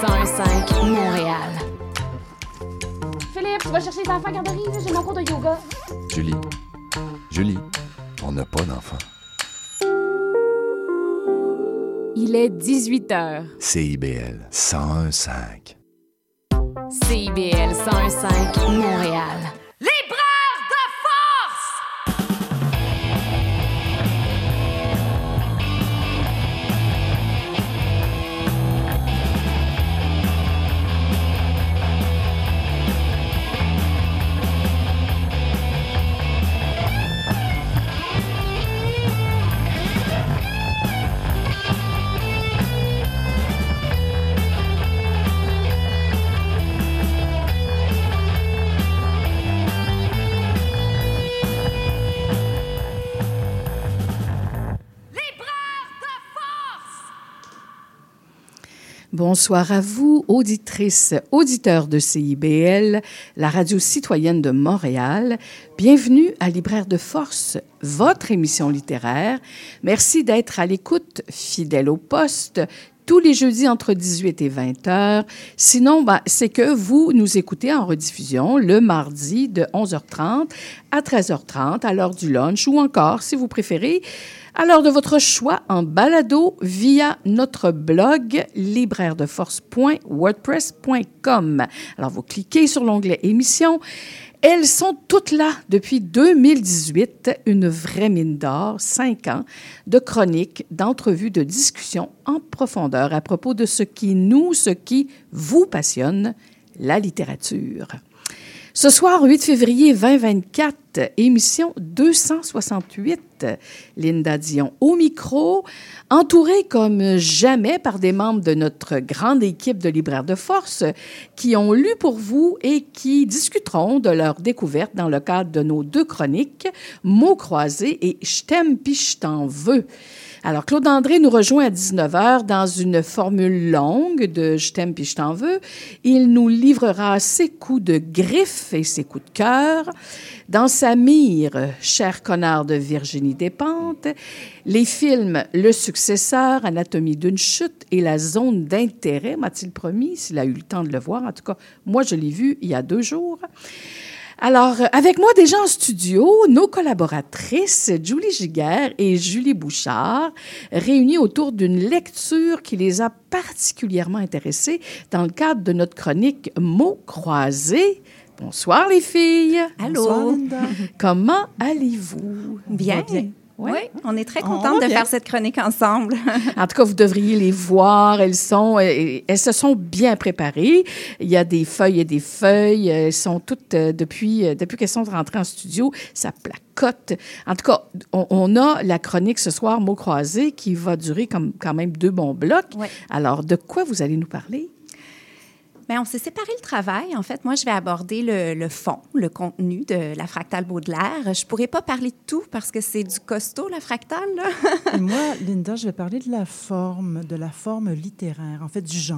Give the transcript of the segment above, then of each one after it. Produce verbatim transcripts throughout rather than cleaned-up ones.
cent un virgule cinq Montréal. Philippe, tu vas chercher les enfants à la garderie, là? J'ai mon cours de yoga. Julie, Julie, on n'a pas d'enfants. Il est dix-huit heures. C I B L cent un virgule cinq. C I B L cent un virgule cinq Montréal. Libraire de force! Bonsoir à vous, auditrices, auditeurs de C I B L, la radio citoyenne de Montréal. Bienvenue à Libraire de force, votre émission littéraire. Merci d'être à l'écoute, fidèle au poste, tous les jeudis entre dix-huit et vingt heures. Sinon, ben, c'est que vous nous écoutez en rediffusion le mardi de onze heures trente à treize heures trente à l'heure du lunch ou encore, si vous préférez, à l'heure de votre choix en balado via notre blog libraire de force point wordpress point com. Alors, vous cliquez sur l'onglet « Émissions ». Elles sont toutes là depuis deux mille dix-huit, une vraie mine d'or, cinq ans de chroniques, d'entrevues, de discussions en profondeur à propos de ce qui nous, ce qui vous passionne, la littérature. Ce soir, huit février vingt vingt-quatre, émission deux cent soixante-huit. Linda Dion au micro, entourée comme jamais par des membres de notre grande équipe de libraires de force qui ont lu pour vous et qui discuteront de leur découverte dans le cadre de nos deux chroniques, Mots croisés et Je t'aime pis je t'en veux. Alors, Claude André nous rejoint à dix-neuf heures dans une formule longue de « Je t'aime puis je t'en veux ». Il nous livrera ses coups de griffe et ses coups de cœur. Dans sa mire, « Cher connard » de Virginie Despentes, les films « Le successeur »,« Anatomie d'une chute » et « La zone d'intérêt », m'a-t-il promis, s'il a eu le temps de le voir. En tout cas, moi, je l'ai vu il y a deux jours. Alors, avec moi déjà en studio, nos collaboratrices, Julie Giguère et Julie Bouchard, réunies autour d'une lecture qui les a particulièrement intéressées dans le cadre de notre chronique « Mots croisés ». Bonsoir les filles. Allô. Bonsoir, Linda. Comment allez-vous? Bien. Bien. Oui, oui, on est très contentes de bien. faire cette chronique ensemble. En tout cas, vous devriez les voir. Elles sont, elles, elles se sont bien préparées. Il y a des feuilles et des feuilles. Elles sont toutes, euh, depuis, euh, depuis qu'elles sont rentrées en studio, ça placote. En tout cas, on, on a la chronique ce soir, Mots croisés, qui va durer comme, quand même deux bons blocs. Oui. Alors, de quoi vous allez nous parler? Bien, on s'est séparé le travail. En fait, moi, je vais aborder le, le fond, le contenu de la fractale Baudelaire. Je ne pourrais pas parler de tout parce que c'est du costaud, la fractale. Là. Et moi, Linda, je vais parler de la forme, de la forme littéraire, en fait, du genre.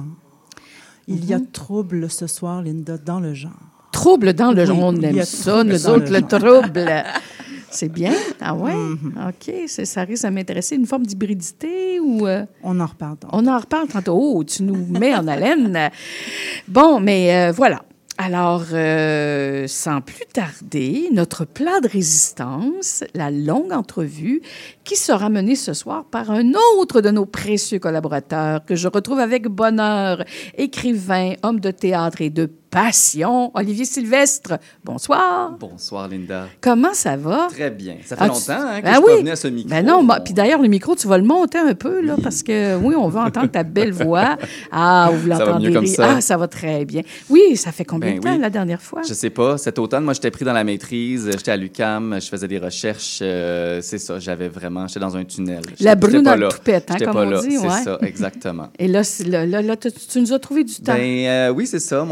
Il mm-hmm. y a trouble ce soir, Linda, dans le genre. Trouble dans le oui, genre. On aime ça, nous autres, le, le trouble. C'est bien? Ah ouais? Mm-hmm. OK. C'est, ça risque de m'intéresser. Une forme d'hybridité ou... Euh... On en reparle tantôt. On en reparle tantôt. Oh, tu nous mets en haleine. Bon, mais euh, voilà. Alors, euh, sans plus tarder, notre plat de résistance, la longue entrevue, qui sera menée ce soir par un autre de nos précieux collaborateurs que je retrouve avec bonheur, écrivain, homme de théâtre et de passion, Olivier Sylvestre. Bonsoir. Bonsoir, Linda. Comment ça va? Très bien. Ça fait Ah, longtemps tu... hein, que ben je suis oui. pas venu à ce micro. Ben non, bon. Puis d'ailleurs, le micro, tu vas le monter un peu, là, oui. parce que, oui, on veut entendre ta belle voix. Ah, vous l'entendez. Ça va mieux comme ça. Ah, ça va très bien. Oui, ça fait combien ben de temps, oui. la dernière fois? Je sais pas. Cet automne, moi, j'étais pris dans la maîtrise. J'étais à l'U Q A M. Je faisais des recherches. Euh, c'est ça. J'avais vraiment... J'étais dans un tunnel. La brune dans le toupette, hein, comme pas on là. dit. C'est ouais. ça, exactement. Et là, là, là, là tu, tu nous as trouvé du temps. Ben euh, oui, c'est ça. Mon, mon horaire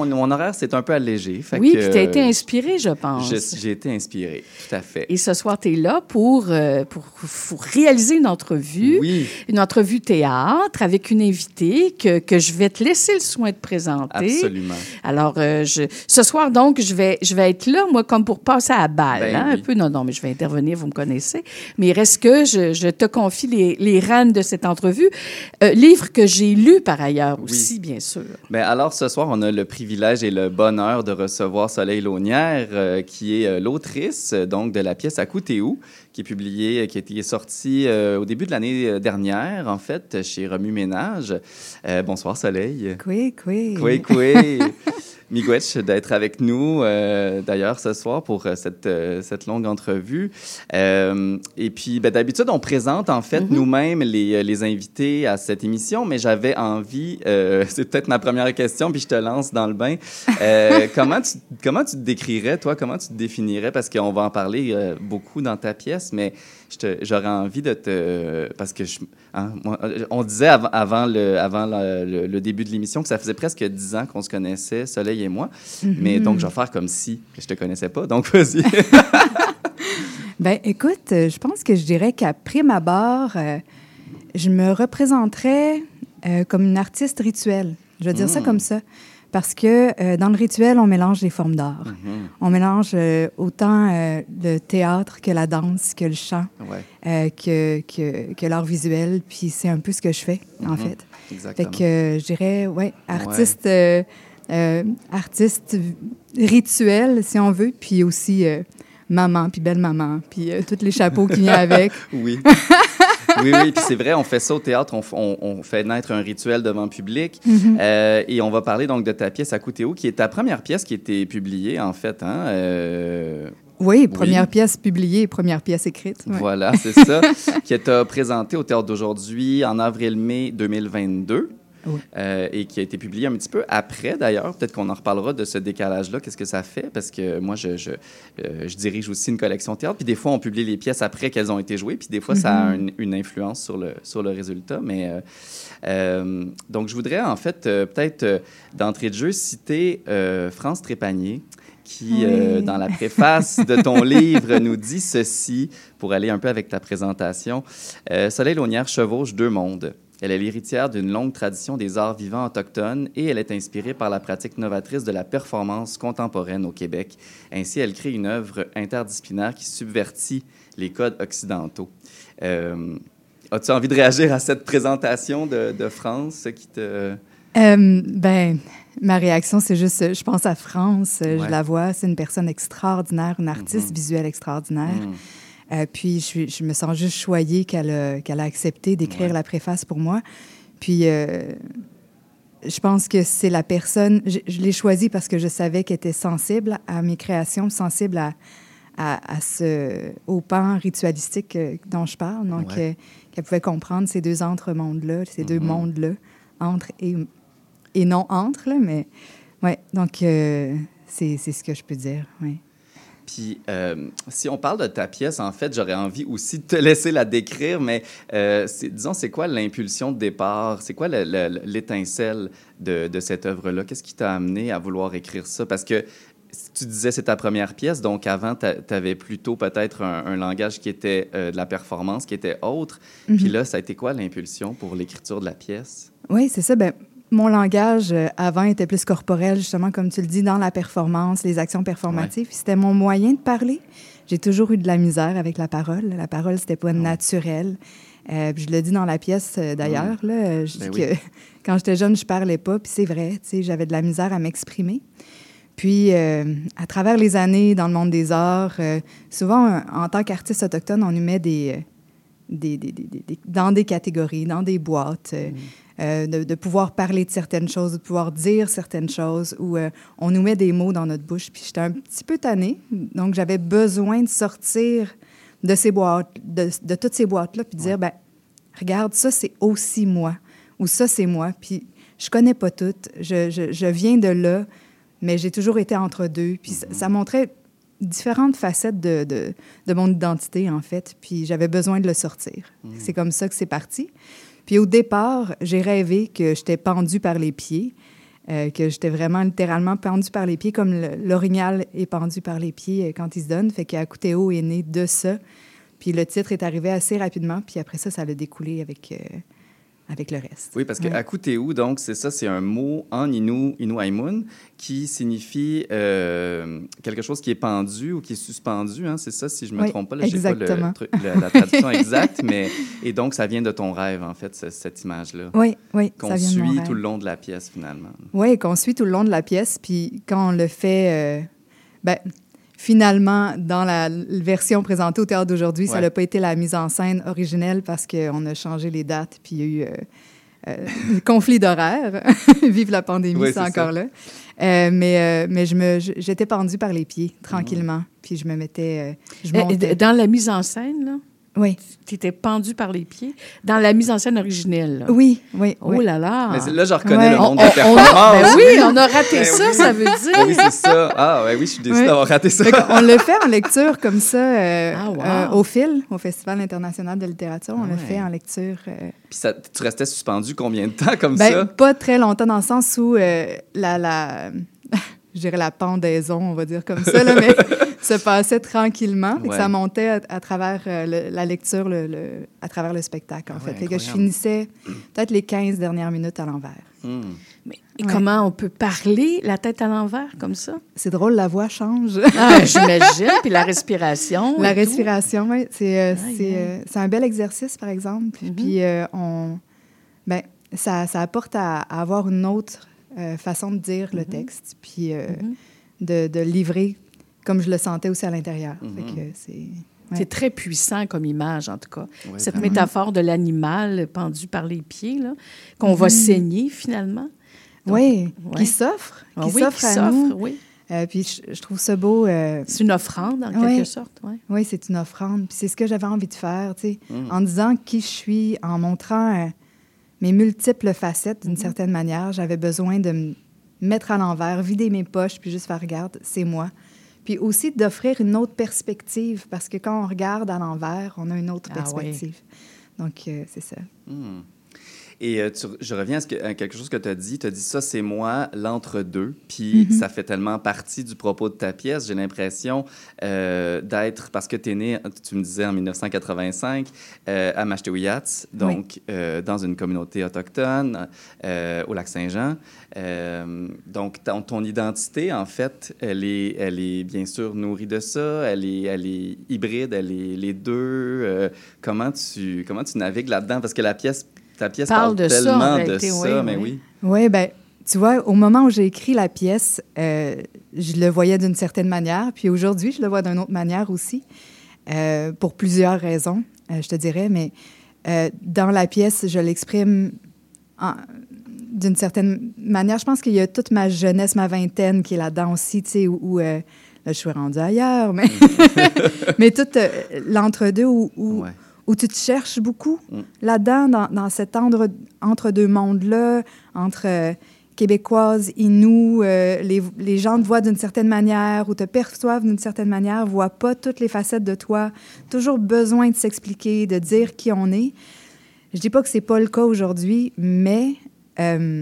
littéraire, c'est un peu allégé. Fait Oui, que, puis tu as été inspiré, je pense. je- J'ai été inspiré, tout à fait. Et ce soir, tu es là pour, euh, pour, pour réaliser une entrevue, Oui, une entrevue théâtre avec une invitée que, que je vais te laisser le soin de présenter. absolument. Alors, euh, je, ce soir, donc, je vais, je vais être là, moi, comme pour passer à la balle, Ben hein, oui. un peu. Non, non, mais je vais intervenir, vous me connaissez. Mais il reste que je, je te confie les, les rênes de cette entrevue. Euh, livre que j'ai lu, par ailleurs, Oui. aussi, bien sûr. Ben alors, ce soir, on a le privilège et le bonheur de recevoir Soleil Launière, euh, qui est euh, l'autrice euh, donc de la pièce À Coutéou, qui est publiée, qui est sortie euh, au début de l'année dernière, en fait, chez Remue Ménage. Euh, bonsoir, Soleil. Oui, oui. Coué, coué. Miigwech d'être avec nous, euh, d'ailleurs, ce soir pour euh, cette, euh, cette longue entrevue. Euh, et puis, ben, d'habitude, on présente, en fait, mm-hmm. nous-mêmes les, les invités à cette émission, mais j'avais envie, euh, c'est peut-être ma première question, puis je te lance dans le bain. Euh, comment, tu, comment tu te décrirais, toi, comment tu te définirais, parce qu'on va en parler euh, beaucoup dans ta pièce, mais je te, j'aurais envie de te... Parce que, je, hein, moi, on disait avant, avant, le, avant le, le, le début de l'émission que ça faisait presque dix ans qu'on se connaissait, Soleil et moi. Mm-hmm. Mais donc, je vais faire comme si je te connaissais pas. Donc, vas-y. Bien, écoute, je pense que je dirais qu'à prime abord, euh, je me représenterais euh, comme une artiste rituelle. Je vais dire mm. ça comme ça. Parce que euh, dans le rituel, on mélange les formes d'art. Mm-hmm. On mélange euh, autant euh, le théâtre que la danse, que le chant, ouais. euh, que, que, que l'art visuel. Puis c'est un peu ce que je fais, mm-hmm. en fait. Exactement. Fait que euh, je dirais, ouais, artiste, ouais. Euh, euh, artiste rituel, si on veut, puis aussi euh, maman, puis belle maman, puis euh, tous les chapeaux qui viennent avec. Oui. Oui, oui, puis c'est vrai, on fait ça au théâtre, on, on, on fait naître un rituel devant le public. Mm-hmm. Euh, et on va parler donc de ta pièce À Coutéou, qui est ta première pièce qui a été publiée, en fait. Hein? Euh... Oui, première oui. pièce publiée, première pièce écrite. Ouais. Voilà, c'est ça. Qui t'a présentée au Théâtre d'aujourd'hui en avril-mai deux mille vingt-deux. Oui. Euh, et qui a été publié un petit peu après, d'ailleurs. Peut-être qu'on en reparlera de ce décalage-là, qu'est-ce que ça fait, parce que moi, je, je, euh, je dirige aussi une collection théâtre, puis des fois, on publie les pièces après qu'elles ont été jouées, puis des fois, mm-hmm. ça a une, une influence sur le, sur le résultat. Mais, euh, euh, donc, je voudrais, en fait, euh, peut-être, euh, d'entrée de jeu, citer euh, France Trépanier, qui, oui. euh, dans la préface de ton livre, nous dit ceci, pour aller un peu avec ta présentation. Euh, « Soleil Launière chevauche deux mondes. Elle est l'héritière d'une longue tradition des arts vivants autochtones et elle est inspirée par la pratique novatrice de la performance contemporaine au Québec. Ainsi, elle crée une œuvre interdisciplinaire qui subvertit les codes occidentaux. Euh, » As-tu envie de réagir à cette présentation de, de France qui te... Euh, ben, ma réaction, c'est juste, je pense à France, ouais. je la vois, c'est une personne extraordinaire, une artiste mm-hmm. visuelle extraordinaire. Mm. Euh, puis, je, je me sens juste choyée qu'elle a, qu'elle a accepté d'écrire ouais. la préface pour moi. Puis, euh, je pense que c'est la personne... Je, je l'ai choisie parce que je savais qu'elle était sensible à mes créations, sensible à, à, à ce, au pan ritualistique dont je parle. Donc, ouais. euh, qu'elle pouvait comprendre ces deux entre-mondes-là, ces mm-hmm. deux mondes-là, entre et, et non entre, là, mais... Ouais, donc, euh, c'est, c'est ce que je peux dire, oui. Puis, euh, si on parle de ta pièce, en fait, j'aurais envie aussi de te laisser la décrire, mais euh, c'est, disons, c'est quoi l'impulsion de départ? C'est quoi le, le, l'étincelle de, de cette œuvre-là? Qu'est-ce qui t'a amené à vouloir écrire ça? Parce que tu disais c'est ta première pièce, donc avant, tu avais plutôt peut-être un, un langage qui était euh, de la performance, qui était autre. Mm-hmm. Puis là, ça a été quoi l'impulsion pour l'écriture de la pièce? Oui, c'est ça. Bien, mon langage, euh, avant, était plus corporel, justement, comme tu le dis, dans la performance, les actions performatives. Ouais. C'était mon moyen de parler. J'ai toujours eu de la misère avec la parole. La parole, c'était pas oh. naturel. Euh, puis je le dis dans la pièce, euh, d'ailleurs. Mmh. Là, je ben dis oui. que quand j'étais jeune, je parlais pas. Puis c'est vrai, tu sais, j'avais de la misère à m'exprimer. Puis, euh, à travers les années, dans le monde des arts, euh, souvent, en tant qu'artiste autochtone, on nous met des, des, des, des, des, dans des catégories, dans des boîtes. Mmh. Euh, de, de pouvoir parler de certaines choses, de pouvoir dire certaines choses, où euh, on nous met des mots dans notre bouche. Puis j'étais un petit peu tannée, donc j'avais besoin de sortir de ces boîtes, de, de toutes ces boîtes-là, puis de dire, ben regarde, ça, c'est aussi moi, ou ça, c'est moi. Puis je connais pas toutes, je, je, je viens de là, mais j'ai toujours été entre deux. Puis ça, ça montrait différentes facettes de, de, de mon identité, en fait, puis j'avais besoin de le sortir. Mmh. C'est comme ça que c'est parti. Puis au départ, j'ai rêvé que j'étais pendue par les pieds, euh, que j'étais vraiment littéralement pendue par les pieds, comme le- l'orignal est pendu par les pieds euh, quand il se donne. Fait qu'Akuteo est né de ça. Puis le titre est arrivé assez rapidement, puis après ça, ça a découlé avec, euh, avec le reste. Oui, parce que Ouais. Akuteu, donc, c'est ça, c'est un mot en Innu, Inuaimun, qui signifie euh, quelque chose qui est pendu ou qui est suspendu, hein, c'est ça, si je ne me Oui, trompe pas. Là, j'ai pas le exactement. truc- le- la traduction exacte, mais... Et donc, ça vient de ton rêve, en fait, ce- cette image-là, Oui, oui, qu'on ça vient de mon suit rêve. tout le long de la pièce, finalement. Oui, qu'on suit tout le long de la pièce. Puis quand on le fait, euh, ben, finalement, dans la l- version présentée au théâtre d'aujourd'hui, ça Ouais. n'a pas été la mise en scène originelle parce qu'on a changé les dates, puis il y a eu euh, euh, conflit d'horaire. Vive la pandémie, Oui, c'est c'est encore ça. là. Euh, mais euh, mais je me, je- j'étais pendue par les pieds, tranquillement. Puis je me mettais... euh, je Et- montais. et dans la mise en scène, là, Oui, tu étais pendu par les pieds. Dans la mise en scène originelle, là. oui, oui. Oh oui. là là! Mais c'est- là, je reconnais Ouais. le On- monde on- de on performance. a- ben oui, on a raté Ben ça, oui. ça veut Ben oui, dire. c'est ça. Ah, ouais, oui, je suis déçue Ouais. d'avoir raté ça. Fait qu'on- on le fait en lecture comme ça euh, Ah, wow. euh, au fil, au Festival international de littérature. On Ah le ouais. fait en lecture. euh, Puis ça, tu restais suspendu combien de temps comme ben, ça? pas très longtemps dans le sens où euh, la, la je dirais la pendaison, on va dire comme ça, là, mais se passait tranquillement. Fait que Ouais. ça montait à, à travers euh, le- la lecture, le, le- à travers le spectacle, en Ah fait. ouais, Fait que je incroyable. finissais peut-être les quinze dernières minutes à l'envers. Hmm. Mais et Ouais. comment on peut parler la tête à l'envers comme ça? C'est drôle, la voix change. Ah, j'imagine. Puis la respiration. La et tout. respiration, oui. C'est euh, Aïe, c'est, aïe. euh, c'est un bel exercice, par exemple. Mhm. Puis, euh, on, ben, ça, ça apporte à, à avoir une autre euh, façon de dire le texte, puis euh, Mhm. de, de livrer comme je le sentais aussi à l'intérieur. Fait Mhm. que c'est... ouais. C'est très puissant comme image, en tout cas. Ouais, Cette vraiment. métaphore de l'animal pendu par les pieds, là, qu'on va saigner finalement. Donc, Oui, ouais. qui s'offre, Ah qui oui, s'offre qui à s'offre, nous. oui. Euh, puis je, je trouve ça beau. euh, C'est une offrande, en Ouais. quelque sorte. Ouais. Oui, c'est une offrande. Puis c'est ce que j'avais envie de faire, tu sais, Mm. en disant qui je suis, en montrant euh, mes multiples facettes Mhm. d'une certaine manière. J'avais besoin de me mettre à l'envers, vider mes poches, puis juste faire regarde, c'est moi. Puis aussi d'offrir une autre perspective, parce que quand on regarde à l'envers, on a une autre Ah perspective. Donc, euh, c'est ça. Hmm. Et euh, tu- je reviens à, ce que- à quelque chose que tu as dit. Tu as dit ça, c'est moi, l'entre-deux. Puis Mhm. ça fait tellement partie du propos de ta pièce. J'ai l'impression euh, d'être, parce que tu es né, tu me disais, en mille neuf cent quatre-vingt-cinq, euh, à Mashtewiyats, donc euh, dans une communauté autochtone, euh, au Lac-Saint-Jean. Euh, donc ton, ton identité, en fait, elle est, elle est bien sûr nourrie de ça. Elle est, elle est hybride, elle est les deux. Euh, comment, tu, comment tu navigues là-dedans? Parce que la pièce... Ta pièce Parle parle, de ça, en tellement de réalité, ça, oui, mais oui. oui. Oui, ben tu vois, au moment où j'ai écrit la pièce, euh, je le voyais d'une certaine manière, puis aujourd'hui, je le vois d'une autre manière aussi, euh, pour plusieurs raisons, euh, je te dirais, mais euh, dans la pièce, je l'exprime en- d'une certaine manière. Je pense qu'il y a toute ma jeunesse, ma vingtaine qui est là-dedans aussi, tu sais, où, où, euh, là, je suis rendue ailleurs, mais, mais tout euh, l'entre-deux où, où, Ouais. où tu te cherches beaucoup Mm. là-dedans, dans, dans cet entre, entre-deux mondes-là, entre euh, Québécoises, Inuits, euh, les, les gens te voient d'une certaine manière ou te perçoivent d'une certaine manière, voient pas toutes les facettes de toi, toujours besoin de s'expliquer, de dire qui on est. Je dis pas que c'est pas le cas aujourd'hui, mais euh,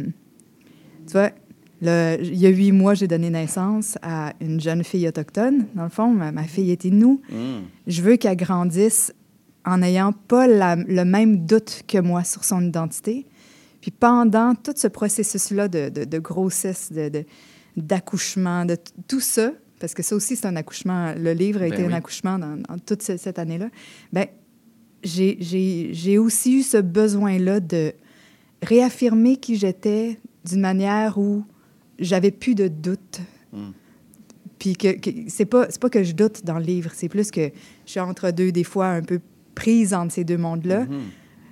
tu vois, le- il y a huit mois, j'ai donné naissance à une jeune fille autochtone. Dans le fond, ma, ma fille est Inou. Mm. Je veux qu'elle grandisse en n'ayant pas la- le même doute que moi sur son identité. Puis pendant tout ce processus-là de, de, de grossesse, de, de- d'accouchement, de t- tout ça, parce que ça aussi, c'est un accouchement, le livre a Ben été oui. un accouchement dans, dans toute ce- cette année-là, bien, j'ai, j'ai, j'ai aussi eu ce besoin-là de réaffirmer qui j'étais d'une manière où j'avais plus de doute. Mm. Puis que, que c'est pas c'est pas que je doute dans le livre, c'est plus que je suis entre deux, des fois un peu prise entre ces deux mondes-là. Mhm.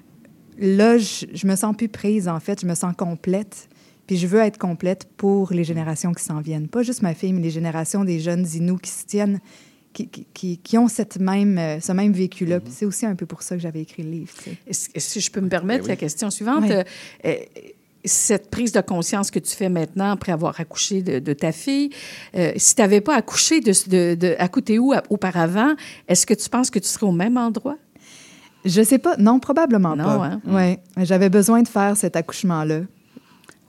Là, je, je me sens plus prise, en fait. Je me sens complète. Puis je veux être complète pour les générations qui s'en viennent. Pas juste ma fille, mais les générations des jeunes Inuits qui se tiennent, qui, qui, qui, qui ont cette même, euh, ce même vécu-là. Puis c'est aussi un peu pour ça que j'avais écrit le livre, tu sais. Est-ce- Si je peux me permettre Ben oui. la question suivante, Oui. euh, euh, cette prise de conscience que tu fais maintenant après avoir accouché de, de ta fille, euh, si tu n'avais pas accouché de, de, de Akuteu auparavant, est-ce que tu penses que tu serais au même endroit? Je sais pas. Non, probablement Non, pas. hein? Ouais. J'avais besoin de faire cet accouchement-là.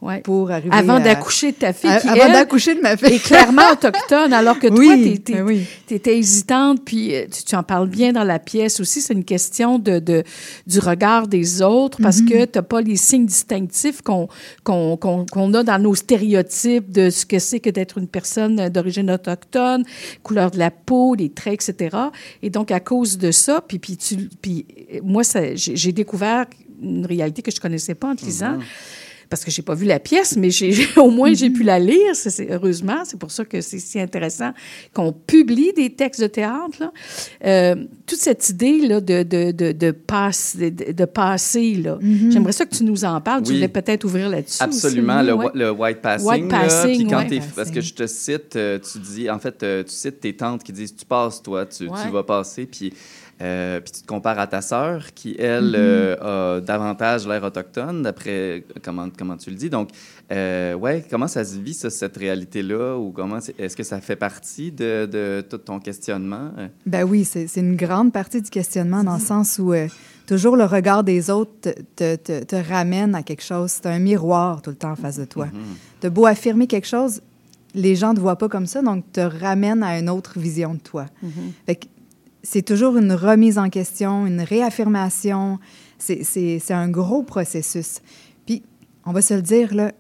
Ouais. pour arriver Avant à- d'accoucher de ta fille, à- qui, avant elle, d'accoucher de ma fille. est clairement autochtone, alors que toi, Oui, tu ben oui. étais hésitante, puis euh, tu, tu en parles bien dans la pièce aussi. C'est une question de, de, du regard des autres, parce Mm-hmm. que tu n'as pas les signes distinctifs qu'on qu'on, qu'on, qu'on a dans nos stéréotypes de ce que c'est que d'être une personne d'origine autochtone, couleur de la peau, les traits, et cetera. Et donc, à cause de ça, puis, puis, tu, puis moi, ça, j'ai, j'ai découvert une réalité que je connaissais pas en te lisant. Parce que j'ai pas vu la pièce, mais j'ai, j'ai- au moins j'ai pu la lire, c'est, c'est- heureusement. C'est pour ça que c'est si intéressant qu'on publie des textes de théâtre. Là. Euh, toute cette idée là, de, de, de, de, passe, de, de passer, là. J'aimerais ça que tu nous en parles. Tu Oui. voulais peut-être ouvrir là-dessus. Absolument, aussi, le, ouais. whi- le white passing. White là, passing, puis quand ouais. t'es- Passing. parce que je te cite, euh, tu dis, en fait, euh, tu cites tes tantes qui disent, tu passes, toi, tu, Ouais. tu vas passer, puis euh, puis tu te compares à ta sœur qui, elle, Mm-hmm. euh, a davantage l'air autochtone, d'après comment, comment tu le dis. Donc, euh, ouais, comment ça se vit, ça, cette réalité-là, ou comment, c'est- est-ce que ça fait partie de, de tout ton questionnement? Ben oui, c'est c'est une grande partie du questionnement dans le sens où euh, toujours le regard des autres te, te, te, te ramène à quelque chose. C'est un miroir tout le temps en face de toi. T'as beau affirmer quelque chose, les gens ne te voient pas comme ça, donc te ramènent à une autre vision de toi. Fait que c'est toujours une remise en question, une réaffirmation. C'est c'est- c'est un gros processus. Puis, on va se le dire, là,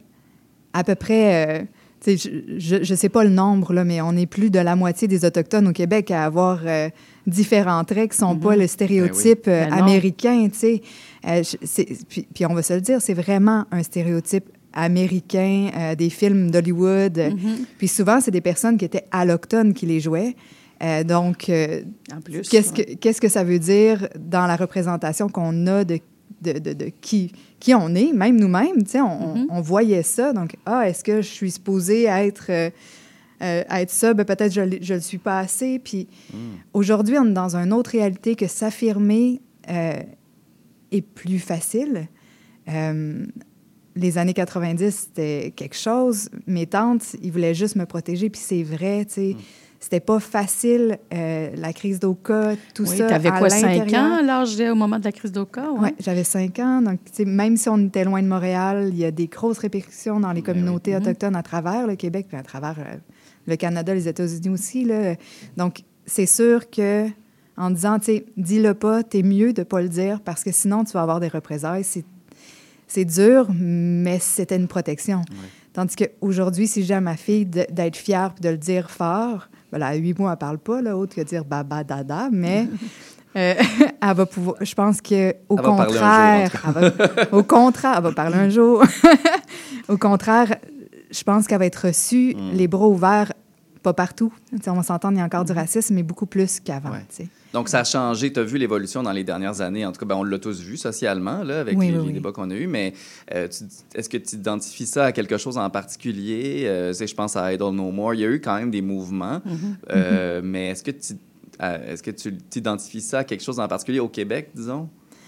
à peu près, euh, tu sais, je ne sais pas le nombre, là, mais on est plus de la moitié des Autochtones au Québec à avoir euh, différents traits qui ne sont pas le stéréotype euh, Ben non. américain, tu sais. Euh, je- c'est- puis, puis on va se le dire, c'est vraiment un stéréotype américain, euh, des films d'Hollywood. Puis souvent, c'est des personnes qui étaient allochtones qui les jouaient. Euh, donc, euh, En plus. qu'est-ce ouais. que, qu'est-ce que ça veut dire dans la représentation qu'on a de, de, de, de qui, qui on est, même nous-mêmes, tu sais, on, on- on voyait ça. Donc, ah, est-ce que je suis supposée être, euh, euh, être ça? Ben, peut-être que je ne le suis pas assez. Puis aujourd'hui, on est dans une autre réalité que s'affirmer euh, est plus facile. Euh, les années quatre-vingt-dix, c'était quelque chose. Mes tantes, ils voulaient juste me protéger, puis c'est vrai, tu sais. C'était pas facile, euh, la crise d'Oka, tout Oui, ça. tu avais à quoi, cinq l'intérieur. ans, à l'âge de- au moment de la crise d'Oka? Oui, j'avais cinq ans. Donc, tu sais, même si on était loin de Montréal, il y a des grosses répercussions dans les communautés autochtones à travers le Québec, puis à travers euh, le Canada, les États-Unis aussi, là. Donc, c'est sûr que en disant, tu sais, dis-le pas, t'es mieux de pas le dire parce que sinon, tu vas avoir des représailles. C'est, c'est dur, mais c'était une protection. Tandis qu'aujourd'hui, si je dis à ma fille de- d'être fière puis de le dire fort, ben là, à huit mois, elle parle pas, là, autre que dire baba dada, mais euh, elle va pouvoir. Je pense qu'au Elle va parler un contraire, elle va- au contraire, elle va parler un jour. Au contraire, je pense qu'elle va être reçue les bras ouverts, pas partout. Tu sais, on va s'entendre, il y a encore du racisme, mais beaucoup plus qu'avant. Ouais. tu sais. Donc, ça a changé. Tu as vu l'évolution dans les dernières années. En tout cas, ben, on l'a tous vu socialement, là, avec Oui, les, oui, les oui. débats qu'on a eus. Mais euh, tu- est-ce que tu identifies ça à quelque chose en particulier? Euh, tu sais, je pense à Idle No More. Il y a eu quand même des mouvements. Euh, mais est-ce que tu euh, est-ce que tu t'identifies ça à quelque chose en particulier au Québec, disons?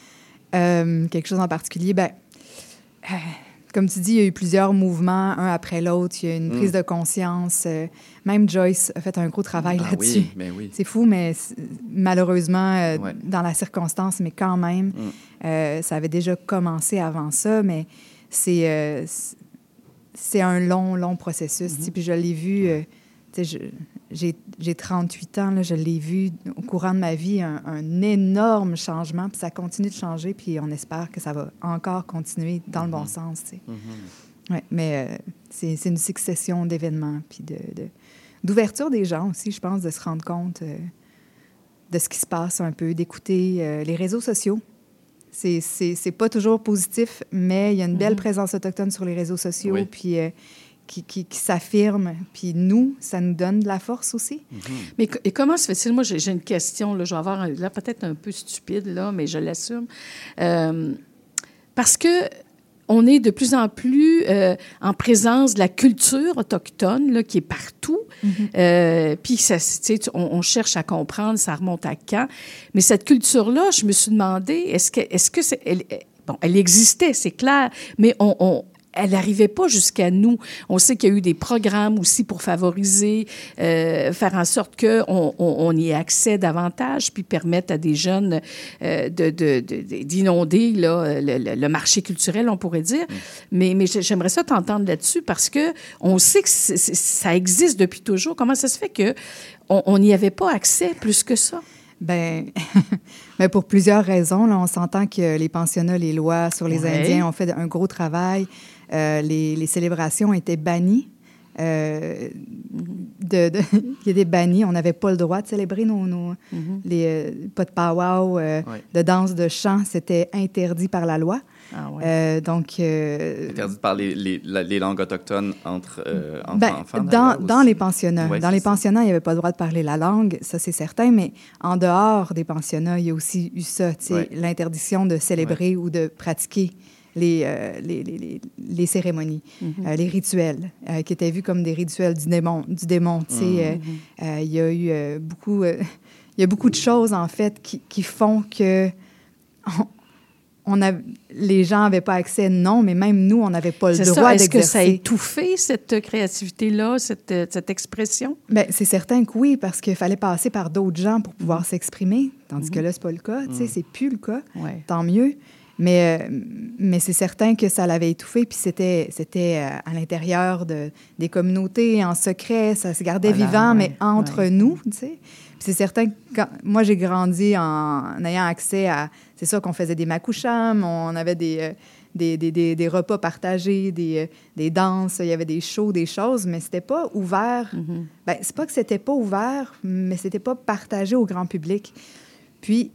Euh, quelque chose en particulier, ben, euh, comme tu dis, il y a eu plusieurs mouvements, un après l'autre. Il y a une Mm. prise de conscience. euh, même Joyce a fait un gros travail Ah là-dessus. oui, mais oui. C'est fou, mais c'est- malheureusement, euh, Ouais. dans la circonstance, mais quand même, Mm. euh, ça avait déjà commencé avant ça, mais c'est euh, c'est- c'est un long, long processus. Mm-hmm. tu sais, Puis je l'ai vu, euh, tu sais, je- j'ai j'ai trente-huit ans, là, je l'ai vu au courant de ma vie, un, un énorme changement, puis ça continue de changer, puis on espère que ça va encore continuer dans le Mm-hmm. bon sens. tu sais. Ouais, mais euh, c'est c'est une succession d'événements, puis de, de- d'ouverture des gens aussi, je pense, de se rendre compte euh, de ce qui se passe un peu, d'écouter euh, les réseaux sociaux. C'est, c'est, c'est pas toujours positif, mais il y a une belle présence autochtone sur les réseaux sociaux, Oui. puis euh, qui, qui, qui s'affirme. Puis nous, ça nous donne de la force aussi. Mais co- et comment se fait-il? Moi, j'ai, j'ai une question, là, je vais avoir un- là, peut-être un peu stupide, là, mais je l'assume. Euh, parce que on est de plus en plus euh, en présence de la culture autochtone, là, qui est partout. Euh, puis, ça, tu sais, tu- on, on cherche à comprendre, ça remonte à quand. Mais cette culture-là, je me suis demandé, est-ce que, est-ce que c'est, elle, elle- bon, elle existait, c'est clair, mais on, on elle n'arrivait pas jusqu'à nous. On sait qu'il y a eu des programmes aussi pour favoriser, euh, faire en sorte qu'on on, on y ait accès davantage, puis permettre à des jeunes euh, de, de, de, d'inonder là, le, le, le marché culturel, on pourrait dire. Mm. Mais, mais j'aimerais ça t'entendre là-dessus parce que on sait que c'est, c'est, ça existe depuis toujours. Comment ça se fait qu'on n'y avait pas accès plus que ça? Bien, ben pour plusieurs raisons. Là, on s'entend que les pensionnats, les lois sur les ouais. Indiens ont fait un gros travail. Euh, les, les célébrations étaient bannies. Euh, de, de, il y a des bannis. On n'avait pas le droit de célébrer nos... nos mm-hmm. les, euh, pas de powwow, euh, ouais. de danse, de chant. C'était interdit par la loi. Ah ouais. euh, donc... Euh, interdit par les, les, les langues autochtones entre euh, enfants, ben, enfants dans, dans les pensionnats. Ouais, dans les ça. pensionnats, il n'y avait pas le droit de parler la langue, ça c'est certain, mais en dehors des pensionnats, il y a aussi eu ça, ouais. l'interdiction de célébrer ouais. ou de pratiquer les, euh, les, les, les, les cérémonies, mm-hmm. euh, les rituels, euh, qui étaient vus comme des rituels du démon. Du démon mm-hmm. euh, euh, il y a eu euh, beaucoup... Euh, il y a beaucoup de choses, en fait, qui, qui font que... On, On a, les gens n'avaient pas accès, non, mais même nous, on n'avait pas le c'est droit ça. Est-ce d'exercer. Est-ce que ça a étouffé, cette créativité-là, cette, cette expression? Bien, c'est certain que oui, parce qu'il fallait passer par d'autres gens pour pouvoir mmh. s'exprimer, tandis mmh. que là, ce n'est pas le cas. Mmh. Tu sais, c'est plus le cas, ouais. tant mieux. Mais, euh, mais c'est certain que ça l'avait étouffé, puis c'était, c'était euh, à l'intérieur de, des communautés, en secret, ça se gardait voilà, vivant, ouais, mais entre ouais. nous, tu sais. Puis c'est certain que quand, moi, j'ai grandi en, en ayant accès à... C'est sûr qu'on faisait des makouchams, on avait des, euh, des, des, des, des repas partagés, des, euh, des danses, il y avait des shows, des choses, mais c'était pas ouvert. Mm-hmm. Bien, c'est pas que c'était pas ouvert, mais c'était pas partagé au grand public. Puis,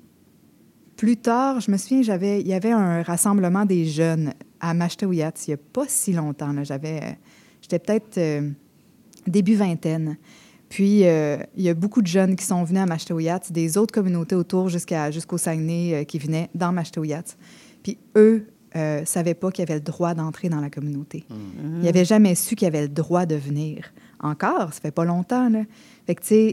plus tard, je me souviens, j'avais, il y avait un rassemblement des jeunes à Mashtawiyat, il y a pas si longtemps. Là, j'avais, j'étais peut-être euh, début vingtaine. Puis, euh, il y a beaucoup de jeunes qui sont venus à Mashtawiyat, des autres communautés autour jusqu'à, jusqu'au Saguenay euh, qui venaient dans Mashtawiyat. Puis, eux ne euh, savaient pas qu'ils avaient le droit d'entrer dans la communauté. Mm-hmm. Ils n'avaient jamais su qu'ils avaient le droit de venir. Encore, ça fait pas longtemps, là. Fait que, tu sais,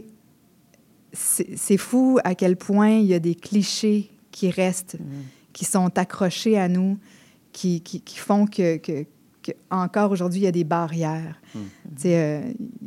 c'est, c'est fou à quel point il y a des clichés qui restent, mm-hmm. qui sont accrochés à nous, qui, qui, qui font que, que, que, encore aujourd'hui, il y a des barrières. Mm-hmm. Tu sais, euh,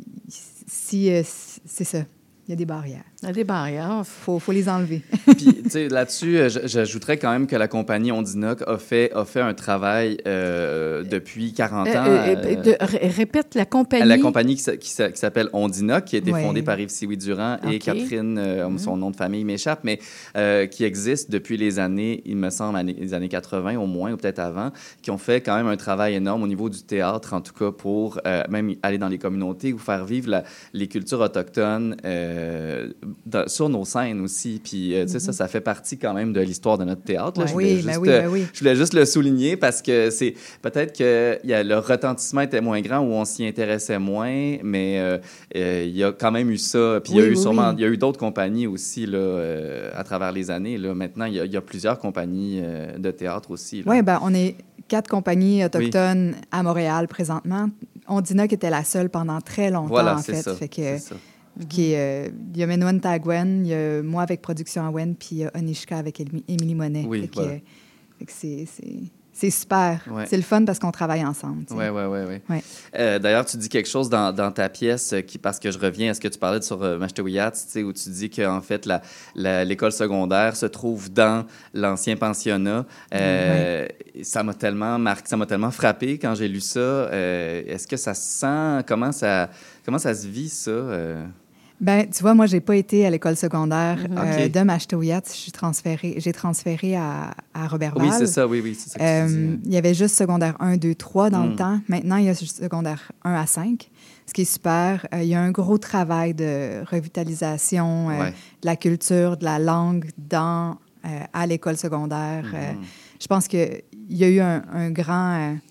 Si, euh, c'est ça, il y a des barrières. Il y a des barrières. Il faut, faut les enlever. Puis, tu sais, là-dessus, j'ajouterais quand même que la compagnie Ondinoc a fait, a fait un travail euh, depuis quarante ans. Euh, euh, de, r- répète, la compagnie... La compagnie qui, qui, qui s'appelle Ondinoc, qui a été ouais. fondée par Yves-Sioui Durand okay. et Catherine, euh, mm-hmm. son nom de famille m'échappe, mais euh, qui existe depuis les années, il me semble, les années quatre-vingt au moins, ou peut-être avant, qui ont fait quand même un travail énorme au niveau du théâtre, en tout cas, pour euh, même aller dans les communautés ou faire vivre la, les cultures autochtones euh, Dans, sur nos scènes aussi. Puis, euh, tu sais, mm-hmm. ça, ça fait partie quand même de l'histoire de notre théâtre. Là. Ouais. Je, voulais oui, juste, ben oui, ben oui. je voulais juste le souligner parce que c'est peut-être que y a, le retentissement était moins grand ou on s'y intéressait moins, mais euh, euh, il y a quand même eu ça. Puis, il oui, y a eu oui, sûrement, il oui. y a eu d'autres compagnies aussi là, euh, à travers les années. Là. Maintenant, il y, y a plusieurs compagnies euh, de théâtre aussi. Oui, bien, on est quatre compagnies autochtones oui. à Montréal présentement. Ondinoc était la seule pendant très longtemps, voilà, en c'est fait. Ça, fait que, c'est ça. Qui est, euh, il y a Menuan Tagwen, il y a moi avec Production Awen, puis il y a Onishka avec Émilie Monet. Oui, fait que, voilà. fait que c'est, c'est, c'est super. Ouais. C'est le fun parce qu'on travaille ensemble. Oui, oui, oui. Ouais. Euh, d'ailleurs, tu dis quelque chose dans, dans ta pièce, qui, parce que je reviens à ce que tu parlais sur euh, Mashtawiyat, où tu dis qu'en fait, la, la, l'école secondaire se trouve dans l'ancien pensionnat. Euh, ouais. Ça m'a tellement marqué, ça m'a tellement frappé quand j'ai lu ça. Euh, est-ce que ça se sent? Comment ça, comment ça se vit, ça? Euh... Ben, tu vois, moi, j'ai pas été à l'école secondaire mm-hmm. euh, okay. de Mashtawiyat. Je suis transférée, j'ai transféré à, à Roberval. Oui, c'est ça, oui, oui. C'est ça que euh, tu dis. Il y avait juste secondaire un, deux, trois dans mm. le temps. Maintenant, il y a secondaire un à cinq, ce qui est super. Euh, il y a un gros travail de revitalisation euh, ouais. de la culture, de la langue dans, euh, à l'école secondaire. Mm. Euh, je pense qu'il y a eu un, un grand... Euh,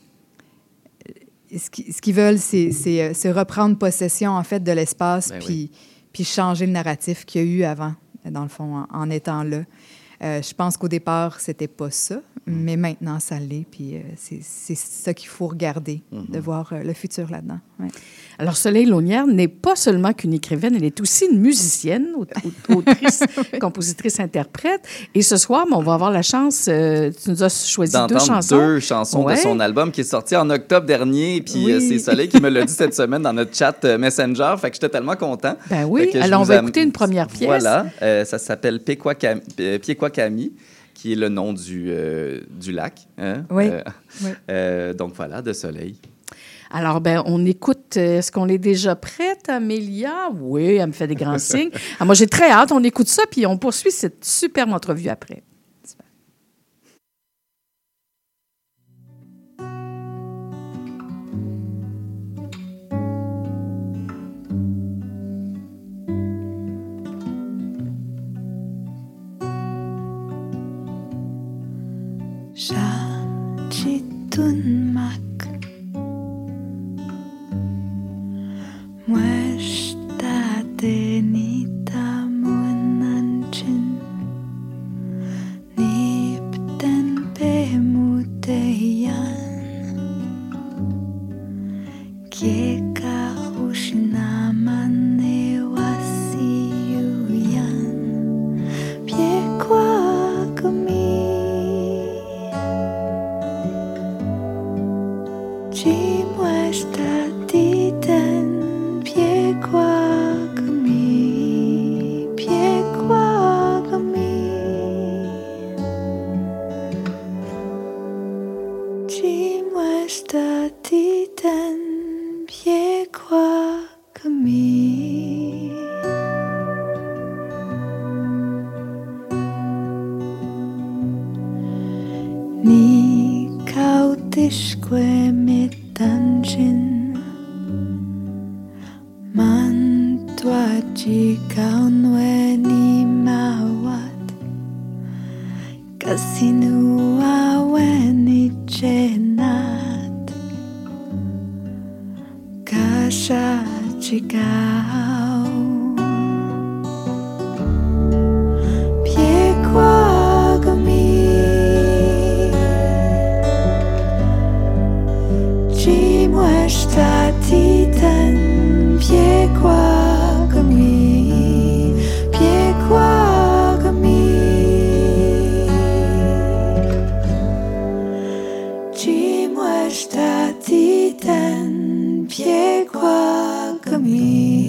ce, qui, ce qu'ils veulent, c'est, c'est, c'est reprendre possession, en fait, de l'espace, ben puis... oui. puis changer le narratif qu'il y a eu avant, dans le fond, en, en étant là. Euh, je pense qu'au départ, c'était pas ça, mm. mais maintenant, ça l'est, puis euh, c'est, c'est ça qu'il faut regarder, mm-hmm. de voir euh, le futur là-dedans. Ouais. Alors, Soleil Launière n'est pas seulement qu'une écrivaine, elle est aussi une musicienne, autrice, compositrice, interprète. Et ce soir, on va avoir la chance, euh, tu nous as choisi deux chansons. deux chansons ouais. de son album qui est sorti en octobre dernier. Puis oui. euh, c'est Soleil qui me l'a dit cette semaine dans notre chat euh, Messenger. Fait que j'étais tellement content. Ben oui, alors on va am... écouter une première pièce. Voilà, euh, ça s'appelle Piekwa-Kami, qui est le nom du, euh, du lac. Hein? Oui. Euh, oui. Euh, donc voilà, de Soleil. Alors, ben, on écoute. Est-ce qu'on est déjà prête, Amélia? Oui, elle me fait des grands signes. Alors, moi, j'ai très hâte. On écoute ça, puis on poursuit cette superbe entrevue après. Shachitun Mueshtadenita munanchin Nipten pemuteyan Kieka ushinaman ewasiyuyan Piekwa kami Chi mueshtatiten Piekwa kami, piekwa kami. Ci muestatitan, piekwa kami. Ni kautishkwe mitanjin. Mantuaji kaunwe ni mawat Kasinua weni chenat Kasha chikau Piekwa kami Ci muestatitan Piekwa kami, piekwa kami. Ci muestatitan, piekwa kami.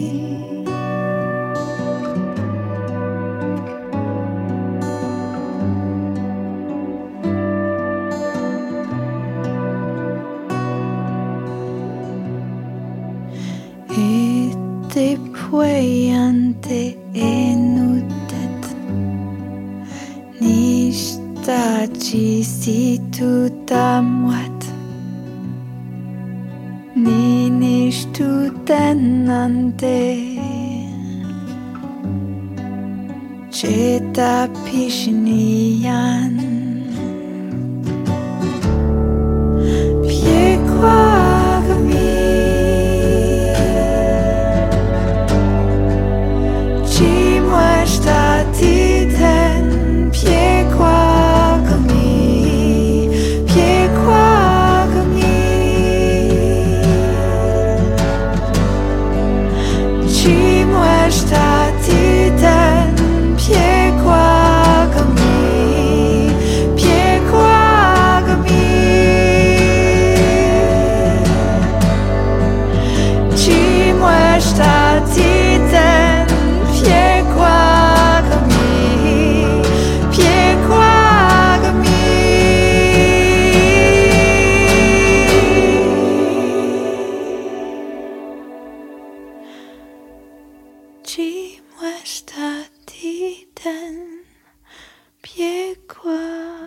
Te pueante enutet Nishtachi situ tamwat Ni nishtu tenante Cheta pishniyan Piekwa Muestatitan, piekwa kami, piekwa kami. Ci muestatitan, piekwa kami, piekwa kami. Ci muestatitan, piekwa Ci muestatitan, piekwa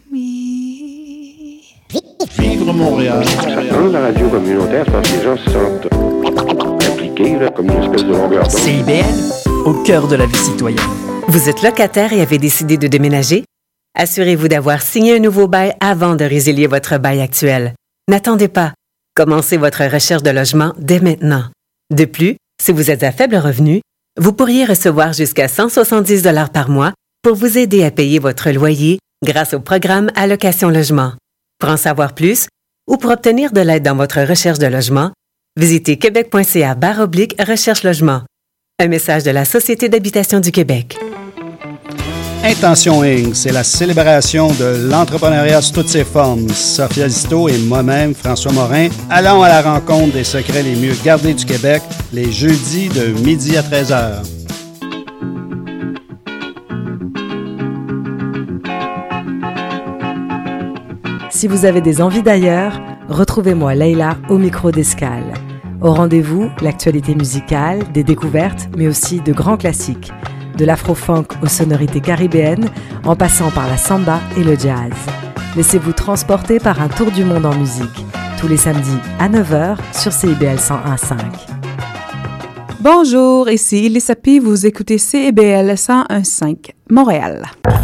kami. Vivre Montréal. Dans la radio communautaire, je pense que les gens se sentent impliqués là, comme une espèce de longueur d'onde. C I B L, au cœur de la vie citoyenne. Vous êtes locataire et avez décidé de déménager? Assurez-vous d'avoir signé un nouveau bail avant de résilier votre bail actuel. N'attendez pas. Commencez votre recherche de logement dès maintenant. De plus, si vous êtes à faible revenu, vous pourriez recevoir jusqu'à cent soixante-dix dollars par mois pour vous aider à payer votre loyer grâce au programme Allocation Logement. Pour en savoir plus ou pour obtenir de l'aide dans votre recherche de logement, Visitez québec.ca barre oblique recherche logement. Un message de la Société d'habitation du Québec. Intention Incorporée, c'est la célébration de l'entrepreneuriat sous toutes ses formes. Sophia Zito et moi-même, François Morin, allons à la rencontre des secrets les mieux gardés du Québec les jeudis de midi à treize heures. Si vous avez des envies d'ailleurs, retrouvez-moi Leïla au micro d'Escale. Au rendez-vous, l'actualité musicale, des découvertes, mais aussi de grands classiques. De l'afro-funk aux sonorités caribéennes, en passant par la samba et le jazz. Laissez-vous transporter par un tour du monde en musique. Tous les samedis à neuf heures sur C I B L cent un virgule cinq. Bonjour, ici Elissa P. Vous écoutez C I B L cent un virgule cinq, Montréal.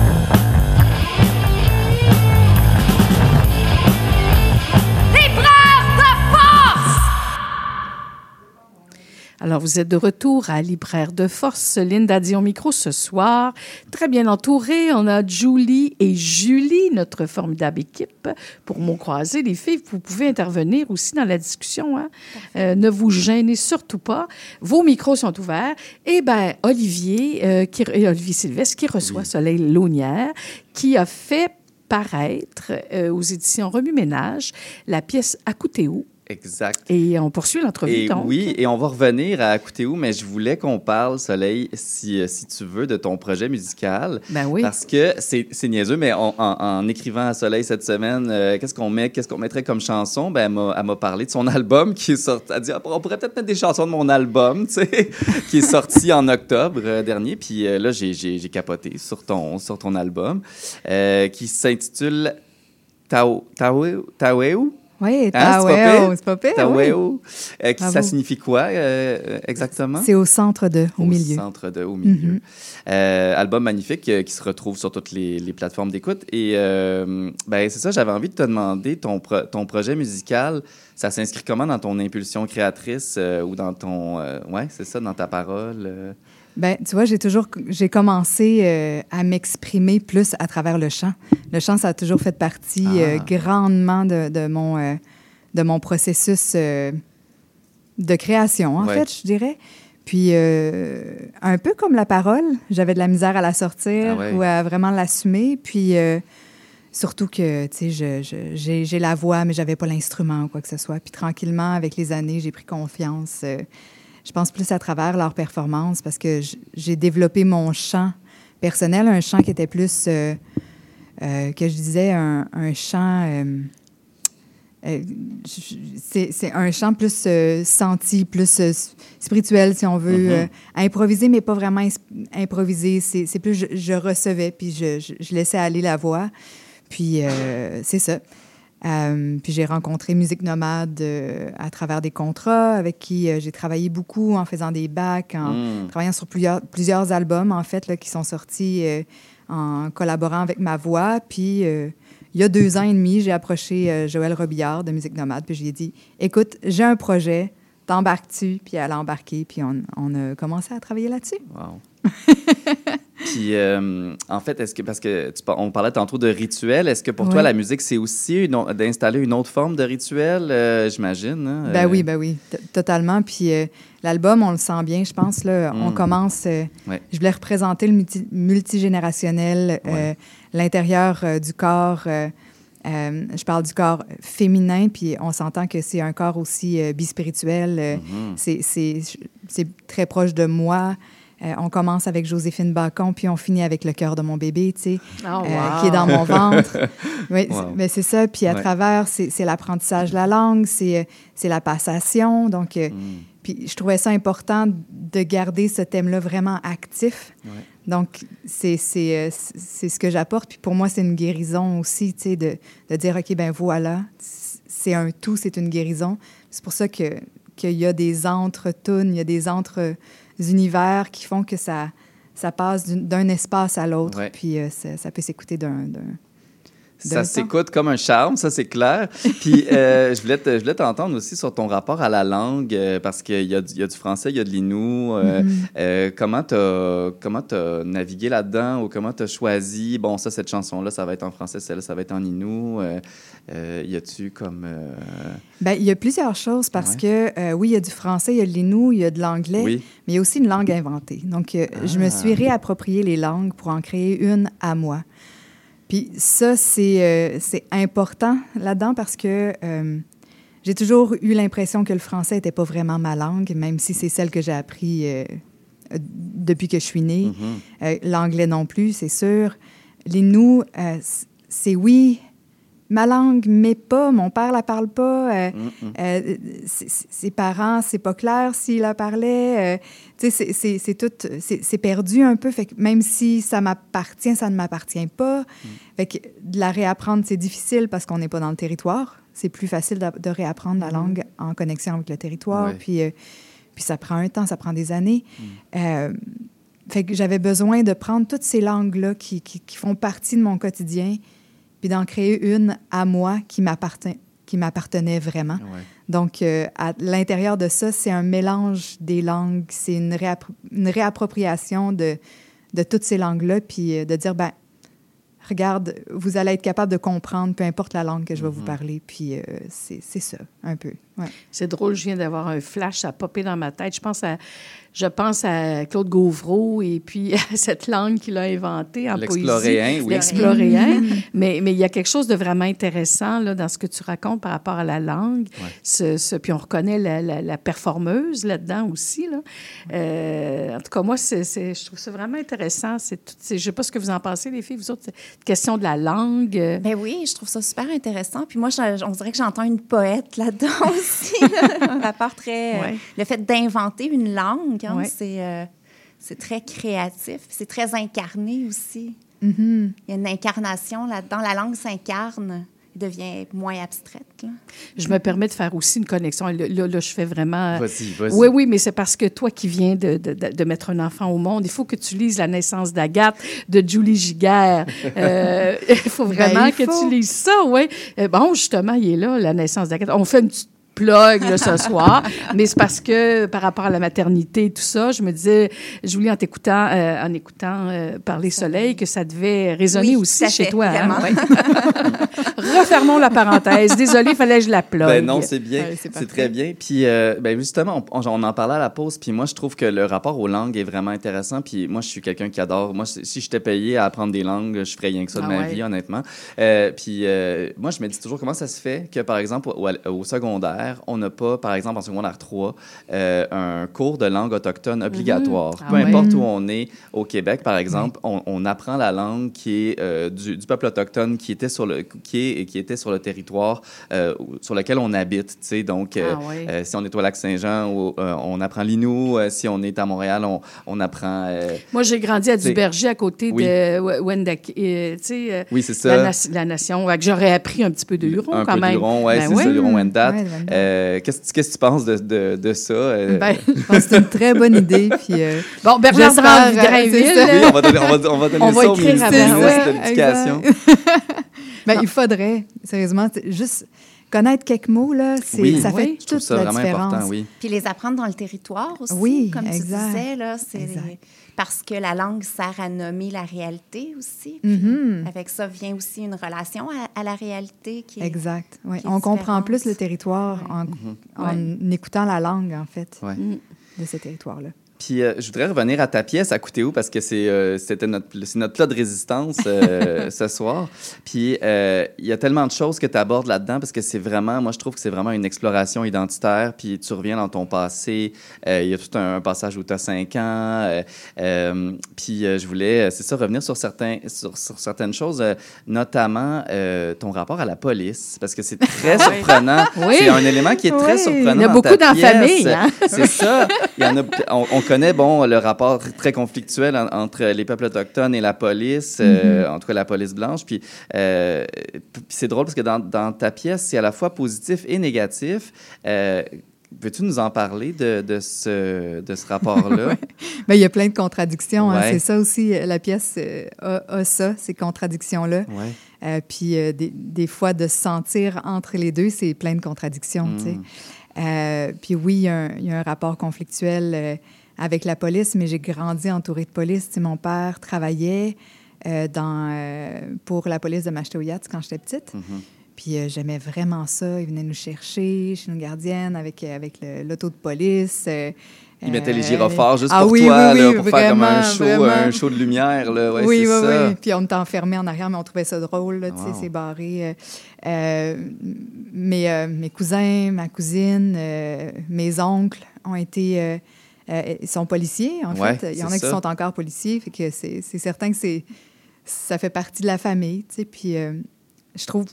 Alors, vous êtes de retour à Libraire de Force. Linda Dion micro ce soir. Très bien entourée. On a Julie et Julie, notre formidable équipe. Pour mots croisés, les filles, vous pouvez intervenir aussi dans la discussion. Hein? Euh, ne vous gênez surtout pas. Vos micros sont ouverts. Et bien, Olivier, euh, qui, Olivier Sylvestre, qui reçoit oui. Soleil Launière, qui a fait paraître euh, aux éditions Remue-Ménage la pièce « Akoutéou ». Exact. Et on poursuit l'entrevue. Et donc. oui, et on va revenir à Akoutéou, mais je voulais qu'on parle, Soleil, si, si tu veux, de ton projet musical. Ben oui. Parce que c'est, c'est niaiseux, mais on, en, en écrivant à Soleil cette semaine, euh, qu'est-ce qu'on met, qu'est-ce qu'on mettrait comme chanson? Ben, elle m'a, elle m'a parlé de son album qui est sorti. Elle a dit, ah, on pourrait peut-être mettre des chansons de mon album, tu sais, qui est sorti en octobre euh, dernier. Puis euh, là, j'ai, j'ai, j'ai capoté sur ton, sur ton album, euh, qui s'intitule Tao, Tao, Taouéou? Oui, hein, Taouéou, c'est pas pire. Taouéou. Oui. Euh, qui, ça signifie quoi euh, exactement? C'est au centre de, au, au milieu. Au centre de, au milieu. Mm-hmm. Euh, album magnifique euh, qui se retrouve sur toutes les, les plateformes d'écoute. Et euh, ben, c'est ça, j'avais envie de te demander, ton, pro, ton projet musical, ça s'inscrit comment dans ton impulsion créatrice euh, ou dans ton... Euh, ouais, c'est ça, dans ta parole? Euh... Ben, tu vois, j'ai toujours j'ai commencé euh, à m'exprimer plus à travers le chant. Le chant, ça a toujours fait partie ah. euh, grandement de, de mon euh, de mon processus euh, de création, en ouais. fait, je dirais. Puis euh, un peu comme la parole, j'avais de la misère à la sortir ah ouais. ou à vraiment l'assumer. Puis euh, surtout que, tu sais, je, je, j'ai, j'ai la voix, mais j'avais pas l'instrument ou quoi que ce soit. Puis tranquillement, avec les années, j'ai pris confiance. Euh, Je pense plus à travers leur performance parce que j'ai développé mon chant personnel, un chant qui était plus, euh, euh, que je disais, un, un chant... Euh, euh, c'est, c'est un chant plus euh, senti, plus euh, spirituel, si on veut, mm-hmm. euh, improvisé, mais pas vraiment ins- improvisé. C'est, c'est plus, je, je recevais, puis je, je, je laissais aller la voix. Puis euh, c'est ça. Euh, puis j'ai rencontré Musique Nomade euh, à travers des contrats avec qui euh, j'ai travaillé beaucoup en faisant des bacs, en mm. travaillant sur plusieurs, plusieurs albums, en fait, là, qui sont sortis euh, en collaborant avec ma voix. Puis euh, il y a deux ans et demi, j'ai approché euh, Joëlle Robillard de Musique Nomade, puis je lui ai dit « Écoute, j'ai un projet, t'embarques-tu? » Puis elle a embarqué, puis on, on a commencé à travailler là-dessus. Wow. Puis, euh, en fait, est-ce que, parce que tu, on parlait tantôt de rituel, est-ce que pour oui. toi, la musique, c'est aussi une, d'installer une autre forme de rituel, euh, j'imagine? Hein? Ben oui, ben oui, t- totalement. Puis euh, l'album, on le sent bien, je pense. Là, mm. On commence... Euh, ouais. Je voulais représenter le multi- multigénérationnel, euh, ouais. l'intérieur euh, du corps. Euh, euh, je parle du corps féminin, puis on s'entend que c'est un corps aussi euh, bispirituel. Euh, mm-hmm. c'est, c'est, c'est très proche de moi. Euh, on commence avec Joséphine Bacon, puis on finit avec le cœur de mon bébé, tu sais, oh, wow. euh, qui est dans mon ventre. Oui, wow. c'est, mais c'est ça. Puis à ouais. travers, c'est, c'est l'apprentissage de la langue, c'est, c'est la passation. Donc, euh, mm. puis je trouvais ça important de garder ce thème-là vraiment actif. Ouais. Donc, c'est, c'est, c'est ce que j'apporte. Puis pour moi, c'est une guérison aussi, tu sais, de, de dire, OK, ben voilà, c'est un tout, c'est une guérison. C'est pour ça que, qu'il y a des entre-tunes, il y a des entre... univers qui font que ça, ça passe d'un espace à l'autre, ouais. puis euh, ça, ça peut s'écouter d'un, d'un, Ça s'écoute comme un charme, ça, c'est clair. Puis, euh, je voulais te- je voulais t'entendre aussi sur ton rapport à la langue, euh, parce qu'il y a, du- il y a du français, il y a de l'inou. Euh, Mhm. euh, comment t'as comment t'as navigué là-dedans ou comment t'as choisi? Bon, ça, cette chanson-là, ça va être en français, celle-là, ça va être en inou. Euh, euh, y a-tu comme... euh, Ben, il y a plusieurs choses parce que, euh, oui, il y a du français, il y a de l'inou, il y a de l'anglais, Oui. mais il y a aussi une langue inventée. Donc, euh, je me suis réapproprié les langues pour en créer une à moi. Puis ça, c'est euh, c'est important là-dedans parce que euh, j'ai toujours eu l'impression que le français n'était pas vraiment ma langue, même si c'est celle que j'ai appris euh, euh, depuis que je suis née. Mm-hmm. Euh, l'anglais non plus, c'est sûr. L'inou, euh, c- c'est oui, ma langue, mais pas. Mon père la parle pas. Euh, Mm-mm. euh, c- c- ses parents, c'est pas clair s'il la parlait. Euh, tu sais, c'est- c'est c'est tout, c'est c'est perdu un peu. Fait que même si ça m'appartient, ça ne m'appartient pas. Mm. Fait que de la réapprendre, c'est difficile parce qu'on n'est pas dans le territoire. C'est plus facile de, de réapprendre la langue en connexion avec le territoire. Ouais. Puis, euh, puis ça prend un temps, ça prend des années. Euh, fait que j'avais besoin de prendre toutes ces langues-là qui, qui, qui font partie de mon quotidien, puis d'en créer une à moi qui m'appartient, qui m'appartenait vraiment. Ouais. Donc, euh, à l'intérieur de ça, c'est un mélange des langues, c'est une, réappro- une réappropriation de, de toutes ces langues-là, puis euh, de dire, ben regarde, vous allez être capable de comprendre, peu importe la langue que je vais vous parler, puis euh, c'est c'est ça, un peu. Ouais. C'est drôle, je viens d'avoir un flash, ça a popé dans ma tête. Je pense à, je pense à Claude Gauvreau et puis à cette langue qu'il a inventée en poésie. L'exploréen, oui. L'exploréen. mais, mais il y a quelque chose de vraiment intéressant là, dans ce que tu racontes par rapport à la langue. Ouais. Ce, ce- puis on reconnaît la, la, la performeuse là-dedans aussi. Là. Euh, en tout cas, moi, c'est, c'est, je trouve ça vraiment intéressant. C'est tout, c'est, je ne sais pas ce que vous en pensez, les filles, vous autres, cette question de la langue. euh, Ben oui, je trouve ça super intéressant. Puis moi, je- on dirait que j'entends une poète là-dedans aussi. là. Un rapport très... euh, Ouais. le fait d'inventer une langue, hein, Ouais. c'est, euh, c'est très créatif. C'est très incarné aussi. Mhm. Il y a une incarnation là-dedans. La langue s'incarne. Elle devient moins abstraite. Là. Je me permets de faire aussi une connexion. Là, là, là, je fais vraiment... Vas-y, vas-y. Oui, oui, mais c'est parce que toi qui viens de, de, de- de mettre un enfant au monde, il faut que tu lises La naissance d'Agathe de Julie Giguère. Euh, il faut vraiment Ben, il que faut. tu lises ça, oui. Euh, bon, justement, il est là, La naissance d'Agathe. On fait une petite plug là, ce soir, mais c'est parce que par rapport à la maternité et tout ça, je me disais, Julie, en t'écoutant, euh, en écoutant euh, Parler Soleil, que ça devait résonner Oui, aussi tout à chez fait, toi. hein? vraiment. Ouais. Refermons la parenthèse. Désolée, il fallait que je la plug. Ben non, c'est bien. Ouais, c'est parfait. très bien. Puis, euh, ben justement, on, on en parlait à la pause. Puis moi, je trouve que le rapport aux langues est vraiment intéressant. Puis moi, je suis quelqu'un qui adore. Moi, si si j'étais payé à apprendre des langues, je ferais rien que ça de Ah ma ouais. vie, honnêtement. Euh, puis euh, moi, je me dis toujours comment ça se fait que, par exemple, au, au secondaire, on n'a pas, par exemple, en secondaire trois, euh, un cours de langue autochtone obligatoire. Ah Peu ouais. importe où on est au Québec, par exemple, on, on apprend la langue qui est euh, du, du peuple autochtone qui était sur le qui est qui était sur le territoire euh, sur lequel on habite. Tu sais, donc euh, Ah ouais. euh, si on est au Lac-Saint-Jean, ou, euh, on apprend l'inou. Euh, si on est à Montréal, on, on apprend. euh, Moi, j'ai grandi à T'sais, Duberger, à côté oui. de W- Wendat, euh, tu sais, euh, Oui, c'est ça. la, na- la nation. Ouais, que j'aurais appris un petit peu de Huron, un quand peu même. d'Huron, ouais, Ben c'est ouais. ça, Huron-Wendat. Ouais, Wendat. Euh, qu'est-ce, qu'est-ce que tu penses de, de, de ça? euh? Ben, je pense que c'est une très bonne idée. Puis, euh, Bon, Bernard j'espère, Drave, euh, Grainville. c'est ça. Oui, on va donner, on va, on va donner On va ça au écrire ministère, avant, ministre ouais, de l'Éducation. ben, il faudrait, sérieusement, t- juste connaître quelques mots, là, c'est, Oui, ça fait oui, Je trouve toute ça la vraiment différence. important, oui. Puis les apprendre dans le territoire aussi, Oui, comme exact. tu disais. Là, c'est Exact. parce que la langue sert à nommer la réalité aussi. Puis Mhm. avec ça vient aussi une relation à, à la réalité qui est... Exact. Oui. qui est On comprend différente. plus le territoire en, en écoutant la langue, en fait, Ouais. de ce territoire-là. Puis euh, je voudrais revenir à ta pièce à Coutéo parce que c'est euh, c'était notre c'est notre plat de résistance euh, ce soir. Puis euh, il y a tellement de choses que tu abordes là-dedans parce que c'est vraiment moi je trouve que c'est vraiment une exploration identitaire. Puis tu reviens dans ton passé. Euh, Il y a tout un, un passage où tu as cinq ans. Euh, euh, puis euh, je voulais c'est ça revenir sur certains sur, sur certaines choses, euh, notamment euh, ton rapport à la police parce que c'est très surprenant. Oui. C'est un élément qui est très Oui. surprenant. Il y en a dans beaucoup ta dans la pièce. famille, hein? C'est ça. Il y en a, on, on connaît bon, le rapport très conflictuel en- entre les peuples autochtones et la police, euh, en tout cas la police blanche. Puis, euh, puis c'est drôle parce que dans, dans ta pièce, c'est à la fois positif et négatif. Euh, Veux-tu nous en parler de, de ce, de ce rapport-là? Ouais. Bien, il y a plein de contradictions. Ouais. Hein. C'est ça aussi, la pièce euh, a, a ça, ces contradictions-là. Ouais. Euh, puis euh, des, des fois, de se sentir entre les deux, c'est plein de contradictions. Mm. Tu sais. Euh, puis oui, il y, a un, il y a un rapport conflictuel euh, avec la police, mais j'ai grandi entourée de police. Tu sais, mon père travaillait euh, dans, euh, pour la police de Mashtoyat quand j'étais petite. Mm-hmm. Puis euh, j'aimais vraiment ça. Il venait nous chercher chez nos gardiennes avec, avec le, l'auto de police. Euh, Il mettait les gyrophares juste ah, pour oui, toi, oui, là, oui, pour vraiment, faire comme un show, vraiment. un show de lumière. Là. Ouais, oui, c'est oui, ça. oui. Puis on était enfermés en arrière, mais on trouvait ça drôle. Là, wow. C'est barré. Euh, euh, mes, euh, mes cousins, ma cousine, euh, mes oncles ont été... Euh, euh, ils sont policiers, en ouais, fait. Il y en a ça. qui sont encore policiers. Fait que c'est, c'est certain que c'est, ça fait partie de la famille. Tu sais, puis euh, je trouve...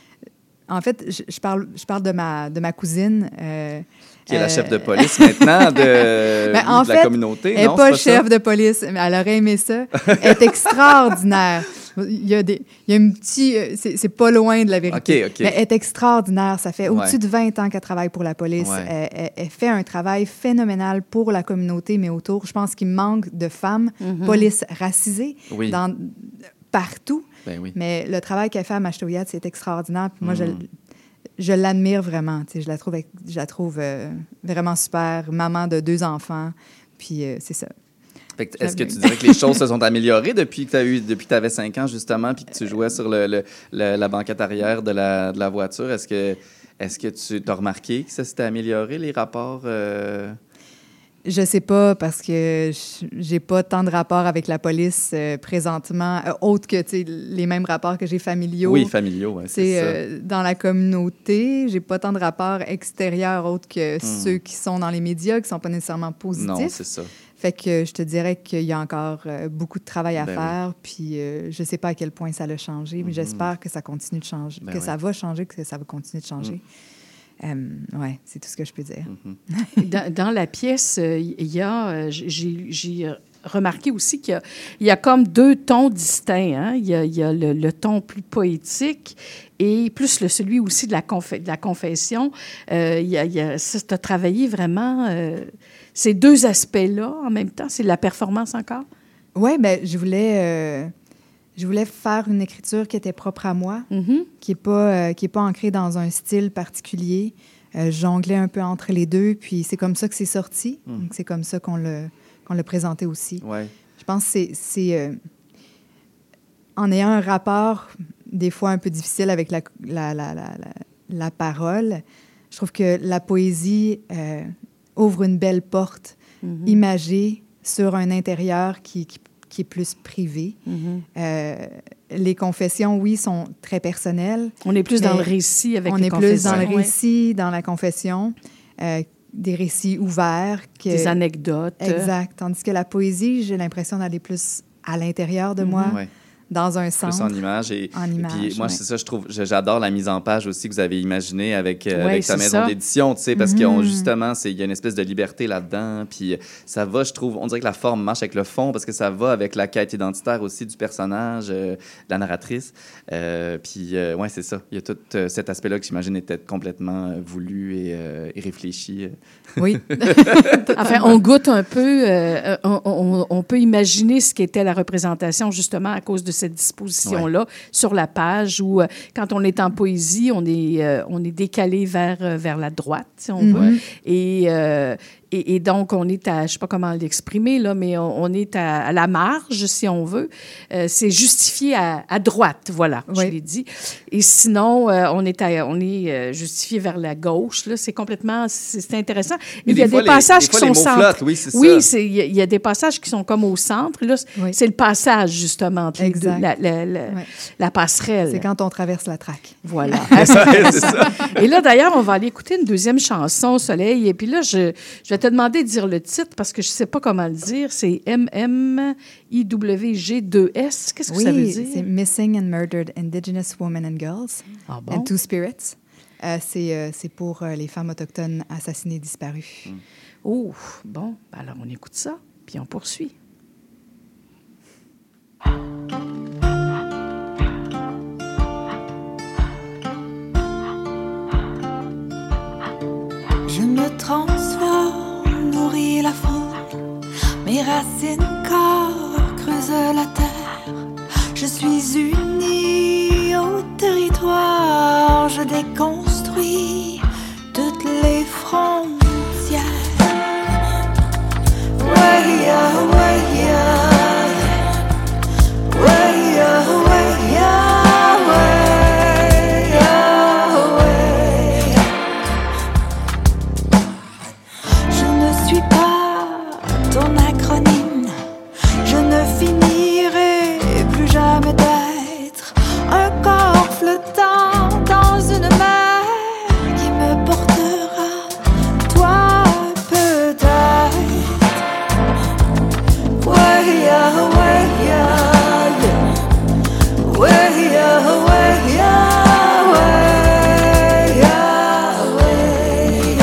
En fait, je, je, parle, je parle de ma, de ma cousine. Euh, qui est la euh, chef de police maintenant de, ben, en de fait, la communauté. Elle n'est pas, pas pas chef ça? de police, mais elle aurait aimé ça. Elle est extraordinaire. Il y a, des, il y a un petit... C'est, c'est pas loin de la vérité. OK, OK. Mais elle est extraordinaire. Ça fait Ouais. au-dessus de vingt ans qu'elle travaille pour la police. Ouais. Elle, elle, elle fait un travail phénoménal pour la communauté, mais autour. Je pense qu'il manque de femmes Mm-hmm. police racisées Oui. dans, partout. Ben oui. Mais le travail qu'elle fait à Mashtoyat, c'est extraordinaire. Puis moi, Mm. je, je l'admire vraiment. Tu sais, je la trouve, je la trouve euh, vraiment super. Maman de deux enfants. Puis euh, c'est ça. Fait que, est-ce que tu dirais que les choses se sont améliorées depuis que tu as eu, depuis que tu avais cinq ans, justement, puis que tu jouais sur le, le, le, la banquette arrière de la, de la voiture? Est-ce que, est-ce que tu as remarqué que ça s'était amélioré, les rapports? Euh... Je sais pas, parce que j'ai pas tant de rapports avec la police euh, présentement, euh, autres que les mêmes rapports que j'ai familiaux. Oui, familiaux, oui, c'est ça. Euh, dans la communauté, j'ai pas tant de rapports extérieurs autres que Hmm. ceux qui sont dans les médias, qui sont pas nécessairement positifs. Non, c'est ça. Fait que je te dirais qu'il y a encore euh, beaucoup de travail à Ben faire, puis euh, je sais pas à quel point ça a changé, mais Mm-hmm. j'espère que ça continue de changer, Ben que oui. ça va changer, que ça va continuer de changer. Mm. Euh, ouais, c'est tout ce que je peux dire. Mm-hmm. dans, dans la pièce, euh, il y a, euh, j'ai, j'ai remarqué aussi qu'il y a, il y a comme deux tons distincts. Hein? Il y a, il y a le, le ton plus poétique et plus le, celui aussi de la, conf- de la confession. Euh, il y a, il y a, ça, tu as travaillé vraiment euh, ces deux aspects-là en même temps. C'est de la performance encore? Oui, bien, je voulais... Euh... Je voulais faire une écriture qui était propre à moi, mm-hmm. qui n'est pas, euh, qui est pas ancrée dans un style particulier. Euh, je jonglais un peu entre les deux, puis c'est comme ça que c'est sorti. Mm. Donc c'est comme ça qu'on l'a, qu'on l'a présenté aussi. Ouais. Je pense que c'est... c'est euh, en ayant un rapport, des fois un peu difficile avec la, la, la, la, la, la parole, je trouve que la poésie euh, ouvre une belle porte mm-hmm. imagée sur un intérieur qui... qui qui est plus privé. Mm-hmm. Euh, les confessions, oui, sont très personnelles. On est plus dans le récit avec on les est confessions. plus dans le ouais. récit, dans la confession, euh, des récits ouverts. Que... Des anecdotes. Exact. Tandis que la poésie, j'ai l'impression d'aller plus à l'intérieur de moi, ouais. dans un sens. Plus en image. Et, en image, et puis moi, ouais. c'est ça, je trouve, j'adore la mise en page aussi que vous avez imaginée avec, euh, ouais, avec ta maison ça. d'édition, tu sais, parce Mm-hmm. que justement, il y a une espèce de liberté là-dedans. Puis ça va, je trouve, on dirait que la forme marche avec le fond parce que ça va avec la quête identitaire aussi du personnage, euh, de la narratrice. Euh, puis euh, ouais, c'est ça. Il y a tout euh, cet aspect-là que j'imagine était complètement euh, voulu et, euh, et réfléchi. Oui. Enfin, on goûte un peu, euh, on, on, on peut imaginer ce qu'était la représentation justement à cause de cette disposition-là ouais. sur la page où, euh, quand on est en poésie, on est, euh, on est décalé vers, euh, vers la droite, si on veut. Ouais. Et, euh, et, et donc, on est à, je ne sais pas comment l'exprimer, là, mais on, on est à, à la marge, si on veut. Euh, c'est justifié à, à droite, voilà, oui. je l'ai dit. Et sinon, euh, on est, à, on est euh, justifié vers la gauche. Là, c'est complètement, c'est, c'est intéressant. Mais il y a des les, passages des qui sont au centre. Flottent, oui, c'est oui, ça. il y, y a des passages qui sont comme au centre. Là, oui. c'est le passage, justement, entre exact. les deux, la, la, la, ouais. la passerelle. C'est quand on traverse la traque. Voilà. c'est ça. Et là, d'ailleurs, on va aller écouter une deuxième chanson, au Soleil. Et puis là, je, je vais te demander de dire le titre parce que je ne sais pas comment le dire. C'est M M I W G deux S. Qu'est-ce que oui, ça veut dire? C'est Missing and Murdered Indigenous Women and Girls ah bon? and Two Spirits. Euh, c'est, euh, c'est pour euh, les femmes autochtones assassinées disparues. Mm. Oh, bon. Alors, on écoute ça, puis on poursuit. Je me transforme, nourris la faune. Mes racines corps creusent la terre. Je suis unie au territoire. Je déconstruis toutes les frontières. Ouais, yeah, ouais, yeah. Ouais, yeah, ouais, yeah, ouais, yeah, ouais. Je ne suis pas ton acronyme. Je ne finirai plus jamais d'être un corps flottant dans une mer qui me portera, toi peut-être. Ouais, yeah, ouais, yeah. Ouais, yeah, ouais, yeah, ouais, yeah, ouais.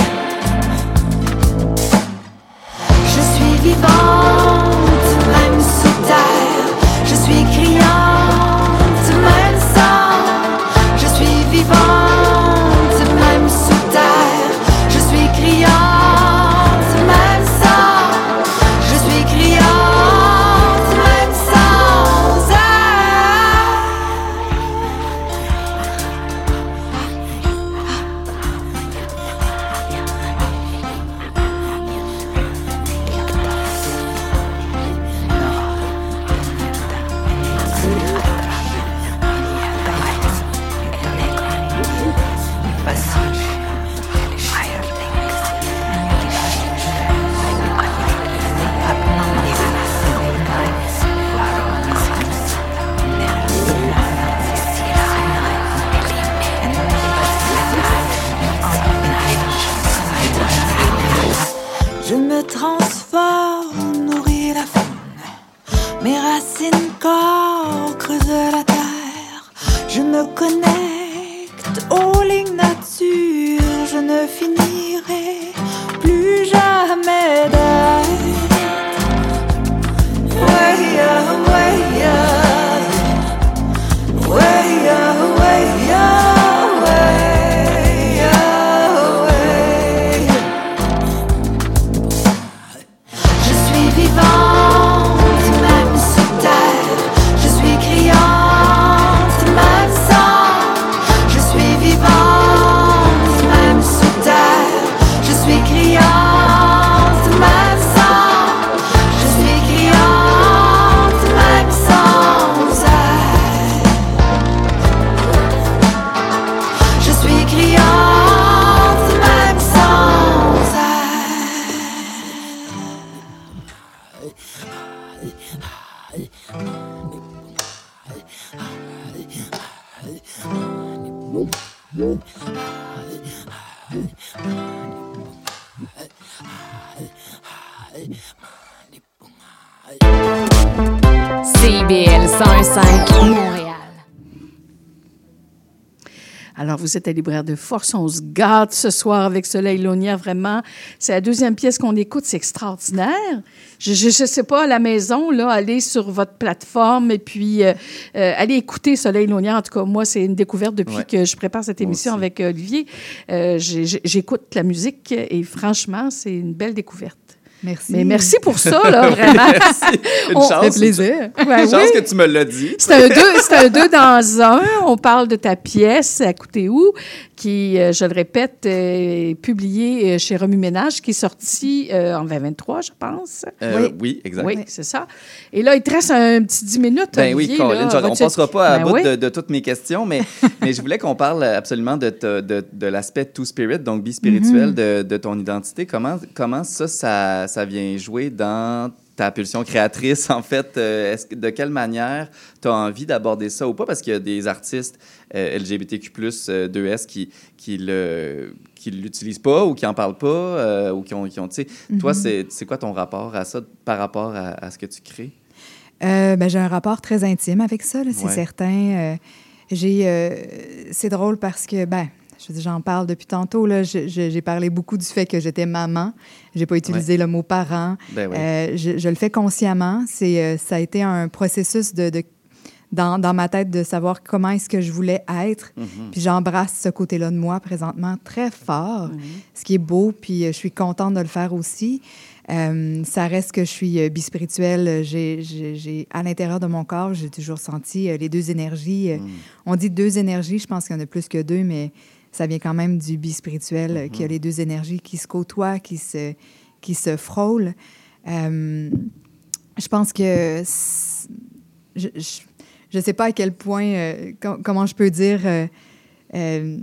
Je suis vivante, même sous terre. Je suis criante, même sans. Je suis vivante, même sous terre. Je suis criante, même sans. Je suis criante, même sans air. Je me transforme, nourris la faune. Mes racines corps creusent la terre. Je me connecte aux lignes nature. Je ne finirai plus jamais d'être. Ouais, yeah, ouais, yeah. Ouais, yeah, ouais, yeah, ouais, yeah, ouais. Je suis vivante, même sous terre. Je suis criante, même sans. Je suis vivante, même sous terre. Je suis criante, même sans. Je suis criante, même sans air. Je suis criante, même sans air. C B L cent un virgule cinq Montréal. Alors, vous êtes à Libraire de Force. On se gâte ce soir avec Soleil Launia, vraiment. C'est la deuxième pièce qu'on écoute. C'est extraordinaire. Je ne sais pas, à la maison, là, allez sur votre plateforme et puis euh, euh, allez écouter Soleil Launia. En tout cas, moi, c'est une découverte depuis ouais. que je prépare cette émission avec Olivier. Euh, j'écoute la musique et franchement, c'est une belle découverte. Merci. Mais merci pour ça, là, vraiment. Merci. Une On, chance. Ça fait plaisir. Ouais, Une chance oui. que tu me l'as dit. C'est un deux, c'est un deux dans un. On parle de ta pièce, à côté où, qui, euh, je le répète, est publiée chez Remue Ménage, qui est sortie euh, en vingt vingt-trois, je pense. Euh, oui. oui, exact. Oui, c'est ça. Et là, il te reste un petit dix minutes, Ben Olivier, oui, Caroline, là, on ne passera pas à ben bout oui. de, de toutes mes questions, mais, mais je voulais qu'on parle absolument de, de, de, de l'aspect two-spirit, donc bispirituel mm-hmm. de, de ton identité. Comment, comment ça, ça, ça vient jouer dans ta pulsion créatrice, en fait? Euh, est-ce que, de quelle manière tu as envie d'aborder ça ou pas? Parce qu'il y a des artistes euh, L G B T Q plus, euh, deux S qui qui le qui l'utilisent pas ou qui en parlent pas euh, ou qui ont, qui ont tu sais. Mm-hmm. Toi, c'est, c'est quoi ton rapport à ça par rapport à, à ce que tu crées? Euh, ben, j'ai un rapport très intime avec ça, là, c'est ouais. certain. Euh, j'ai, euh, c'est drôle parce que, ben, je veux dire, j'en parle depuis tantôt. Là, je, je, j'ai parlé beaucoup du fait que j'étais maman. J'ai pas utilisé ouais. le mot parent. Ben oui. euh, je, je le fais consciemment. C'est, euh, ça a été un processus de, de, dans, dans ma tête de savoir comment est-ce que je voulais être. Mm-hmm. Puis j'embrasse ce côté-là de moi présentement très fort, mm-hmm. ce qui est beau, puis je suis contente de le faire aussi. Euh, ça reste que je suis bispirituelle. J'ai, j'ai, j'ai, à l'intérieur de mon corps, j'ai toujours senti euh, les deux énergies. Mm. On dit deux énergies, je pense qu'il y en a plus que deux, mais ça vient quand même du bispirituel, mm-hmm. qu'il y a les deux énergies qui se côtoient, qui se, qui se frôlent. Euh, je pense que... Je ne sais pas à quel point... Euh, com- comment je peux dire... Euh, euh,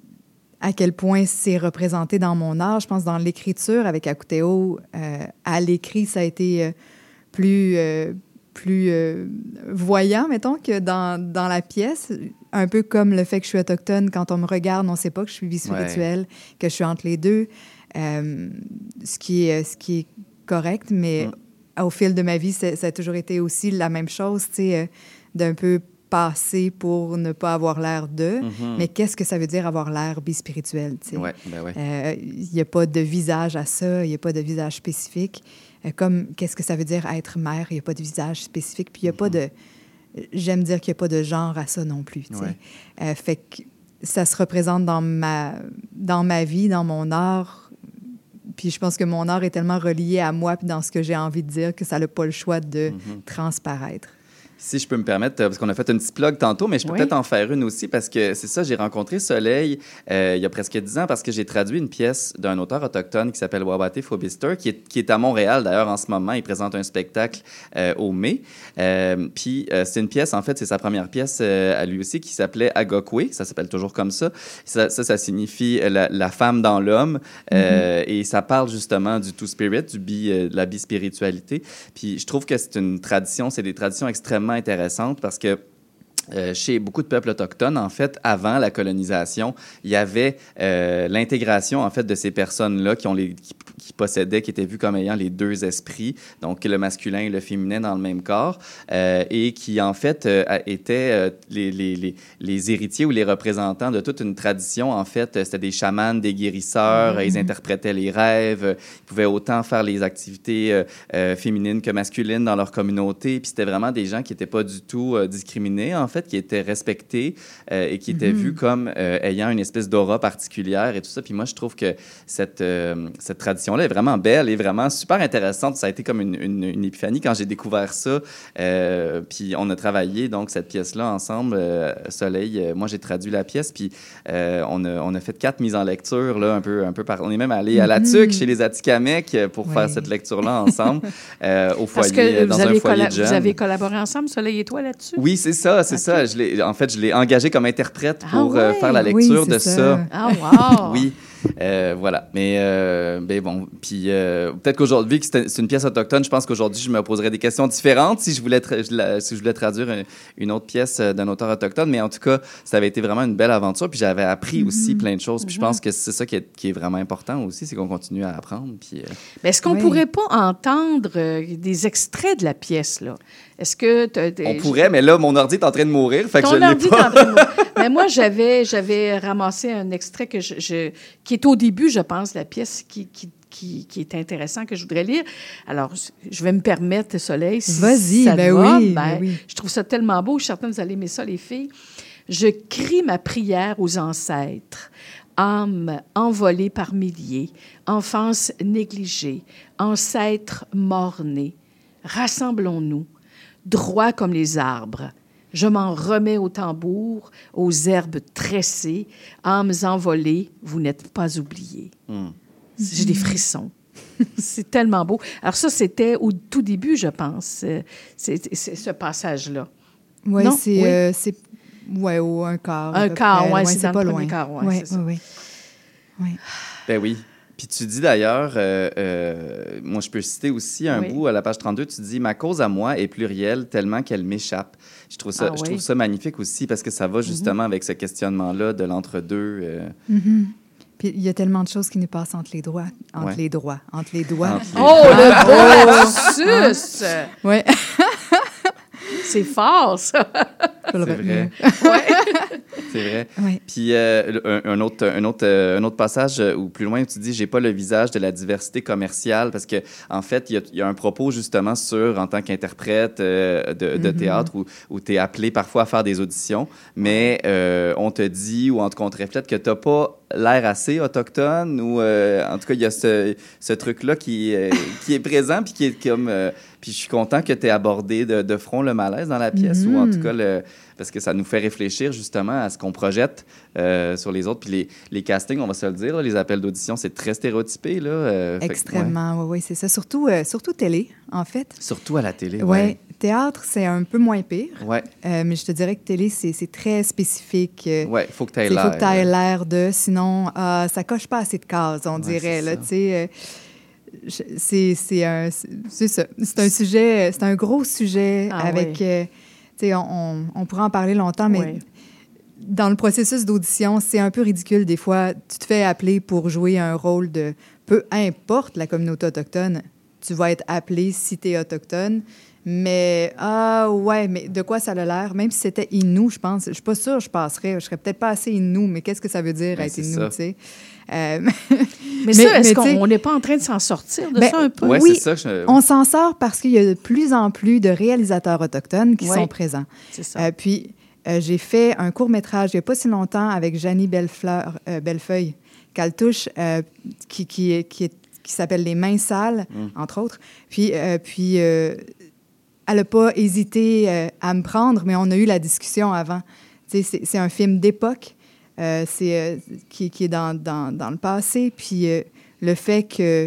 à quel point c'est représenté dans mon art. Je pense dans l'écriture, avec Akuteo, euh, à l'écrit, ça a été euh, plus, euh, plus euh, voyant, mettons, que dans, dans la pièce. Un peu comme le fait que je suis autochtone. Quand on me regarde, on ne sait pas que je suis bispirituelle, ouais. que je suis entre les deux, euh, ce, qui est, ce qui est correct, mais mm. au fil de ma vie, ça a toujours été aussi la même chose, tu sais, euh, d'un peu passer pour ne pas avoir l'air de, mm-hmm. mais qu'est-ce que ça veut dire avoir l'air bispirituel, tu sais? Ouais, ben ouais. Euh, il n'y a pas de visage à ça, il n'y a pas de visage spécifique. Euh, comme qu'est-ce que ça veut dire être mère, il n'y a pas de visage spécifique, puis il n'y a mm-hmm. pas de... J'aime dire qu'il n'y a pas de genre à ça non plus, tu sais. Ouais. Euh, fait que ça se représente dans ma, dans ma vie, dans mon art, puis je pense que mon art est tellement relié à moi puis dans ce que j'ai envie de dire que ça n'a pas le choix de mm-hmm. transparaître. Si je peux me permettre, parce qu'on a fait une petite plug tantôt, mais je peux oui. peut-être en faire une aussi, parce que c'est ça, j'ai rencontré Soleil euh, il y a presque dix ans, parce que j'ai traduit une pièce d'un auteur autochtone qui s'appelle Wabate Fobister, qui est, qui est à Montréal, d'ailleurs, en ce moment. Il présente un spectacle euh, au mai. Euh, puis euh, c'est une pièce, en fait, c'est sa première pièce euh, à lui aussi, qui s'appelait Agokwe. Ça s'appelle toujours comme ça. Ça, ça, ça signifie la, la femme dans l'homme. Euh, mm-hmm. Et ça parle justement du two-spirit, du bi, euh, de la bispiritualité. Puis je trouve que c'est une tradition, c'est des traditions extrêmement intéressante parce que Euh, chez beaucoup de peuples autochtones, en fait, avant la colonisation, il y avait euh, l'intégration, en fait, de ces personnes-là qui, ont les, qui, qui possédaient, qui étaient vues comme ayant les deux esprits, donc le masculin et le féminin dans le même corps, euh, et qui, en fait, euh, étaient euh, les, les, les, les héritiers ou les représentants de toute une tradition. En fait, c'était des chamans, des guérisseurs, mm-hmm. ils interprétaient les rêves, ils pouvaient autant faire les activités euh, euh, féminines que masculines dans leur communauté, puis c'était vraiment des gens qui n'étaient pas du tout euh, discriminés, en fait, qui étaient respectés euh, et qui étaient mm-hmm. vus comme euh, ayant une espèce d'aura particulière et tout ça. Puis moi, je trouve que cette, euh, cette tradition-là est vraiment belle et vraiment super intéressante. Ça a été comme une, une, une épiphanie quand j'ai découvert ça. Euh, puis on a travaillé, donc, cette pièce-là ensemble, euh, Soleil. Euh, moi, j'ai traduit la pièce, puis euh, on, a, on a fait quatre mises en lecture, là, un peu, un peu par... On est même allé mm-hmm. à la Tuque, chez les Atikamekw, pour oui. faire cette lecture-là ensemble, euh, au foyer, Parce que dans vous un avez foyer colla- de jeunes. Vous avez collaboré ensemble, Soleil et toi, là-dessus? Oui, c'est ça, c'est okay. ça. Je l'ai, en fait, je l'ai engagé comme interprète pour ah ouais. euh, faire la lecture oui, de ça. ça. Ah, wow! Oui. Euh, voilà. Mais, euh, ben bon, puis euh, peut-être qu'aujourd'hui, que c'est, c'est une pièce autochtone, je pense qu'aujourd'hui, je me poserais des questions différentes si je voulais, tra- si je voulais traduire une, une autre pièce d'un auteur autochtone. Mais en tout cas, ça avait été vraiment une belle aventure. Puis j'avais appris mm-hmm. aussi plein de choses. Puis mm-hmm. je pense que c'est ça qui est, qui est vraiment important aussi, c'est qu'on continue à apprendre. Puis, euh... Mais est-ce qu'on oui. pourrait pas entendre euh, des extraits de la pièce, là? Est-ce que... T'as, t'as, On pourrait, mais là, mon ordi est en train de mourir, fait que Ton je l'ai ordi pas. est en train de mourir. Mais moi, j'avais, j'avais ramassé un extrait que je, je, qui est au début, je pense, de la pièce qui, qui, qui, qui est intéressant, que je voudrais lire. Alors, je vais me permettre, Soleil, si Vas-y, ça ben te va, oui, ben, ben oui. Je trouve ça tellement beau. Je suis certaine que vous allez aimer ça, les filles. Je crie ma prière aux ancêtres. Âmes envolées par milliers, enfance négligée, ancêtres morts-nés. Rassemblons-nous, droits comme les arbres. Je m'en remets au tambour, aux herbes tressées, âmes envolées, vous n'êtes pas oubliés. Mm. J'ai des frissons. C'est tellement beau. Alors ça, c'était au tout début, je pense, c'est, c'est ce passage-là. Ouais, non? C'est, oui, euh, c'est ouais, au un quart. Un quart, oui, ouais, c'est, c'est dans pas le loin. premier quart, ouais, ouais, c'est ça. Ouais, ouais. Ben oui. Puis tu dis d'ailleurs, euh, euh, moi je peux citer aussi un oui. bout à la page trente-deux, tu dis « Ma cause à moi est plurielle tellement qu'elle m'échappe ». Je trouve ça, ah, je oui. trouve ça magnifique aussi parce que ça va justement mm-hmm. avec ce questionnement-là de l'entre-deux. Euh... Mm-hmm. Puis il y a tellement de choses qui nous passent entre les doigts, entre ouais. les doigts, entre les doigts. Entre les... Oh, le beau lapsus! Oui. C'est fort, ça! C'est vrai. Ouais. C'est vrai. Oui. Puis euh, un, un, autre, un, autre, un autre passage où plus loin, où tu dis « J'ai pas le visage de la diversité commerciale » parce qu'en en fait, il y, a, il y a un propos justement sur, en tant qu'interprète euh, de, de mm-hmm. théâtre, où, où tu es appelé parfois à faire des auditions, mais euh, on te dit, ou en tout cas on te reflète que tu n'as pas l'air assez autochtone, ou euh, en tout cas, il y a ce, ce truc-là qui, euh, qui est présent, puis qui est comme... Euh, puis je suis content que tu aies abordé de, de front le malaise dans la pièce, mm-hmm. ou en tout cas, le, parce que ça nous fait réfléchir justement à ce qu'on projette euh, sur les autres. Puis les, les castings, on va se le dire, là, les appels d'audition, c'est très stéréotypé. Là, euh, Extrêmement, que, ouais. oui, oui, c'est ça. Surtout, euh, surtout télé, en fait. Surtout à la télé, oui. Ouais. Théâtre, c'est un peu moins pire. Ouais. Euh, mais je te dirais que télé, c'est, c'est très spécifique. Oui, il faut que tu aies l'air. Il faut que tu aies l'air de, sinon, euh, ça coche pas assez de cases, on ouais, dirait. Là, tu sais, euh, c'est, c'est, un, c'est, c'est ça. C'est un sujet, c'est un gros sujet ah, avec... Oui. Euh, tu sais, on, on pourrait en parler longtemps, mais... Oui. Dans le processus d'audition, c'est un peu ridicule. Des fois, tu te fais appeler pour jouer un rôle de... Peu importe la communauté autochtone, tu vas être appelé si tu es autochtone. Mais, ah ouais, mais de quoi ça a l'air? Même si c'était Innu, je pense, je suis pas sûre je passerais. Je serais peut-être pas assez Innu, mais qu'est-ce que ça veut dire, ben, être Innu, tu sais? Euh, mais ça, mais, est-ce mais, qu'on n'est pas en train de s'en sortir de ben, ça un peu? Ouais, oui, c'est ça, je... on s'en sort parce qu'il y a de plus en plus de réalisateurs autochtones qui ouais, sont présents. C'est ça. Euh, puis, euh, j'ai fait un court-métrage il n'y a pas si longtemps avec Janie Bellefleur, euh, Bellefeuille, Caltouche, euh, qui, qui, qui, est, qui s'appelle Les Mains sales, mm. entre autres. Puis... Euh, puis euh, elle n'a pas hésité euh, à me prendre, mais on a eu la discussion avant. C'est, c'est un film d'époque euh, c'est, euh, qui, qui est dans, dans, dans le passé. Puis euh, le fait que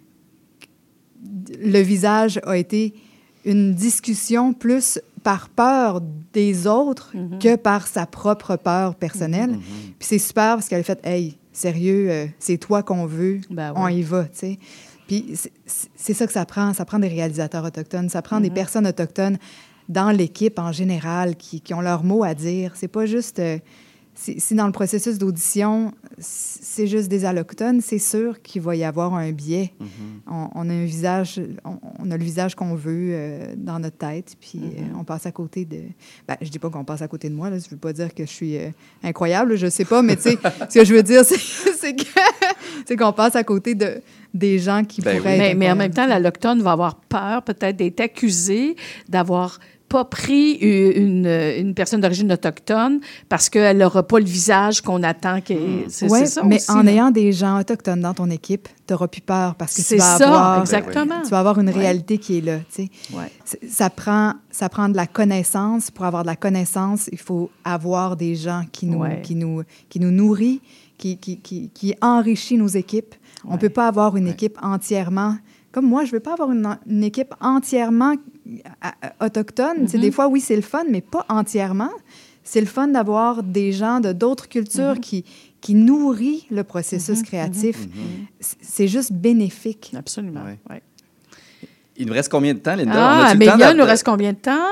le visage a été une discussion plus par peur des autres mm-hmm. que par sa propre peur personnelle. Mm-hmm. Puis c'est super parce qu'elle a fait « Hey, sérieux, euh, c'est toi qu'on veut, ben on ouais. y va. » tu sais. Puis c'est, c'est ça que ça prend. Ça prend des réalisateurs autochtones, ça prend mm-hmm. des personnes autochtones dans l'équipe en général qui, qui ont leur mot à dire. C'est pas juste... Euh, si, si dans le processus d'audition, c'est juste des allochtones, c'est sûr qu'il va y avoir un biais. Mm-hmm. On, on a un visage... On, on a le visage qu'on veut euh, dans notre tête, puis mm-hmm. euh, on passe à côté de... Ben, je dis pas qu'on passe à côté de moi, là. Je veux pas dire que je suis euh, incroyable, je sais pas, mais tu sais, ce que je veux dire, c'est, c'est, que, c'est qu'on passe à côté de... des gens qui ben pourraient oui. être... Mais, mais en même temps, l'allochtone va avoir peur peut-être d'être accusé d'avoir pas pris une, une personne d'origine autochtone parce qu'elle n'aura pas le visage qu'on attend. Mmh. C'est, ouais, c'est ça mais aussi, en là. ayant des gens autochtones dans ton équipe, tu n'auras plus peur parce que c'est tu vas ça, avoir... exactement. Tu vas avoir une ouais. réalité qui est là. Tu sais. Ouais. Ça prend, ça prend de la connaissance. Pour avoir de la connaissance, il faut avoir des gens qui nous, ouais. qui nous, qui nous nourrissent, qui, qui, qui, qui enrichissent nos équipes. On ne ouais. peut pas avoir une ouais. équipe entièrement... Comme moi, je ne veux pas avoir une, une équipe entièrement autochtone. Mm-hmm. Des fois, oui, c'est le fun, mais pas entièrement. C'est le fun d'avoir des gens de d'autres cultures mm-hmm. qui, qui nourrissent le processus mm-hmm. créatif. Mm-hmm. C'est juste bénéfique. Absolument, oui. Ouais. Il nous reste combien de temps, Linda? Ah, Amélia, il nous reste combien de temps?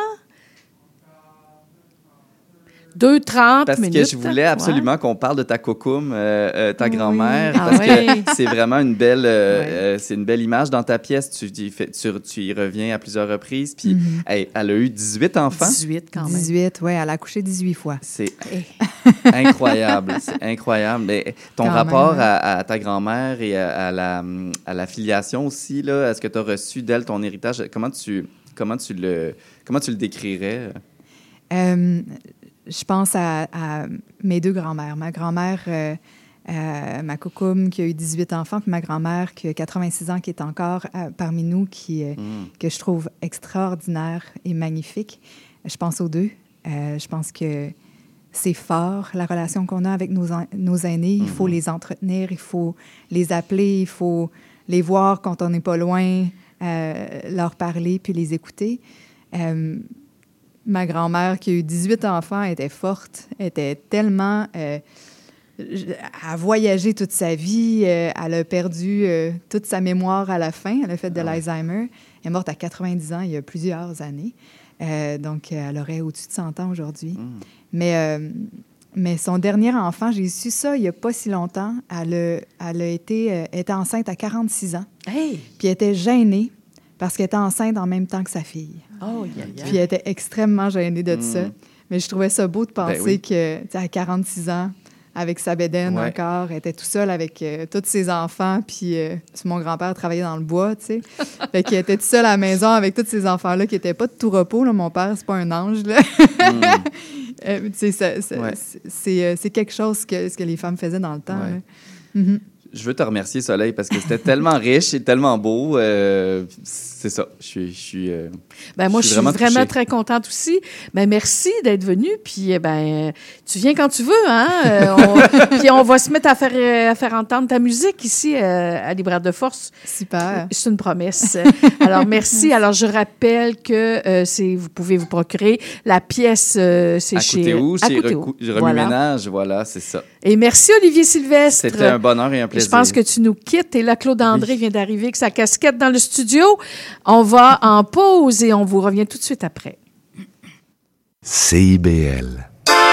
deux trente parce minutes. Parce que je voulais absolument ouais. qu'on parle de ta cocoum, euh, euh, ta oui. grand-mère, ah parce oui. que c'est vraiment une belle, euh, oui. euh, c'est une belle image dans ta pièce. Tu, tu, tu, tu y reviens à plusieurs reprises. Puis, mm-hmm. hey, elle a eu dix-huit enfants. dix-huit quand même. dix-huit, oui. Elle a accouché dix-huit fois. C'est incroyable. C'est incroyable. Mais ton quand rapport même, hein? à, à ta grand-mère et à, à, la, à la filiation aussi, là, est-ce que tu as reçu d'elle ton héritage? Comment tu, comment tu, le, comment tu le décrirais? Euh... Je pense à, à mes deux grand-mères. Ma grand-mère, euh, euh, ma coucoum, qui a eu dix-huit enfants, puis ma grand-mère, qui a quatre-vingt-six ans, qui est encore euh, parmi nous, qui, euh, mm. que je trouve extraordinaire et magnifique. Je pense aux deux. Euh, je pense que c'est fort, la relation qu'on a avec nos, nos aînés. Il faut mm-hmm. les entretenir, il faut les appeler, il faut les voir quand on n'est pas loin, euh, leur parler, puis les écouter. Euh, Ma grand-mère, qui a eu dix-huit enfants, était forte, était tellement... Euh, a voyagé toute sa vie, euh, elle a perdu euh, toute sa mémoire à la fin, elle a fait de l'Alzheimer. Elle est morte à quatre-vingt-dix ans, il y a plusieurs années. Euh, donc, elle aurait au-dessus de cent ans aujourd'hui. Mm. Mais, euh, mais son dernier enfant, j'ai su ça il n'y a pas si longtemps. Elle a, elle a été euh, était enceinte à quarante-six ans. Hey! Puis elle était gênée parce qu'elle était enceinte en même temps que sa fille. Oh, yeah, yeah. Puis elle était extrêmement gênée de mmh. ça. Mais je trouvais ça beau de penser Ben oui. que, tu sais, à quarante-six ans, avec sa bédaine Ouais. encore, elle était tout seule avec euh, tous ses enfants, puis euh, parce que mon grand-père travaillait dans le bois, tu sais. Fait qu'il était tout seul à la maison avec tous ces enfants-là qui n'étaient pas de tout repos, là. Mon père, c'est pas un ange, là. Mm. Euh, tu sais, ça- ça- Ouais. c'est- c'est euh, c'est quelque chose que, ce que les femmes faisaient dans le temps, Ouais. là. Mhm. Je veux te remercier, Soleil, parce que c'était tellement riche et tellement beau. Euh, c'est ça. Je suis. Je suis euh, Ben moi, je suis vraiment, touché. très contente aussi. Ben merci d'être venu. Puis, eh ben, euh, tu viens quand tu veux, hein. Euh, on- puis on va se mettre à faire, euh, à faire entendre ta musique ici euh, à Libraire de Force. Super. C'est une promesse. Alors, merci. Alors, je rappelle que euh, c'est, vous pouvez vous procurer la pièce. Euh, c'est À chez Coûter où? à Chez Coûter Recou- où. Remue Voilà. Ménage. Voilà, c'est ça. Et merci, Olivier Sylvestre. C'était un bonheur et un plaisir. Je pense que tu nous quittes. Et là, Claude André vient d'arriver avec sa casquette dans le studio. On va en pause et on vous revient tout de suite après. C I B L.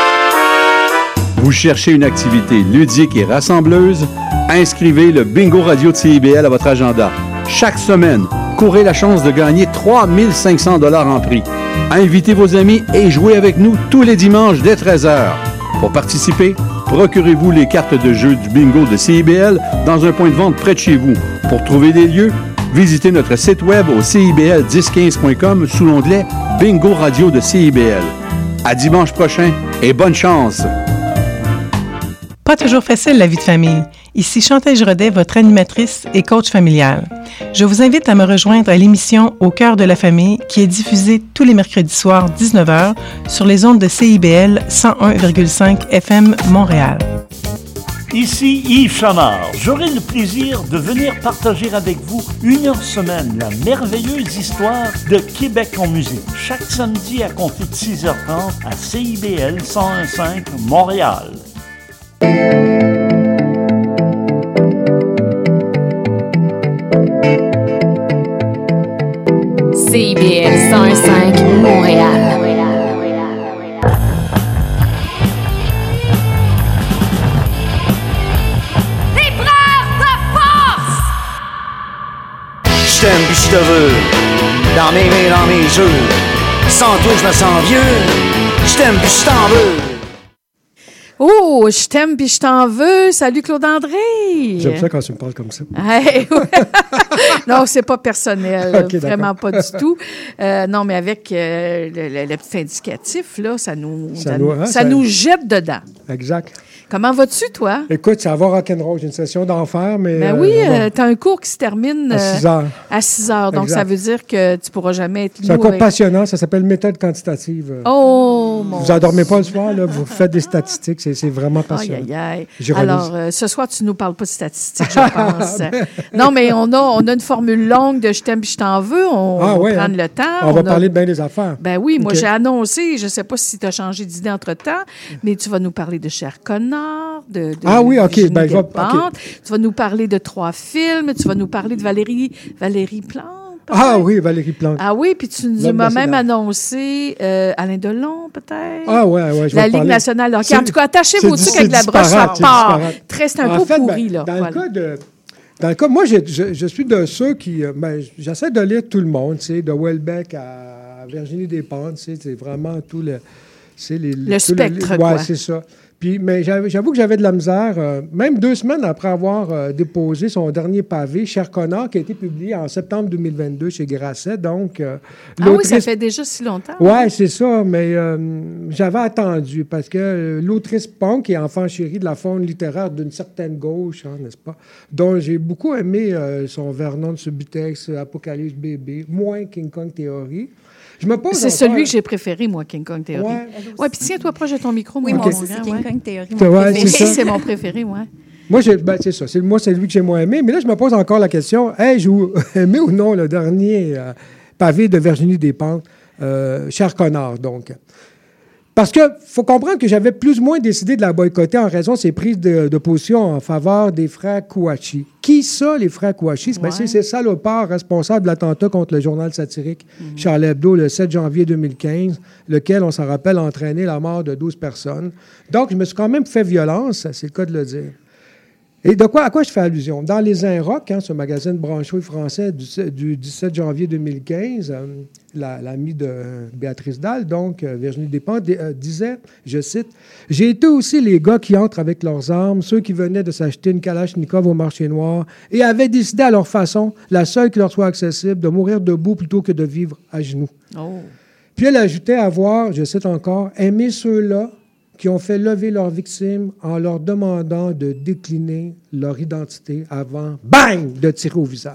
Vous cherchez une activité ludique et rassembleuse? Inscrivez le Bingo Radio de C I B L à votre agenda. Chaque semaine, courez la chance de gagner trois mille cinq cents dollars en prix. Invitez vos amis et jouez avec nous tous les dimanches dès treize heures. Pour participer, procurez-vous les cartes de jeu du bingo de C I B L dans un point de vente près de chez vous. Pour trouver des lieux, visitez notre site web au c i b l dix quinze point com sous l'onglet Bingo Radio de C I B L. À dimanche prochain et bonne chance! Pas toujours facile la vie de famille. Ici Chantal Giraudet, votre animatrice et coach familial. Je vous invite à me rejoindre à l'émission Au cœur de la famille qui est diffusée tous les mercredis soirs dix-neuf heures sur les ondes de C I B L cent un virgule cinq F M Montréal. Ici Yves Chamard. J'aurai le plaisir de venir partager avec vous une heure semaine la merveilleuse histoire de Québec en musique. Chaque samedi à compter de six heures trente à C I B L cent un virgule cinq Montréal. C I B L cent un virgule cinq Montréal. Je t'aime puis je te veux, dans mes mains, dans mes jeux. Sans toi, je me sens vieux. Je t'aime puis je t'en veux. Oh, je t'aime puis je t'en veux. Salut, Claude André. J'aime ça quand tu me parles comme ça. Hey, ouais. Non, c'est pas personnel. Okay, vraiment pas du tout. Euh, non, mais avec euh, le, le- le petit indicatif, là, ça nous, Ça ça nous- nous, hein, ça ça- nous jette dedans. Exact. Comment vas-tu, toi? Écoute, ça va rock'n'roll. J'ai une session d'enfer, mais... Ben euh, oui, ça va. tu as un cours qui se termine À euh, six heures. à six heures. Donc, Exact. ça veut dire que tu pourras jamais être C'est un nous cours avec- passionnant. Ça s'appelle méthode quantitative. Oh, mon Vous endormez pas le soir, là. Vous faites des statistiques. C'est, c'est vraiment Aïe, passionnant. aïe, aïe. J'ironise. Alors, euh, ce soir, tu nous parles pas de statistiques, je pense. Non, mais on a, on a une formule longue de « je t'aime puis je t'en veux ». On Ah va ouais, prendre hein? le temps. On va a- parler de bien des affaires. Ben oui, moi, OK. j'ai annoncé, je ne sais pas si tu as changé d'idée entre-temps, mais tu vas nous parler de Cher Connard, de, de Ah oui, OK, Virginie ben, je vais- Despentes. Tu vas nous parler de trois films, tu vas nous parler de Valérie, Valérie Plante. Ah oui, Valérie Plante. Ah oui, puis tu nous L'homme as de même Sénat. annoncé euh, Alain Delon, peut-être. Ah ouais, ouais, je vais La te Ligue parler. nationale. OK, C'est- en tout cas, attachez c'est vos di- trucs c'est avec la broche, ça disparate, c'est part. disparate. Très, c'est un En pot fait, ben, pourri, là. Dans Voilà. le cas de... Dans le cas, moi, j'ai- je, je suis de ceux qui... euh, Ben, j'essaie de lire tout le monde, tu sais, de Welbeck à Virginie Despentes, tu sais, c'est vraiment tout le... c'est les, Le tout le- spectre, ouais, quoi. c'est ça. Puis, mais j'avoue j'avoue que j'avais de la misère, euh, même deux semaines après avoir euh, déposé son dernier pavé, Cher Connard, qui a été publié en septembre deux mille vingt-deux chez Grasset, donc... euh, Ah oui, l'autrice- ça fait déjà si longtemps. Oui, c'est ça, mais euh, j'avais attendu parce que euh, l'autrice Punk est enfant chérie de la faune littéraire d'une certaine gauche, hein, n'est-ce pas? Donc, j'ai beaucoup aimé euh, son Vernon de Subutex, Apocalypse Bébé, moins King Kong Theory. Je me pose C'est encore- celui que j'ai préféré, moi, King Kong Theory. Ouais. Ouais, puis tiens-toi proche de ton micro. Oui, moi, moi mon aussi, c'est grand, King ouais. Kong Theory, mon Ouais, préféré. c'est ça. C'est mon préféré, ouais. Moi, j'ai- ben, c'est ça. C'est, moi, c'est lui que j'ai moins aimé. Mais là, je me pose encore la question, ai-je ou- aimé ou non le dernier euh, pavé de Virginie Despentes, euh, Cher Connard, donc? Parce que faut comprendre que j'avais plus ou moins décidé de la boycotter en raison de ses prises de, de position en faveur des frères Kouachi. Qui ça, les frères Kouachi? Ben, c'est ces salopards responsables de l'attentat contre le journal satirique Charlie Hebdo le sept janvier deux mille quinze, lequel, on s'en rappelle, a entraîné la mort de douze personnes. Donc, je me suis quand même fait violence, c'est le cas de le dire. Et de quoi, à quoi je fais allusion? Dans Les Inrocks, hein, ce magazine branchouille français du, du dix-sept janvier deux mille quinze, euh, la, l'amie de Béatrice Dalle, donc euh, Virginie Despentes, euh, disait, je cite, « J'ai été aussi les gars qui entrent avec leurs armes, ceux qui venaient de s'acheter une Kalachnikov au marché noir et avaient décidé à leur façon, la seule qui leur soit accessible, de mourir debout plutôt que de vivre à genoux. Oh. » Puis elle ajoutait avoir, je cite encore, « aimé ceux-là qui ont fait lever leurs victimes en leur demandant de décliner leur identité avant, bang, de tirer au visage. »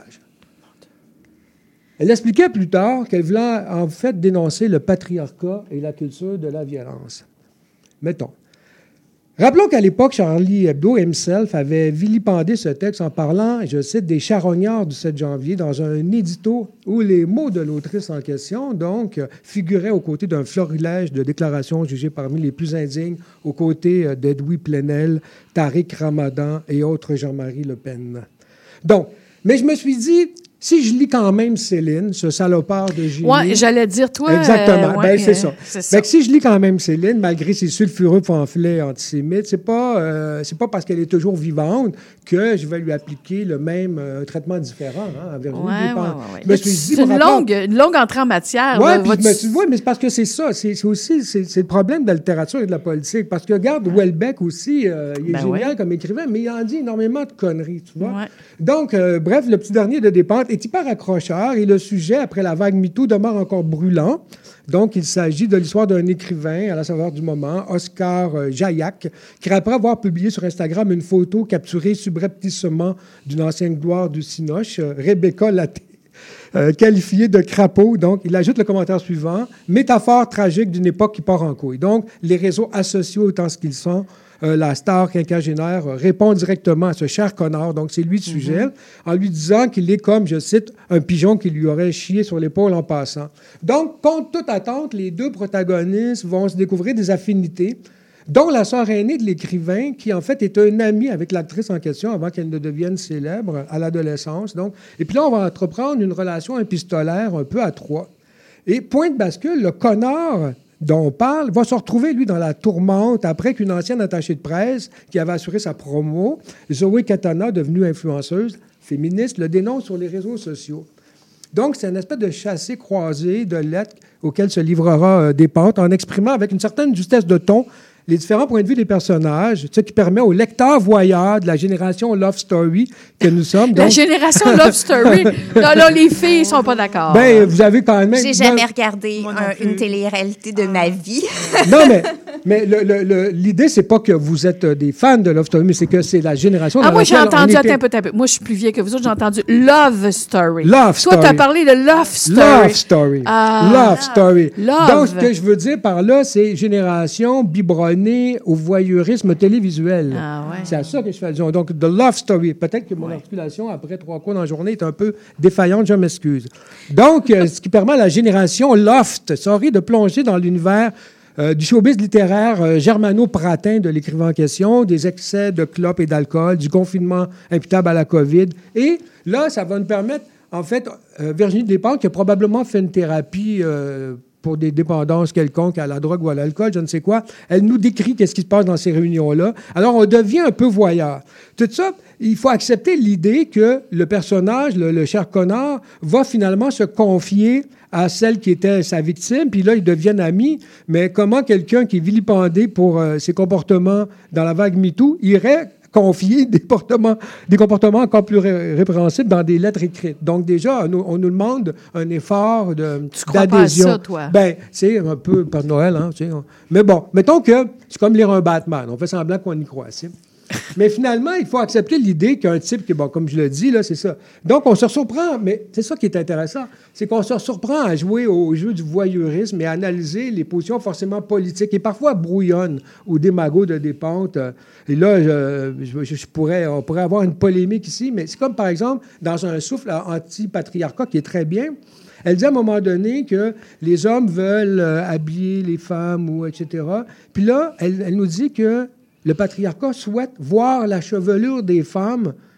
Elle expliquait plus tard qu'elle voulait en fait dénoncer le patriarcat et la culture de la violence. Mettons. Rappelons qu'à l'époque, Charlie Hebdo himself avait vilipendé ce texte en parlant, je cite, des charognards du sept janvier dans un édito où les mots de l'autrice en question, donc, figuraient aux côtés d'un florilège de déclarations jugées parmi les plus indignes, aux côtés d'Edoui Plenel, Tariq Ramadan et autres Jean-Marie Le Pen. Donc, mais je me suis dit, si je lis quand même Céline, ce salopard de génie... Oui, j'allais dire, toi... Exactement, euh, ben, ouais, c'est ça. C'est ça. Ben, si je lis quand même Céline, malgré ses sulfureux pamphlets antisémites, c'est pas, euh, c'est pas parce qu'elle est toujours vivante que je vais lui appliquer le même euh, traitement différent. Hein, à Virginie Ouais, Despentes. ouais, ouais, Je me ouais. suis dit, C'est une par rapport- longue, une longue entrée en matière. Oui, là. puis Vas-tu- je me suis dit, ouais, mais c'est parce que c'est ça. C'est, c'est aussi c'est, c'est le problème de la littérature et de la politique. Parce que, regarde, Houellebecq aussi, euh, il est Ben génial ouais. comme écrivain, mais il en dit énormément de conneries, tu vois. Ouais. Donc, euh, bref, le petit dernier de Despentes est hyper accrocheur et le sujet, après la vague MeToo, demeure encore brûlant. Donc, il s'agit de l'histoire d'un écrivain à la saveur du moment, Oscar euh, Jaillac, qui, après avoir publié sur Instagram une photo capturée subrepticement d'une ancienne gloire du Cinoche, euh, Rebecca Laté, euh, qualifiée de crapaud. Donc, il ajoute le commentaire suivant, « Métaphore tragique d'une époque qui part en couille. » Donc, les réseaux asociaux autant ce qu'ils sont, euh, la star quinquagénaire euh, répond directement à ce cher connard, donc c'est lui le sujet, en lui disant qu'il est comme, je cite, un pigeon qui lui aurait chié sur l'épaule en passant. Donc, contre toute attente, les deux protagonistes vont se découvrir des affinités, dont la sœur aînée de l'écrivain, qui en fait est un ami avec l'actrice en question avant qu'elle ne devienne célèbre à l'adolescence. Donc, et puis là, on va entreprendre une relation épistolaire un peu à trois. Et point de bascule, le connard dont on parle va se retrouver, lui, dans la tourmente après qu'une ancienne attachée de presse qui avait assuré sa promo, Zoé Katana, devenue influenceuse féministe, le dénonce sur les réseaux sociaux. Donc, c'est une espèce de chassé-croisé de lettres auquel se livrera euh, Despentes en exprimant avec une certaine justesse de ton les différents points de vue des personnages, ce qui permet aux lecteurs voyeurs de la génération Love Story que nous sommes. La donc- génération Love Story. Là, là, les filles ne sont pas d'accord. Ben, vous avez quand même... J'ai jamais regardé un- une télé-réalité de ma vie. Non, mais, mais le- le- le- l'idée, c'est pas que vous êtes des fans de Love Story, mais c'est que c'est la génération Ah, dans moi, j'ai laquelle on entendu, était- attends un peu, attends un peu. Moi, je suis plus vieille que vous autres, j'ai entendu Love Story. Love Toi, Story. tu as parlé de Love Story. Love Story. Ah. Love Story. Love. Donc, ce que je veux dire par là, c'est génération biberonnée au voyeurisme télévisuel. Ah, ouais. C'est à ça que je fais allusion. Donc, The Love Story. Peut-être que mon articulation, après trois cours dans la journée, est un peu défaillante, je m'excuse. Donc, euh, ce qui permet à la génération Loft, sorry, de plonger dans l'univers euh, du showbiz littéraire euh, germano-pratin de l'écrivain en question, des excès de clopes et d'alcool, du confinement imputable à la COVID. Et là, ça va nous permettre, en fait, euh, Virginie Despentes, qui a probablement fait une thérapie euh, pour des dépendances quelconques à la drogue ou à l'alcool, je ne sais quoi, elle nous décrit qu'est-ce qui se passe dans ces réunions-là. Alors, on devient un peu voyeur. Tout ça, il faut accepter l'idée que le personnage, le, le cher connard, va finalement se confier à celle qui était sa victime, puis là, ils deviennent amis. Mais comment quelqu'un qui est vilipendé pour euh, ses comportements dans la vague MeToo irait confier des comportements, des comportements encore plus ré- répréhensibles dans des lettres écrites. Donc, déjà, on nous, on nous demande un effort de, Tu crois pas à d'adhésion. ça, toi? Ben, c'est un peu par Noël, hein, tu sais. on- Mais bon, mettons que c'est comme lire un Batman. On fait semblant qu'on y croit, tu sais. Mais finalement, il faut accepter l'idée qu'un type qui, bon, comme je le dis, là, c'est ça. Donc, on se surprend, mais c'est ça qui est intéressant, c'est qu'on se surprend à jouer au jeu du voyeurisme et à analyser les positions forcément politiques et parfois brouillonnes ou démagogues de Despentes. Et là, je, je- je pourrais, on pourrait avoir une polémique ici, mais c'est comme, par exemple, dans un souffle anti-patriarcat qui est très bien, elle dit à un moment donné que les hommes veulent euh, habiller les femmes, ou et cetera. Puis là, elle, elle nous dit que le patriarcat souhaite voir la chevelure des femmes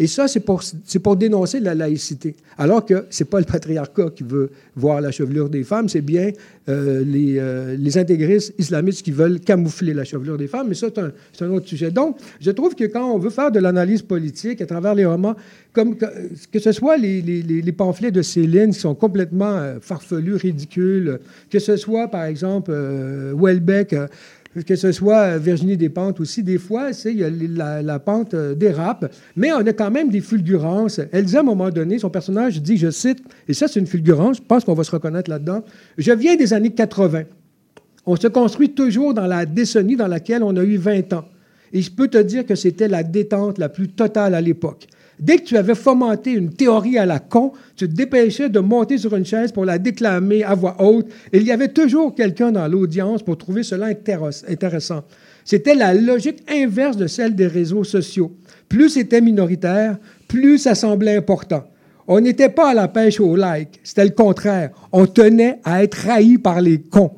Et ça, c'est pour, c'est pour dénoncer la laïcité. Alors que ce n'est pas le patriarcat qui veut voir la chevelure des femmes, c'est bien euh, les, euh, les intégristes islamistes qui veulent camoufler la chevelure des femmes. Mais ça, c'est un, c'est un autre sujet. Donc, je trouve que quand on veut faire de l'analyse politique à travers les romans, comme que, que ce soit les, les, les pamphlets de Céline qui sont complètement euh, farfelus, ridicules, que ce soit, par exemple, euh, Houellebecq, euh, que ce soit Virginie Despentes aussi, des fois, c'est, y a la, la pente euh, dérape, mais on a quand même des fulgurances. Elle dit à un moment donné, son personnage dit, je cite, et ça c'est une fulgurance, je pense qu'on va se reconnaître là-dedans, « Je viens des années quatre-vingt. On se construit toujours dans la décennie dans laquelle on a eu vingt ans. Et je peux te dire que c'était la détente la plus totale à l'époque. Dès que tu avais fomenté une théorie à la con, tu te dépêchais de monter sur une chaise pour la déclamer à voix haute. Et il y avait toujours quelqu'un dans l'audience pour trouver cela intéressant. C'était la logique inverse de celle des réseaux sociaux. Plus c'était minoritaire, plus ça semblait important. On n'était pas à la pêche au like. C'était le contraire. On tenait à être haï par les cons.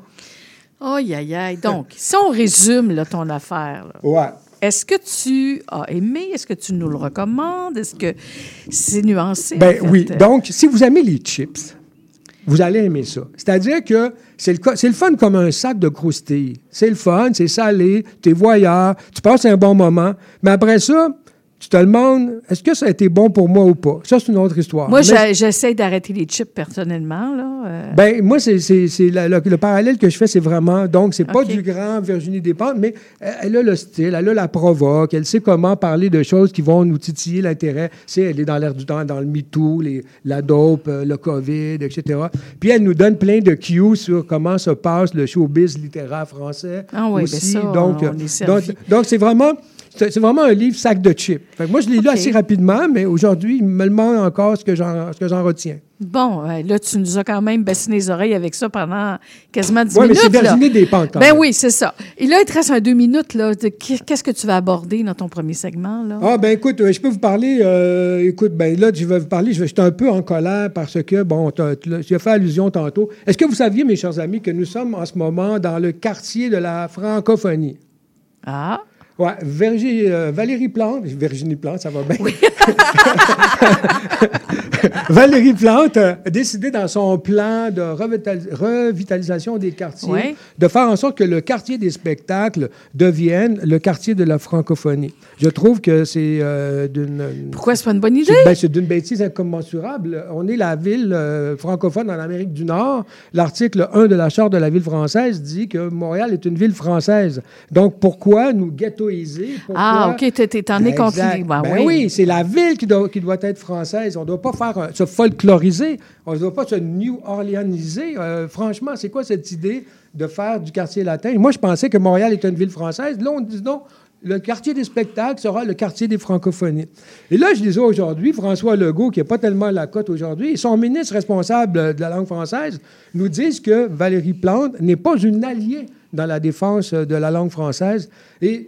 Aïe, aïe, aïe. Donc, si on résume là, ton affaire, là, ouais. Est-ce que tu as aimé? Est-ce que tu nous le recommandes? Est-ce que c'est nuancé? Ben en fait? oui. Donc, si vous aimez les chips, vous allez aimer ça. C'est-à-dire que c'est le, c'est le fun comme un sac de croustilles. C'est le fun, c'est salé, tu es voyeur, tu passes un bon moment. Mais après ça, tu te demandes, est-ce que ça a été bon pour moi ou pas? Ça, c'est une autre histoire. Moi, Mais, j'essaie d'arrêter les chips personnellement. Là. Euh... Ben, moi, c'est, c'est, c'est la, le, le parallèle que je fais, c'est vraiment, donc, c'est pas Okay. du grand Virginie Despentes, mais elle a le style, elle a la provoque, elle sait comment parler de choses qui vont nous titiller l'intérêt. C'est, elle est dans l'air du temps, dans le MeToo, les, la dope, le COVID, et cetera. Puis elle nous donne plein de cues sur comment se passe le showbiz littéraire français. Ah oui, aussi. bien ça, donc, on est servi. donc, donc, c'est vraiment... C'est, c'est vraiment un livre sac de chips. Fait que moi, je l'ai lu Okay. assez rapidement, mais aujourd'hui, il me demande encore ce que j'en, ce que j'en retiens. Bon, ouais, là, tu nous as quand même bassiné les oreilles avec ça pendant quasiment dix Oui, mais minutes. c'est Virginie Despentes, quand Ben même. oui, c'est ça. Et là, il te reste un deux minutes. Là, de, qu'est-ce que tu vas aborder dans ton premier segment? Là? Ah, ben écoute, je peux vous parler... Euh, écoute, ben là, je vais vous parler... Je suis un peu en colère parce que, bon, tu as fait allusion tantôt. Est-ce que vous saviez, mes chers amis, que nous sommes en ce moment dans le quartier de la francophonie? Ah! Oui, Virginie, euh, Valérie Plante, Virginie Plante, ça va bien. Oui. Valérie Plante a décidé dans son plan de revital- revitalisation des quartiers Oui. de faire en sorte que le quartier des spectacles devienne le quartier de la francophonie. Je trouve que c'est euh, d'une... Pourquoi c'est pas une bonne idée? C'est, ben, c'est d'une bêtise incommensurable. On est la ville euh, francophone en Amérique du Nord. L'article un de la Charte de la ville française dit que Montréal est une ville française. Donc, pourquoi nous ghettoiser? Pourquoi... Ah, OK, t'es, t'es en es contre Exact. les... Ben, Ben oui. oui, c'est la ville qui doit, qui doit être française. On ne doit pas faire un- se folkloriser. On ne doit pas se New Orleaniser. Euh, franchement, c'est quoi cette idée de faire du quartier latin? Moi, je pensais que Montréal était une ville française. Là, on dit non. Le quartier des spectacles sera le quartier des francophonies. Et là, je disais aujourd'hui, François Legault, qui n'est pas tellement à la cote aujourd'hui, et son ministre responsable de la langue française nous disent que Valérie Plante n'est pas une alliée dans la défense de la langue française. Et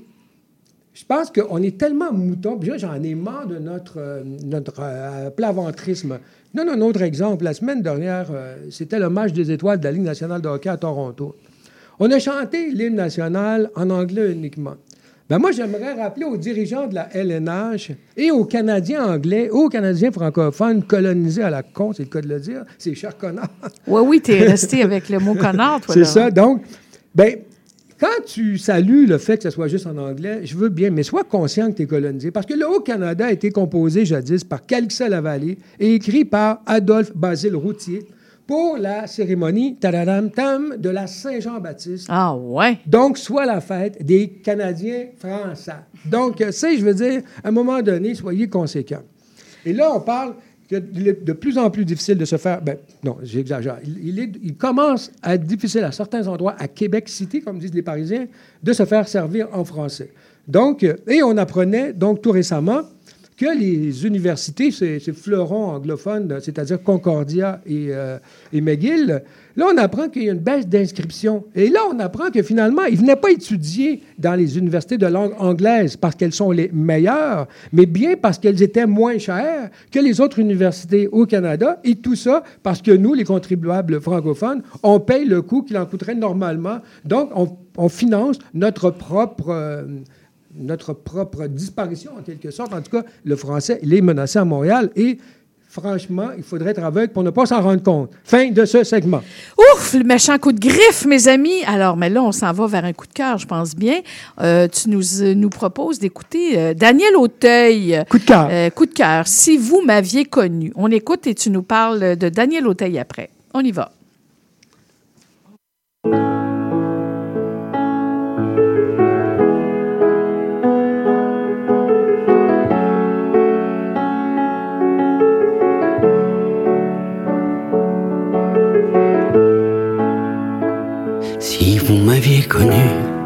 je pense qu'on est tellement mouton. Puis là, j'en ai marre de notre, euh, notre euh, plaventrisme. Je donne un autre exemple. La semaine dernière, euh, c'était le match des étoiles de la Ligue nationale de hockey à Toronto. On a chanté l'hymne national en anglais uniquement. Ben moi, j'aimerais rappeler aux dirigeants de la L N H et aux Canadiens anglais, aux Canadiens francophones colonisés à la con, c'est le cas de le dire, ces chers connards. Oui, oui, t'es resté avec le mot connard, toi. C'est là. ça. Donc, ben, quand tu salues le fait que ce soit juste en anglais, je veux bien, mais sois conscient que tu es colonisé. Parce que le Haut-Canada a été composé jadis par Calixa Lavallée et écrit par Adolphe Basile Routier pour la cérémonie tadadam, tam, de la Saint-Jean-Baptiste. Ah ouais? Donc, soit la fête des Canadiens français. Donc, tu sais, je veux dire, à un moment donné, soyez conséquents. Et là, on parle qu'il est de plus en plus difficile de se faire... Ben, non, j'exagère. Il, il, est, il commence à être difficile à certains endroits, à Québec City, comme disent les Parisiens, de se faire servir en français. Donc, et on apprenait, donc, tout récemment, que les universités, ces, ces fleurons anglophones, c'est-à-dire Concordia et, euh, et McGill, là, on apprend qu'il y a une baisse d'inscription. Et là, on apprend que finalement, ils ne venaient pas étudier dans les universités de langue anglaise parce qu'elles sont les meilleures, mais bien parce qu'elles étaient moins chères que les autres universités au Canada. Et tout ça parce que nous, les contribuables francophones, on paye le coût qu'il en coûterait normalement. Donc, on, on finance notre propre... Euh, notre propre disparition, en quelque sorte. En tout cas, le français, il est menacé à Montréal et franchement, il faudrait être aveugle pour ne pas s'en rendre compte. Fin de ce segment. Ouf, le méchant coup de griffe, mes amis. Alors, mais là, on s'en va vers un coup de cœur, je pense bien. Euh, tu nous, euh, nous proposes d'écouter euh, Daniel Auteuil. Coup de cœur. Euh, coup de cœur. Si vous m'aviez connu. On écoute et tu nous parles de Daniel Auteuil après. On y va. Si vous m'aviez connu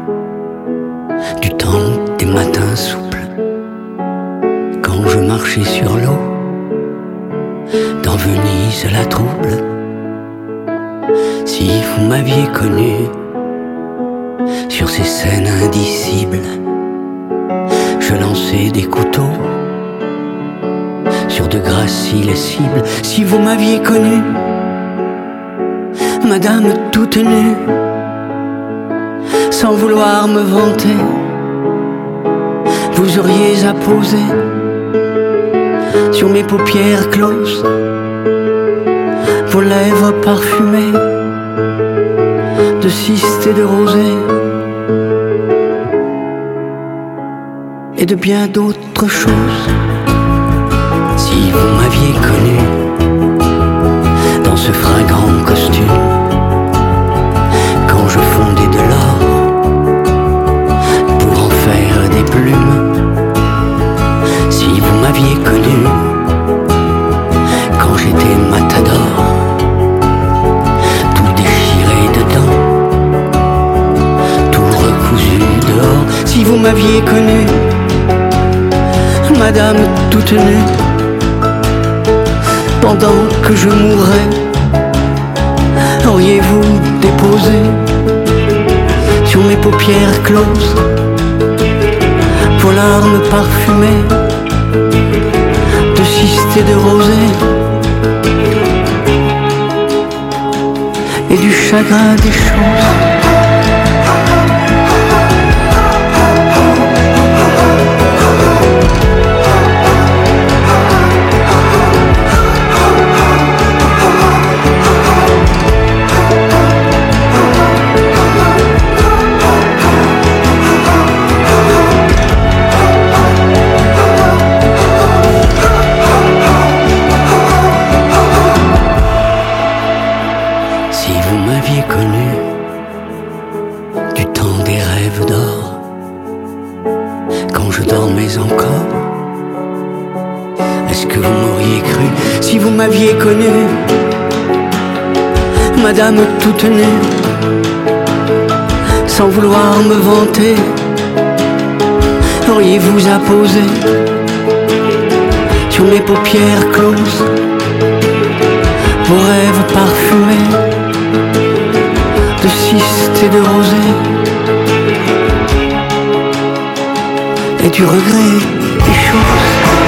du temps des matins souples, quand je marchais sur l'eau, dans Venise la trouble. Si vous m'aviez connu sur ces scènes indicibles, je lançais des couteaux sur de grâces illessibles. Si vous m'aviez connu, Madame toute nue, sans vouloir me vanter, vous auriez apposé sur mes paupières closes vos lèvres parfumées de cystes et de rosée et de bien d'autres choses. Si vous m'aviez connu dans ce fringant costume, quand je fondais de l'or pour en faire des plumes. Si vous m'aviez connu quand j'étais matador, tout déchiré dedans, tout recousu dehors. Si vous m'aviez connu, Madame toute nue, pendant que je mourrais, auriez-vous déposé sur mes paupières closes vos larmes parfumées de cystes et de rosée et du chagrin des choses. M'aviez connu, Madame toute nue, sans vouloir me vanter, auriez-vous apposé sur mes paupières closes vos rêves parfumés de cystes et de rosée et du regret des choses.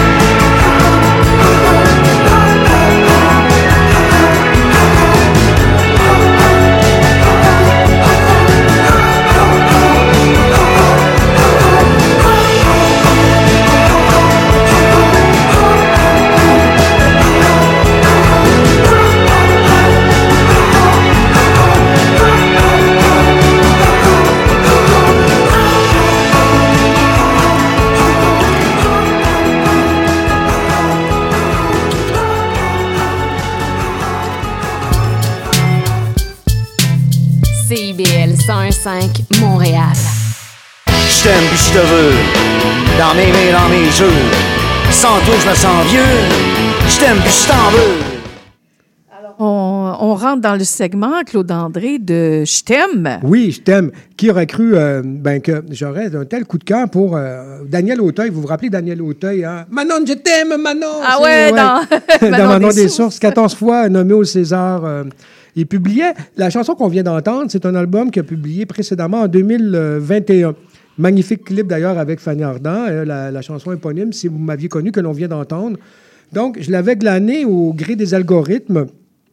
C I B L cent un virgule cinq Montréal. Je t'aime puis je te veux, dans mes mains, dans mes jeux. Sans toi, je me sens vieux. Je t'aime puis je t'en veux. On, on rentre dans le segment, Claude André, de Je t'aime. Oui, Je t'aime. Qui aurait cru euh, ben, que j'aurais un tel coup de cœur pour euh, Daniel Auteuil. Vous vous rappelez Daniel Auteuil, hein? Manon, je t'aime, Manon! Ah ouais, ouais. dans, dans Manon des, des sources. quatorze fois nommé au César. Euh, il publiait, la chanson qu'on vient d'entendre, c'est un album qu'il a publié précédemment en deux mille vingt et un. Magnifique clip d'ailleurs avec Fanny Ardant, euh, la, la chanson éponyme, si vous m'aviez connu, que l'on vient d'entendre. Donc, je l'avais glané au gré des algorithmes.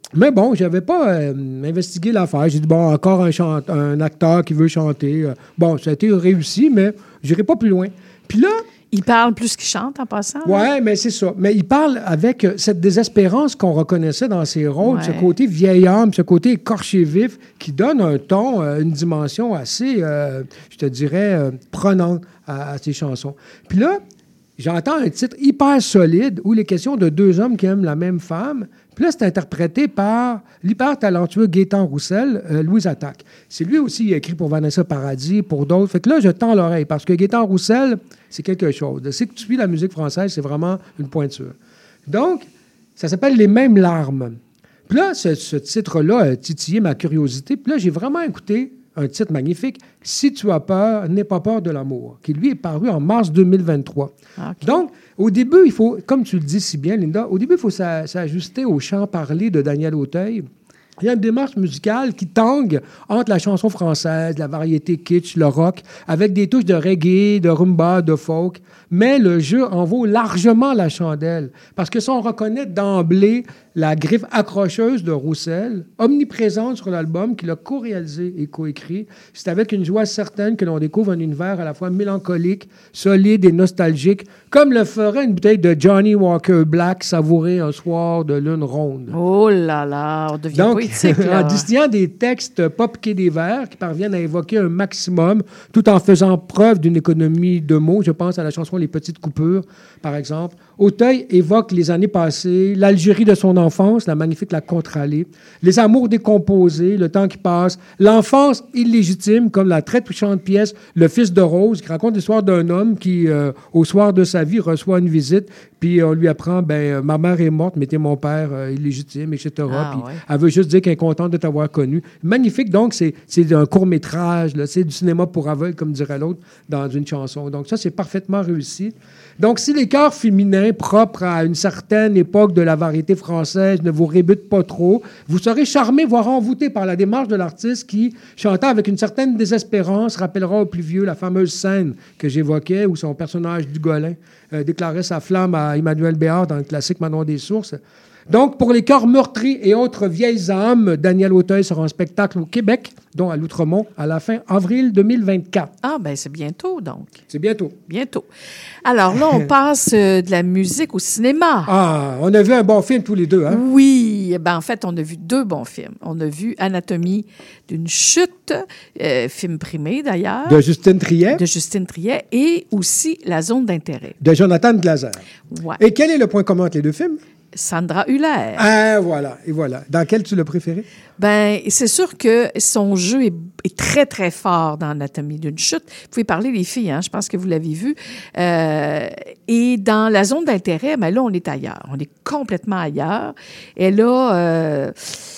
Mais bon, je n'avais pas euh, investigué l'affaire. J'ai dit, bon, encore un, chant- un acteur qui veut chanter. Euh, Bon, ça a été réussi, mais je n'irai pas plus loin. Puis là... Il parle plus qu'il chante en passant. Oui, mais c'est ça. Mais il parle avec euh, cette désespérance qu'on reconnaissait dans ses rôles, Ouais. ce côté vieil homme, ce côté écorché vif, qui donne un ton, euh, une dimension assez, euh, je te dirais, euh, prenante à, à ses chansons. Puis là, j'entends un titre hyper solide où il est question de deux hommes qui aiment la même femme. Puis là, c'est interprété par l'hyper talentueux Gaétan Roussel, euh, Louise Attaque. C'est lui aussi qui a écrit pour Vanessa Paradis, pour d'autres. Fait que là, je tends l'oreille parce que Gaétan Roussel, c'est quelque chose. C'est que tu suis la musique française, c'est vraiment une pointure. Donc, ça s'appelle Les mêmes larmes. Puis là, ce, ce titre-là a titillé ma curiosité. Puis là, j'ai vraiment écouté un titre magnifique, « Si tu as peur, n'aie pas peur de l'amour », qui, lui, est paru en mars deux mille vingt-trois. OK. Donc, au début, il faut, comme tu le dis si bien, Linda, au début, il faut s'a- s'ajuster au chant parlé de Daniel Auteuil. Il y a une démarche musicale qui tangue entre la chanson française, la variété kitsch, le rock, avec des touches de reggae, de rumba, de folk. Mais le jeu en vaut largement la chandelle. Parce que ça, on reconnaît d'emblée la griffe accrocheuse de Roussel, omniprésente sur l'album, qu'il a co-réalisé et co-écrit. C'est avec une joie certaine que l'on découvre un univers à la fois mélancolique, solide et nostalgique, comme le ferait une bouteille de Johnny Walker Black savourée un soir de lune ronde. Oh là là, on devient Donc, poétique, là. en distillant des textes pas piqués des vers qui parviennent à évoquer un maximum tout en faisant preuve d'une économie de mots. Je pense à la chanson Les Petites Coupures, par exemple. Auteuil évoque les années passées, l'Algérie de son enfance, la magnifique La Contralée, les amours décomposés, le temps qui passe, l'enfance illégitime, comme la très touchante pièce Le Fils de Rose, qui raconte l'histoire d'un homme qui, euh, au soir de sa vie, reçoit une visite, puis on lui apprend, ben, euh, ma mère est morte, mais t'es mon père euh, illégitime, et cetera. Ah, Puis ouais. elle veut juste dire qu'elle est contente de t'avoir connu. Magnifique, donc, c'est, c'est un court-métrage, là, c'est du cinéma pour aveugles, comme dirait l'autre, dans une chanson. Donc ça, c'est parfaitement réussi. Donc, si les chœurs féminins propres à une certaine époque de la variété française ne vous rébutent pas trop, vous serez charmé, voire envoûté par la démarche de l'artiste qui, chantant avec une certaine désespérance, rappellera au plus vieux la fameuse scène que j'évoquais où son personnage Dugolin euh, déclarait sa flamme à Emmanuel Béard dans le classique Manon des Sources. Donc, pour les cœurs meurtris et autres vieilles âmes, Daniel Auteuil sera en spectacle au Québec, dont à l'Outremont, à la fin avril deux mille vingt-quatre. Ah, ben c'est bientôt, donc. C'est bientôt. Bientôt. Alors là, on passe euh, de la musique au cinéma. Ah, on a vu un bon film tous les deux, hein? Oui. Ben, en fait, on a vu deux bons films. On a vu Anatomie d'une chute, euh, film primé d'ailleurs. De Justine Triet. De Justine Triet. Et aussi La zone d'intérêt. De Jonathan Glaser. Ouais. Et quel est le point commun entre les deux films? Sandra Hüller. Ah, voilà, et voilà. Dans quel tu l'as préféré? Ben, c'est sûr que son jeu est, est très, très fort dans Anatomie d'une chute. Vous pouvez parler, les filles, hein, je pense que vous l'avez vu. Euh, et dans La zone d'intérêt, ben là, on est ailleurs. On est complètement ailleurs. Et là, euh,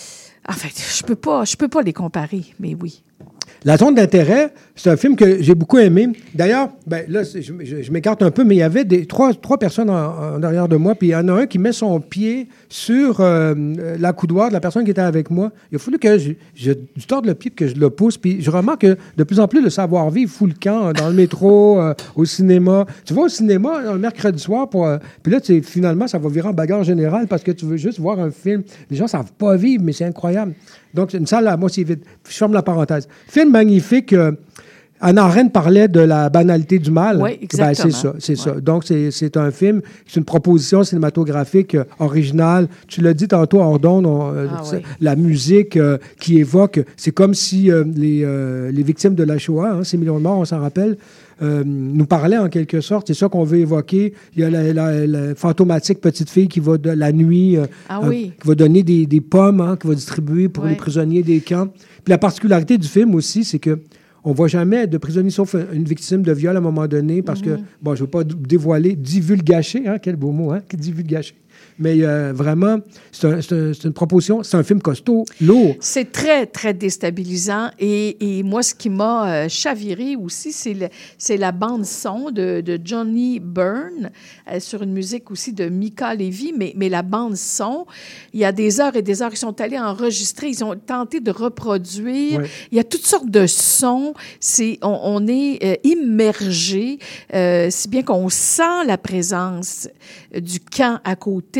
en fait, je peux pas, je peux pas les comparer, mais oui. La zone d'intérêt, c'est un film que j'ai beaucoup aimé. D'ailleurs, ben là, je, je, je m'écarte un peu, mais il y avait des, trois, trois personnes en, en arrière de moi, puis il y en a un qui met son pied sur euh, la coudoir de la personne qui était avec moi. Il a fallu que je, je, je torde le pied et que je le pousse, puis je remarque que de plus en plus, le savoir-vivre fout le camp hein, dans le métro, euh, au cinéma. Tu vas au cinéma un mercredi soir, pour, euh, puis là, tu, finalement, ça va virer en bagarre générale parce que tu veux juste voir un film. Les gens ne savent pas vivre, mais c'est incroyable. Donc, c'est une salle à moitié vide. Je ferme la parenthèse. Film magnifique. Euh, Anna Arendt parlait de la banalité du mal. Oui, exactement. Ben, c'est ça, c'est ouais. ça. Donc, c'est, c'est un film, c'est une proposition cinématographique euh, originale. Tu l'as dit tantôt, Ordon, on, euh, Ah, oui. la musique euh, qui évoque, c'est comme si euh, les, euh, les victimes de la Shoah, hein, ces millions de morts, on s'en rappelle, euh, nous parlaient en quelque sorte. C'est ça qu'on veut évoquer. Il y a la, la, la fantomatique petite fille qui va de la nuit, euh, Ah euh, oui. qui va donner des, des pommes, hein, qui va distribuer pour Ouais. les prisonniers des camps. Puis la particularité du film aussi, c'est que on voit jamais de prisonnier sauf une victime de viol à un moment donné parce que, bon, je ne veux pas dévoiler, divulgacher, hein, quel beau mot, hein, divulgacher. Mais euh, vraiment, c'est, un, c'est, un, c'est une proposition, c'est un film costaud, lourd. C'est très, très déstabilisant. Et, et moi, ce qui m'a euh, chaviré aussi, c'est, le, c'est la bande-son de, de Johnny Byrne euh, sur une musique aussi de Mika Levy. Mais, mais la bande-son, il y a des heures et des heures, ils sont allés enregistrer, ils ont tenté de reproduire. Ouais. Il y a toutes sortes de sons. C'est, on, on est euh, immergé, euh, si bien qu'on sent la présence du camp à côté.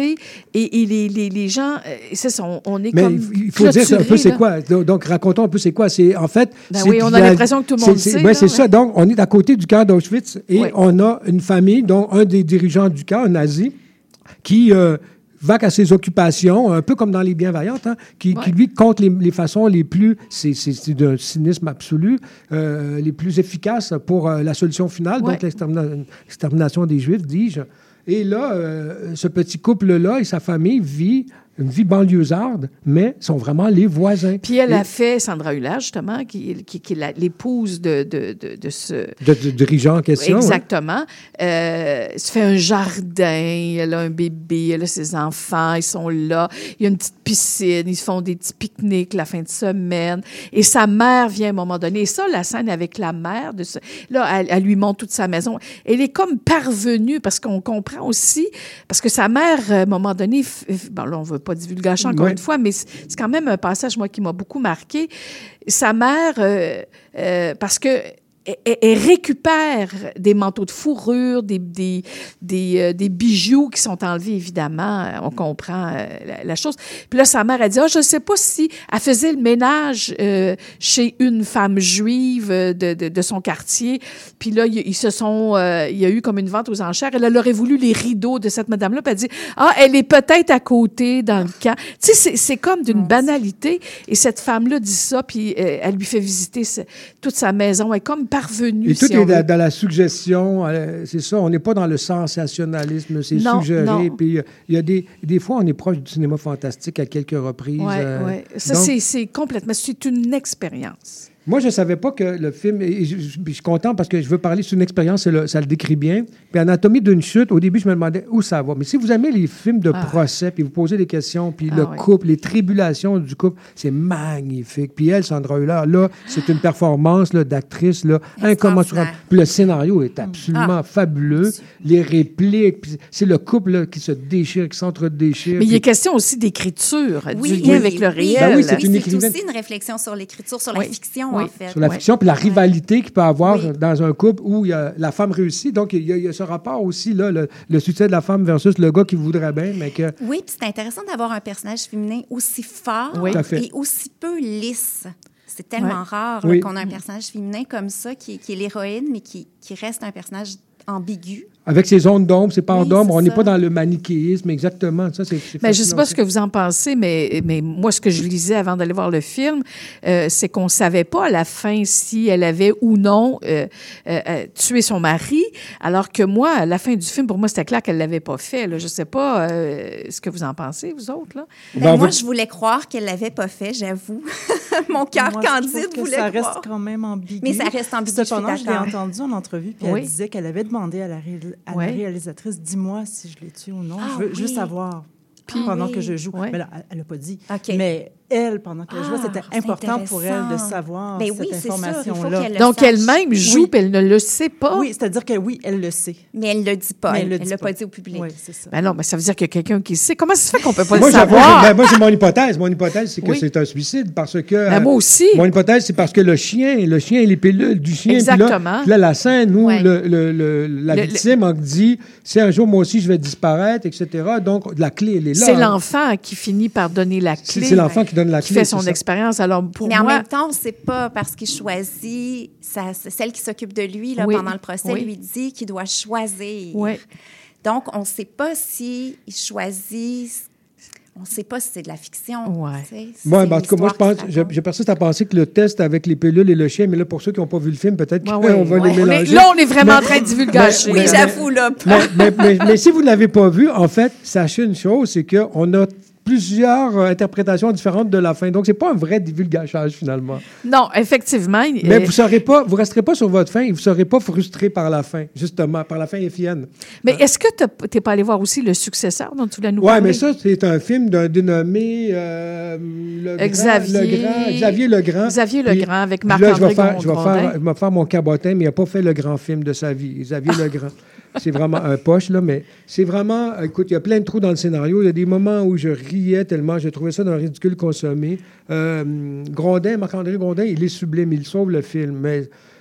banalité et, et les, les, les gens, euh, c'est ça, on, on est Mais comme il faut dire un peu c'est là. quoi. Donc, donc, racontons un peu c'est quoi. C'est, en fait... Ben c'est oui, on a la, l'impression que tout le monde c'est, sait. C'est, là, ouais, c'est ouais. ça. Donc, on est à côté du camp d'Auschwitz et Ouais. on a une famille, dont un des dirigeants du camp, un nazi, qui... Euh, vaque à ses occupations, un peu comme dans Les Bienveillantes, hein, qui, Ouais. qui lui compte les, les façons les plus, c'est, c'est, c'est d'un cynisme absolu, euh, les plus efficaces pour euh, la solution finale, Ouais. donc l'extermina- l'extermination des Juifs, dis-je. Et là, euh, ce petit couple-là et sa famille vit une vie banlieusarde, mais sont vraiment les voisins. Puis elle Et- a fait Sandra Hüller, justement, qui, qui, qui est la- l'épouse de, de, de, de ce... de, de dirigeant en question. Exactement. Euh, se fait un jardin, elle a un bébé, elle a ses enfants, ils sont là. Il y a une petite piscine, ils font des petits pique-niques la fin de semaine. Et sa mère vient à un moment donné. Et ça, la scène avec la mère, de ce, là, elle, elle lui montre toute sa maison. Elle est comme parvenue, parce qu'on comprend aussi, parce que sa mère, à un moment donné, f- f- bon là, on ne veut pas divulgacher encore Ouais. une fois, mais c'est c'est quand même un passage, moi, qui m'a beaucoup marqué. Sa mère, euh, euh, parce que elle, elle récupère des manteaux de fourrure, des, des, des, euh, des bijoux qui sont enlevés, évidemment. On comprend euh, la, la chose. Puis là, sa mère a dit, ah, je ne sais pas si elle faisait le ménage euh, chez une femme juive euh, de, de, de son quartier. Puis là, ils, ils se sont... euh, il y a eu comme une vente aux enchères. Elle, elle aurait voulu les rideaux de cette madame-là. Puis elle dit, ah, elle est peut-être à côté dans le camp. Tu sais, c'est, c'est comme d'une banalité. Et cette femme-là dit ça, puis euh, elle lui fait visiter ce- toute sa maison. Elle est comme parvenue. Et tout si est on dans, veut. dans la suggestion, euh, c'est ça, on n'est pas dans le sensationnalisme, c'est Non, suggéré. non. Puis euh, il y a des, des fois, on est proche du cinéma fantastique à quelques reprises. Oui, euh, oui. Ça, donc, c'est, c'est complètement... C'est une expérience. Moi, je ne savais pas que le film, et je, je- je suis content parce que je veux parler sur une expérience, c'est le- ça le décrit bien. Puis Anatomie d'une chute, au début, je me demandais où ça va. Mais si vous aimez les films de Ah. procès, puis vous posez des questions, puis Ah le oui. couple, les tribulations du couple, c'est magnifique. Puis elle, Sandra Hüller, là, c'est une performance là, d'actrice là, incommensurable. Puis le scénario est absolument Ah. fabuleux. Les répliques, puis c'est le couple là, qui se déchire, qui s'entre-déchire. Mais il puis- est question aussi d'écriture, Oui, du lien oui, avec le oui. réel. Ben oui, c'est Oui, une c'est écrivaine. aussi une réflexion sur l'écriture, sur Oui. la fiction, Oui. en fait. Sur la Ouais. fiction, puis la rivalité qu'il peut avoir Oui. dans un couple où il y a, la femme réussit. Donc, il y, a, il y a ce rapport aussi, là, le, le succès de la femme versus le gars qui voudrait bien, mais que... Oui, puis c'est intéressant d'avoir un personnage féminin aussi fort Oui. Tout à fait. et aussi peu lisse. C'est tellement Ouais. rare Oui. là, qu'on a un personnage féminin comme ça, qui, qui est l'héroïne, mais qui, qui reste un personnage ambigu. Avec ses zones d'ombre, ses parts Oui, d'ombre, c'est on n'est ça. pas dans le manichéisme, exactement. Ça, c'est, c'est Mais je ne sais fascinant pas aussi. ce que vous en pensez, mais, mais moi, ce que je lisais avant d'aller voir le film, euh, c'est qu'on ne savait pas à la fin si elle avait ou non euh, euh, euh, tué son mari, alors que moi, à la fin du film, pour moi, c'était clair qu'elle ne l'avait pas fait. Là. Je ne sais pas euh, ce que vous en pensez, vous autres. Là. Ben, Ben, moi, vous- je voulais croire qu'elle l'avait pas fait, j'avoue. Mon cœur Moi, je candide trouve que voulait ça croire. reste quand même ambigu. Mais ça reste ambigu, je suis Cependant, je l'ai d'accord. entendu en entrevue, puis Oui. elle disait qu'elle avait demandé à la, ré- à Oui. la réalisatrice, dis-moi si je l'ai tué ou non. Ah je, veux, je veux oui. savoir. Puis- pendant oui. que je joue. Oui. Mais là, elle n'a pas dit. OK. Mais elle, pendant qu'elle Ah, jouait, c'était c'est important pour elle de intéressant. savoir Ben cette oui, c'est sûr, il faut information-là. qu'elle le Donc, sache. elle-même joue, Oui. puis elle ne le sait pas. Oui, c'est-à-dire que oui, elle le sait. Mais elle ne le dit pas. Mais Elle elle le ne dit l'a pas. pas dit au public. Oui, c'est ça. Ben non, mais ça veut dire qu'il y a quelqu'un qui sait. Comment ça se fait qu'on ne peut pas Moi, le j'avoue, savoir? ben, moi, c'est mon hypothèse. Mon hypothèse, c'est que Oui. c'est un suicide parce que... Ben, euh, moi aussi. Mon hypothèse, c'est parce que le chien, le chien et les pilules du chien. Puis là- Exactement. Puis là, la scène où Ouais. le, le- le- la Le- victime en dit « Si un jour, moi aussi, je vais disparaître, et cetera » Donc, la clé, elle est là. C'est hein. l'enfant qui finit par donner la C'est- clé. c'est l'enfant qui donne la qui clé, fait son c'est ça. expérience. Alors, pour Mais en moi... même temps, c'est pas parce qu'il choisit, sa- celle qui s'occupe de lui là, Oui. pendant le procès Oui. lui dit qu'il doit choisir. Oui. Donc, on ne sait pas si il choisit. On ne sait pas si c'est de la fiction. Ouais. tu sais, si Moi, c'est ben, en une tout cas, moi, je histoire pense, qui se je, raconte. je persiste à penser que le test avec les pilules et le chien, mais là, pour ceux qui n'ont pas vu le film, peut-être qu'on Ouais, ouais, va ouais. les On est- mélanger. là, on est vraiment Mais- en train de divulgacher. mais- Oui, mais- j'avoue, là. Mais, mais- mais- mais si vous ne l'avez pas vu, en fait, sachez une chose, c'est qu'on a plusieurs euh, interprétations différentes de la fin. Donc, c'est pas un vrai divulgachage, finalement. Non, effectivement. Mais euh, vous serez pas, vous resterez pas sur votre fin et vous serez pas frustré par la fin, justement, par la fin effienne. Mais est-ce que tu n'es pas allé voir aussi Le Successeur dont tu voulais nous Ouais, parler? mais ça, c'est un film d'un dénommé euh, le grand- Xavier- le grand- Xavier Legrand. Xavier Puis, Legrand avec puis là, Marc-André je vais faire, je vais Grondin. faire, je vais faire mon cabotin, mais il n'a pas fait le grand film de sa vie. Xavier Legrand. C'est vraiment un poche, là, mais c'est vraiment... Écoute, il y a plein de trous dans le scénario. Il y a des moments où je riais tellement, j'ai trouvé ça d'un ridicule consommé. Euh, Grondin, Marc-André Grondin, il est sublime, il sauve le film, mais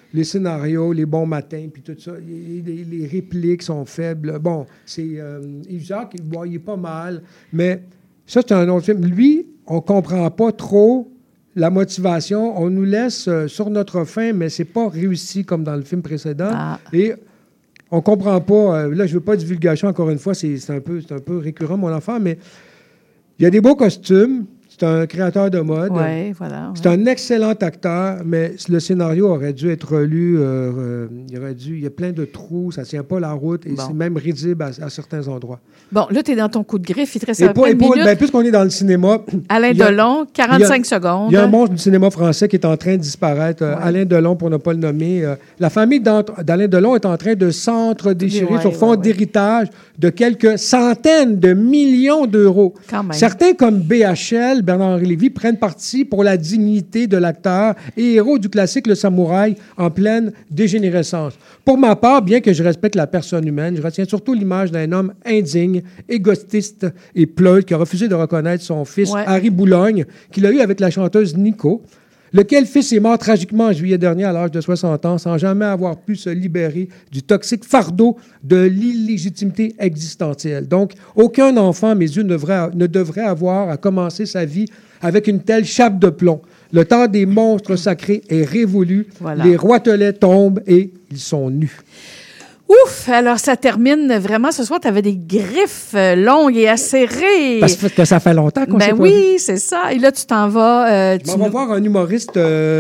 les scénarios, les bons matins, puis tout ça. Les, les, les répliques sont faibles. Bon, c'est euh, Yves Jacques, il, bon, il est pas mal, mais ça, c'est un autre film. Lui, on comprend pas trop la motivation. On nous laisse euh, sur notre faim, mais c'est pas réussi comme dans le film précédent. Ah. Et on comprend pas. Euh, là, je veux pas divulgation, encore une fois, c'est, c'est, un peu, c'est un peu récurrent, mon enfant, mais il y a des beaux costumes. C'est un créateur de mode. Ouais, voilà, ouais. C'est un excellent acteur, mais le scénario aurait dû être lu. Euh, euh, il, aurait dû, il y a plein de trous, ça ne tient pas la route et bon. C'est même risible à, à certains endroits. Bon, là, tu es dans ton coup de griffe. Il te reste et pour, et pour, ben, puisqu'on est dans le cinéma... Alain a, Delon, quarante-cinq secondes. Il y a un monstre du cinéma français qui est en train de disparaître. Ouais. Alain Delon, pour ne pas le nommer. Euh, la famille d'Alain Delon est en train de s'entre-déchirer ouais, sur fond ouais, d'héritage ouais. de quelques centaines de millions d'euros. Quand même. Certains, comme B H L, Bernard-Henri Lévy, prennent parti pour la dignité de l'acteur et héros du classique Le Samouraï en pleine dégénérescence. Pour ma part, bien que je respecte la personne humaine, je retiens surtout l'image d'un homme indigne, égotiste et pleutre qui a refusé de reconnaître son fils ouais. Harry Boulogne, qu'il a eu avec la chanteuse Nico, lequel fils est mort tragiquement en juillet dernier à l'âge de soixante ans sans jamais avoir pu se libérer du toxique fardeau de l'illégitimité existentielle. Donc, aucun enfant, à mes yeux, ne devrait, ne devrait avoir à commencer sa vie avec une telle chape de plomb. Le temps des monstres sacrés est révolu. Voilà. Les roitelets tombent et ils sont nus. Ouf! Alors, ça termine vraiment. Ce soir, tu avais des griffes longues et acérées. Parce que ça fait longtemps qu'on ben s'est pas oui, vu. c'est ça. Et là, tu t'en vas... Euh, tu on va nous... voir un humoriste,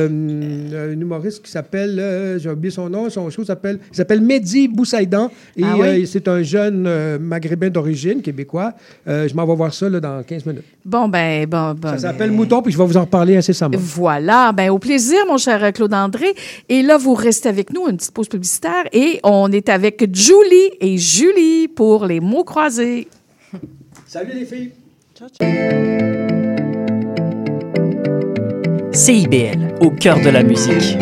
euh, un humoriste qui s'appelle... Euh, j'ai oublié son nom. Son show s'appelle... Il s'appelle Mehdi Boussaïdan. Et ah oui? euh, c'est un jeune euh, maghrébin d'origine, québécois. Euh, je m'en vais voir ça là, dans quinze minutes. Bon, ben... bon, bon Ça ben... s'appelle Mouton, puis je vais vous en reparler incessamment. Voilà. Ben, au plaisir, mon cher Claude-André. Et là, vous restez avec nous, une petite pause publicitaire. Et on est avec avec Julie et Julie pour les mots croisés. Salut les filles. Ciao, ciao. C I B L, au cœur de la musique.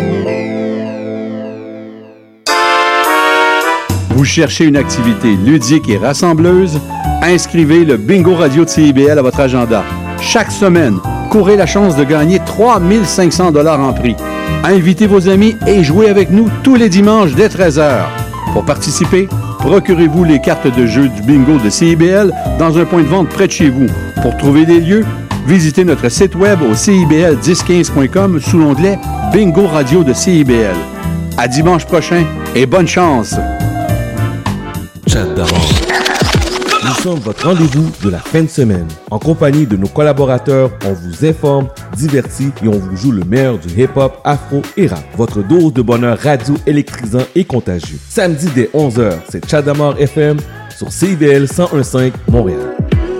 Vous cherchez une activité ludique et rassembleuse? Inscrivez le Bingo Radio de C I B L à votre agenda. Chaque semaine, courez la chance de gagner trois mille cinq cents dollars en prix. Invitez vos amis et jouez avec nous tous les dimanches dès treize heures. Pour participer, procurez-vous les cartes de jeu du bingo de C I B L dans un point de vente près de chez vous. Pour trouver des lieux, visitez notre site web au c i b l dix quinze point com sous l'onglet Bingo Radio de C I B L. À dimanche prochain et bonne chance! Chat d'avance. Nous sommes votre rendez-vous de la fin de semaine. En compagnie de nos collaborateurs, on vous informe, divertit et on vous joue le meilleur du hip-hop, afro et rap. Votre dose de bonheur radio électrisant et contagieux. Samedi dès onze heures, c'est Chadamar F M sur C I B L cent un virgule cinq Montréal.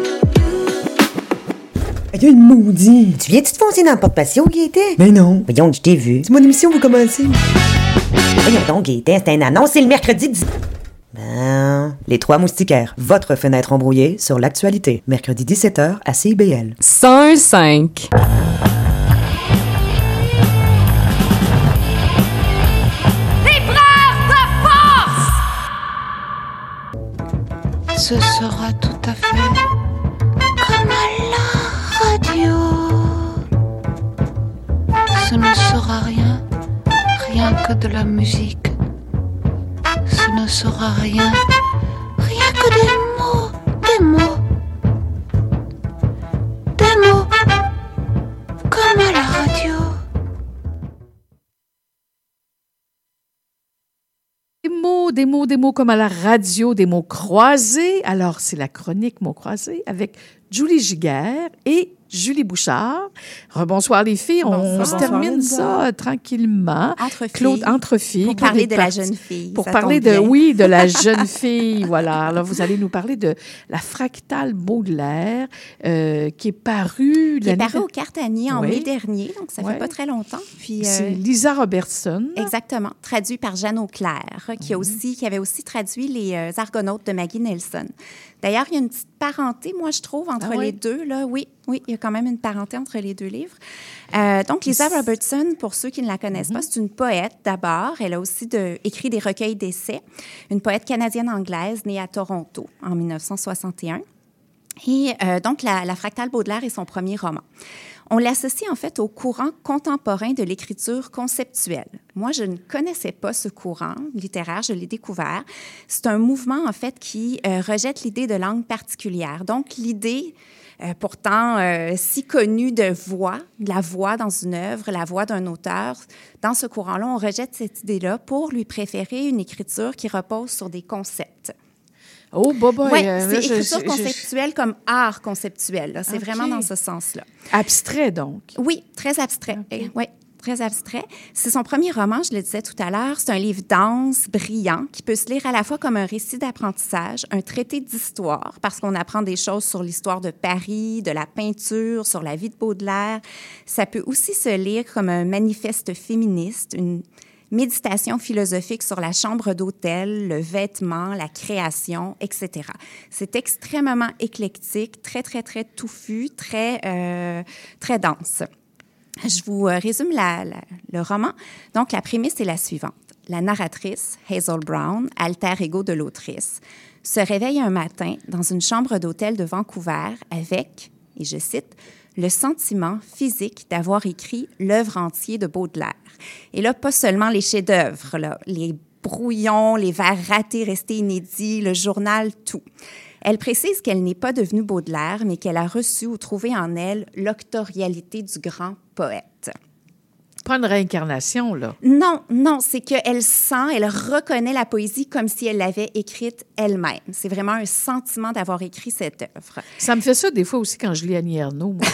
Il y a une maudite. Tu viens-tu te foncer dans le porte-patio, Gaëtan? Mais non. Voyons, je t'ai vu. C'est mon émission, vous commencez. Voyons donc, Gaëtan, c'est un annonce, c'est le mercredi dix... Ben, les Trois Moustiquaires, votre fenêtre embrouillée sur l'actualité. Mercredi dix-sept heures à C I B L. cent un virgule cinq. Libraire de force! Ce sera tout à fait comme à la radio. Ce ne sera rien, rien que de la musique. Ce ne sera rien, rien que des mots, des mots, des mots, comme à la radio. Des mots, des mots, des mots comme à la radio, des mots croisés. Alors, c'est la chronique mots croisés avec Julie Giguère et Julie Bouchard. Rebonsoir les filles. On, on se termine ça euh, tranquillement. Entre filles. Claude, entre filles. Pour Claude parler de parti, la jeune fille. Pour ça parler tombe de, bien. oui, de la jeune fille. Voilà. Alors, vous allez nous parler de la fractale Baudelaire euh, qui est parue... Qui est parue au Cartanier en oui. mai dernier, donc ça oui. fait pas très longtemps. Puis, euh, c'est Lisa Robertson. Exactement. Traduit par Jeanne Auclair, qui, a aussi, qui avait aussi traduit les euh, Argonautes de Maggie Nelson. D'ailleurs, il y a une petite parenté, moi, je trouve, entre ah, les oui? deux. Là. Oui, oui, il y a quand même une parenté entre les deux livres. Euh, donc, Lisa Robertson, pour ceux qui ne la connaissent mm-hmm. pas, c'est une poète d'abord. Elle a aussi de, écrit des recueils d'essais. Une poète canadienne-anglaise née à Toronto en dix-neuf cent soixante et un. Et euh, donc, la, la Fractale Baudelaire est son premier roman. On l'associe en fait au courant contemporain de l'écriture conceptuelle. Moi, je ne connaissais pas ce courant littéraire, je l'ai découvert. C'est un mouvement en fait qui euh, rejette l'idée de langue particulière. Donc, l'idée euh, pourtant euh, si connue de voix, de la voix dans une œuvre, la voix d'un auteur, dans ce courant-là, on rejette cette idée-là pour lui préférer une écriture qui repose sur des concepts. Oh, boboy! Oui, euh, c'est là, je- écriture je- conceptuelle comme art conceptuel. là. C'est OK. vraiment dans ce sens-là. Abstrait, donc. Oui, très abstrait. Eh, Oui, très abstrait. C'est son premier roman, je le disais tout à l'heure. C'est un livre dense, brillant, qui peut se lire à la fois comme un récit d'apprentissage, un traité d'histoire, parce qu'on apprend des choses sur l'histoire de Paris, de la peinture, sur la vie de Baudelaire. Ça peut aussi se lire comme un manifeste féministe, une méditation philosophique sur la chambre d'hôtel, le vêtement, la création, et cetera. C'est extrêmement éclectique, très, très, très touffu, très, euh, très dense. Je vous euh, résume la, la- le roman. Donc, la prémisse est la suivante. La narratrice, Hazel Brown, alter ego de l'autrice, se réveille un matin dans une chambre d'hôtel de Vancouver avec, et je cite, le sentiment physique d'avoir écrit l'œuvre entière de Baudelaire. Et là, pas seulement les chefs-d'œuvre, là, les brouillons, les vers ratés restés inédits, le journal, tout. Elle précise qu'elle n'est pas devenue Baudelaire, mais qu'elle a reçu ou trouvé en elle l'octorialité du grand poète. Pas une réincarnation, là. Non, non, c'est qu'elle sent, elle reconnaît la poésie comme si elle l'avait écrite elle-même. C'est vraiment un sentiment d'avoir écrit cette œuvre. Ça me fait ça des fois aussi quand je lis Annie Ernaux, moi.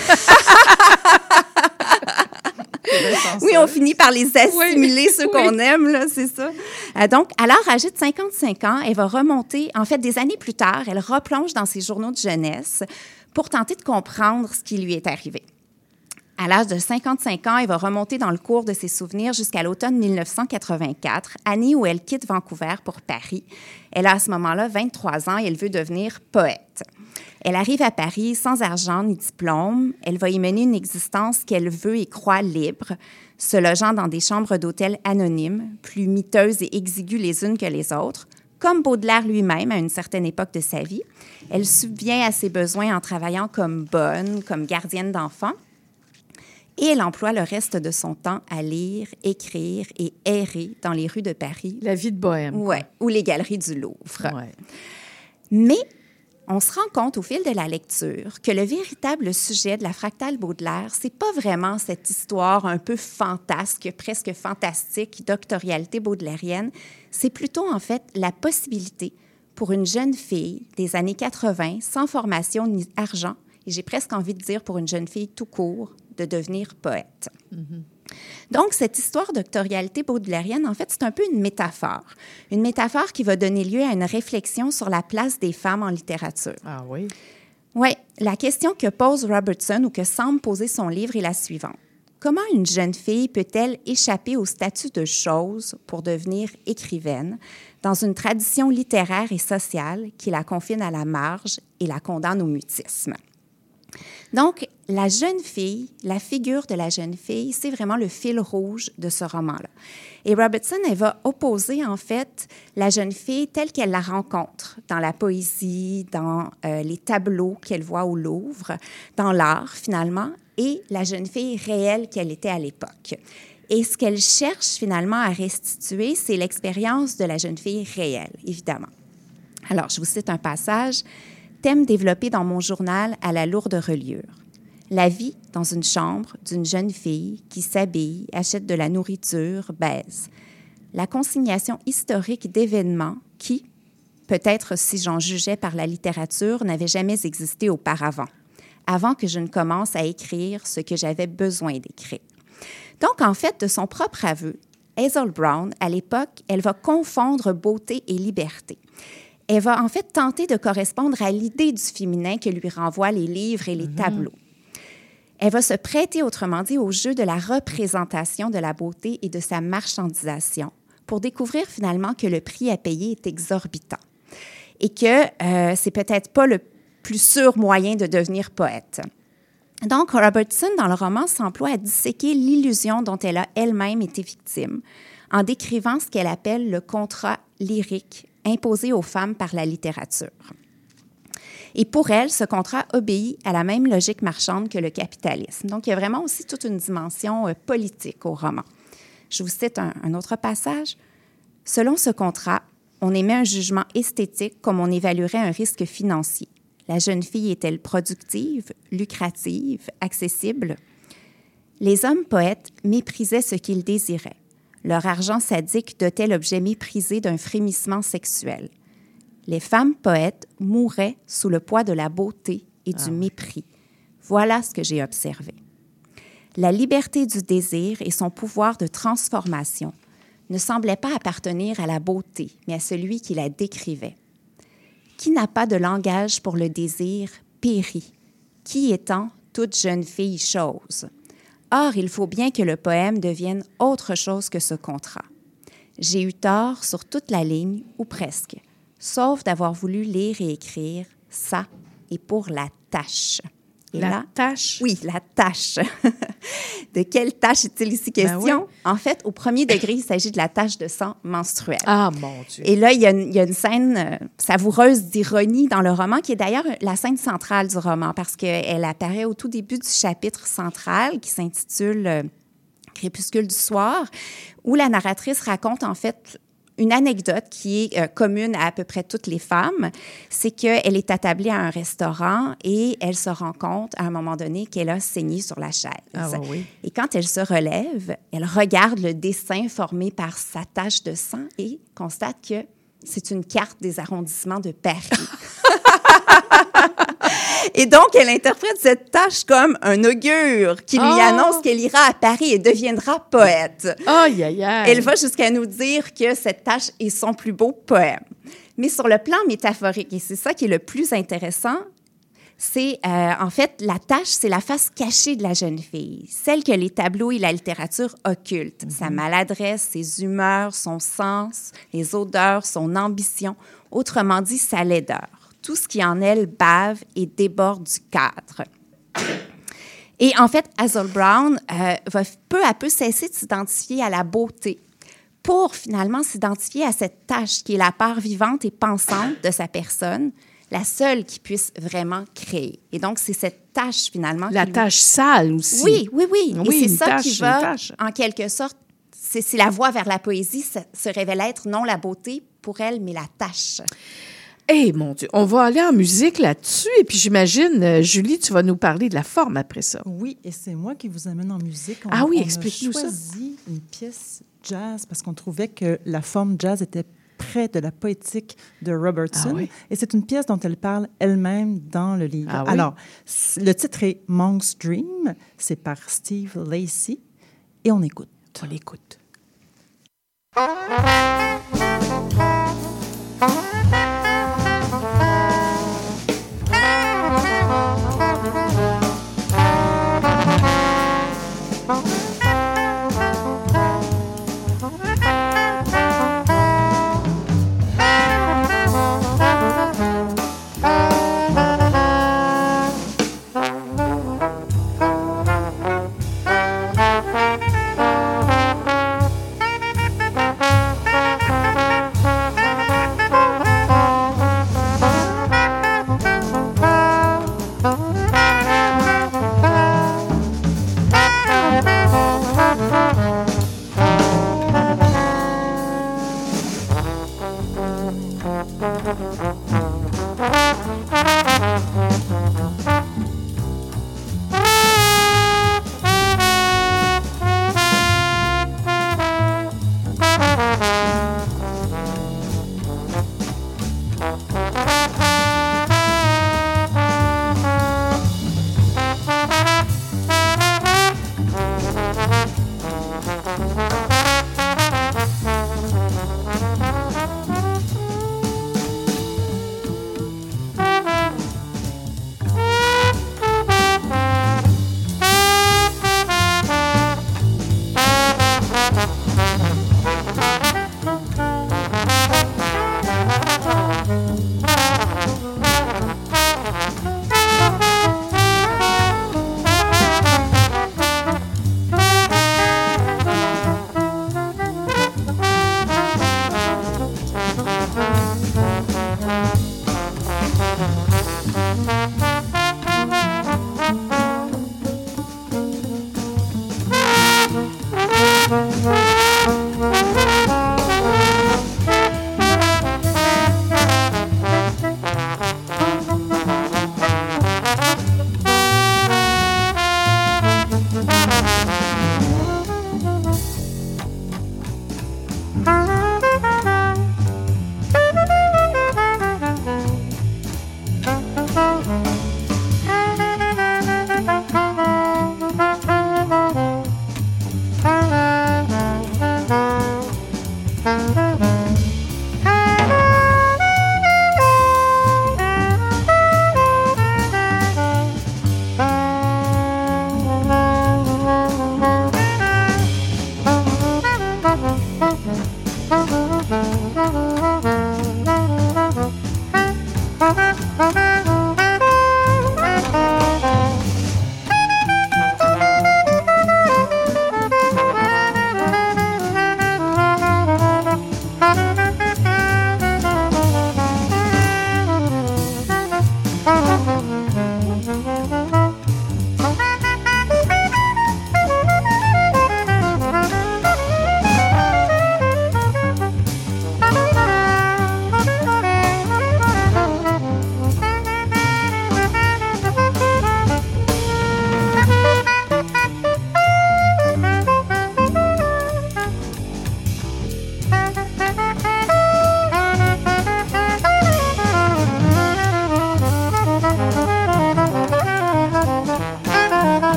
Oui, on finit par les assimiler, Oui, ceux oui. qu'on aime, là, c'est ça. Euh, donc, alors, âgée de cinquante-cinq ans, elle va remonter, en fait, des années plus tard, elle replonge dans ses journaux de jeunesse pour tenter de comprendre ce qui lui est arrivé. À l'âge de cinquante-cinq ans, elle va remonter dans le cours de ses souvenirs jusqu'à l'automne mille neuf cent quatre-vingt-quatre, année où elle quitte Vancouver pour Paris. Elle a à ce moment-là vingt-trois ans et elle veut devenir poète. Elle arrive à Paris sans argent ni diplôme. Elle va y mener une existence qu'elle veut et croit libre, se logeant dans des chambres d'hôtel anonymes, plus miteuses et exiguës les unes que les autres, comme Baudelaire lui-même à une certaine époque de sa vie. Elle subvient à ses besoins en travaillant comme bonne, comme gardienne d'enfants. Et elle emploie le reste de son temps à lire, écrire et errer dans les rues de Paris. La vie de bohème. Oui, ou les galeries du Louvre. Ouais. Mais on se rend compte au fil de la lecture que le véritable sujet de la fractale Baudelaire, c'est pas vraiment cette histoire un peu fantasque, presque fantastique d'octorialité baudelairienne. C'est plutôt en fait la possibilité pour une jeune fille des années quatre-vingt, sans formation ni argent, et j'ai presque envie de dire pour une jeune fille tout court, de devenir poète. Donc, cette histoire d'octorialité baudelairienne, en fait, c'est un peu une métaphore. Une métaphore qui va donner lieu à une réflexion sur la place des femmes en littérature. Ah oui? Oui, la question que pose Robertson ou que semble poser son livre est la suivante. Comment une jeune fille peut-elle échapper au statut de chose pour devenir écrivaine dans une tradition littéraire et sociale qui la confine à la marge et la condamne au mutisme? Donc, la jeune fille, la figure de la jeune fille, c'est vraiment le fil rouge de ce roman-là. Et Robertson, elle va opposer, en fait, la jeune fille telle qu'elle la rencontre dans la poésie, dans euh, les tableaux qu'elle voit au Louvre, dans l'art, finalement, et la jeune fille réelle qu'elle était à l'époque. Et ce qu'elle cherche, finalement, à restituer, c'est l'expérience de la jeune fille réelle, évidemment. Alors, je vous cite un passage. Thème développé dans mon journal à la lourde reliure. La vie dans une chambre d'une jeune fille qui s'habille, achète de la nourriture, baise. La consignation historique d'événements qui, peut-être si j'en jugeais par la littérature, n'avaient jamais existé auparavant, avant que je ne commence à écrire ce que j'avais besoin d'écrire. Donc, en fait, de son propre aveu, Hazel Brown, à l'époque, elle va confondre beauté et liberté. Elle va en fait tenter de correspondre à l'idée du féminin que lui renvoient les livres et les mm-hmm. tableaux. Elle va se prêter, autrement dit, au jeu de la représentation de la beauté et de sa marchandisation pour découvrir finalement que le prix à payer est exorbitant et que euh, c'est peut-être pas le plus sûr moyen de devenir poète. Donc, Robertson, dans le roman, s'emploie à disséquer l'illusion dont elle a elle-même été victime en décrivant ce qu'elle appelle le contrat lyrique imposé aux femmes par la littérature. Et pour elle, ce contrat obéit à la même logique marchande que le capitalisme. Donc, il y a vraiment aussi toute une dimension euh, politique au roman. Je vous cite un, un autre passage. « Selon ce contrat, on émet un jugement esthétique comme on évaluerait un risque financier. La jeune fille est-elle productive, lucrative, accessible? Les hommes poètes méprisaient ce qu'ils désiraient. Leur argent sadique dotait l'objet méprisé d'un frémissement sexuel. Les femmes poètes mouraient sous le poids de la beauté et du ah, mépris. Voilà ce que j'ai observé. La liberté du désir et son pouvoir de transformation ne semblaient pas appartenir à la beauté, mais à celui qui la décrivait. Qui n'a pas de langage pour le désir périt, qui étant toute jeune fille chose. Or, il faut bien que le poème devienne autre chose que ce contrat. J'ai eu tort sur toute la ligne, ou presque, sauf d'avoir voulu lire et écrire ça et pour la tâche. Et la là, tâche? Oui, la tâche. De quelle tâche est-il ici question? Ben oui. En fait, au premier degré, il s'agit de la tache de sang menstruelle. Ah, mon Dieu! Et là, il y a une, il y a une scène euh, savoureuse d'ironie dans le roman, qui est d'ailleurs la scène centrale du roman, parce qu'elle apparaît au tout début du chapitre central, qui s'intitule euh, « Crépuscule du soir », où la narratrice raconte, en fait, une anecdote qui est euh, commune à à peu près toutes les femmes, c'est qu'elle est attablée à un restaurant et elle se rend compte à un moment donné qu'elle a saigné sur la chaise. Ah, oui. Et quand elle se relève, elle regarde le dessin formé par sa tache de sang et constate que c'est une carte des arrondissements de Paris. Et donc, elle interprète cette tâche comme un augure qui lui oh. annonce qu'elle ira à Paris et deviendra poète. Aïe, aïe, aïe. Elle va jusqu'à nous dire que cette tâche est son plus beau poème. Mais sur le plan métaphorique, et c'est ça qui est le plus intéressant, c'est, euh, en fait, la tâche, c'est la face cachée de la jeune fille, celle que les tableaux et la littérature occultent. Mm-hmm. Sa maladresse, ses humeurs, son sens, les odeurs, son ambition, autrement dit, sa laideur. Tout ce qui en elle bave et déborde du cadre. Et en fait, Hazel Brown euh, va peu à peu cesser de s'identifier à la beauté pour finalement s'identifier à cette tâche qui est la part vivante et pensante de sa personne, la seule qui puisse vraiment créer. Et donc, c'est cette tâche finalement... La qui tâche lui... sale aussi. Oui, oui, oui. oui et c'est ça tâche, qui va, en quelque sorte, c'est, c'est la voie vers la poésie, ça se révèle être non la beauté pour elle, mais la tâche. Eh, hey, mon Dieu, on va aller en musique là-dessus. Et puis, j'imagine, euh, Julie, tu vas nous parler de la forme après ça. Oui, et c'est moi qui vous amène en musique. On, ah oui, on explique-nous ça. On a choisi une pièce jazz parce qu'on trouvait que la forme jazz était près de la poétique de Robertson. Ah oui. Et c'est une pièce dont elle parle elle-même dans le livre. Ah oui? Alors, le titre est « Monk's Dream ». C'est par Steve Lacy. Et on écoute. On l'écoute. Bye.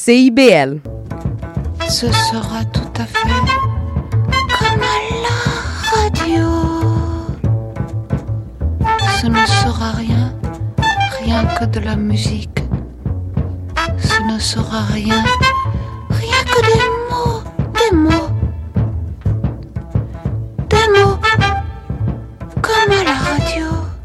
C I B L. Ce sera tout à fait comme à la radio. Ce ne sera rien, rien que de la musique. Ce ne sera rien, rien que des mots, des mots, des mots, comme à la radio.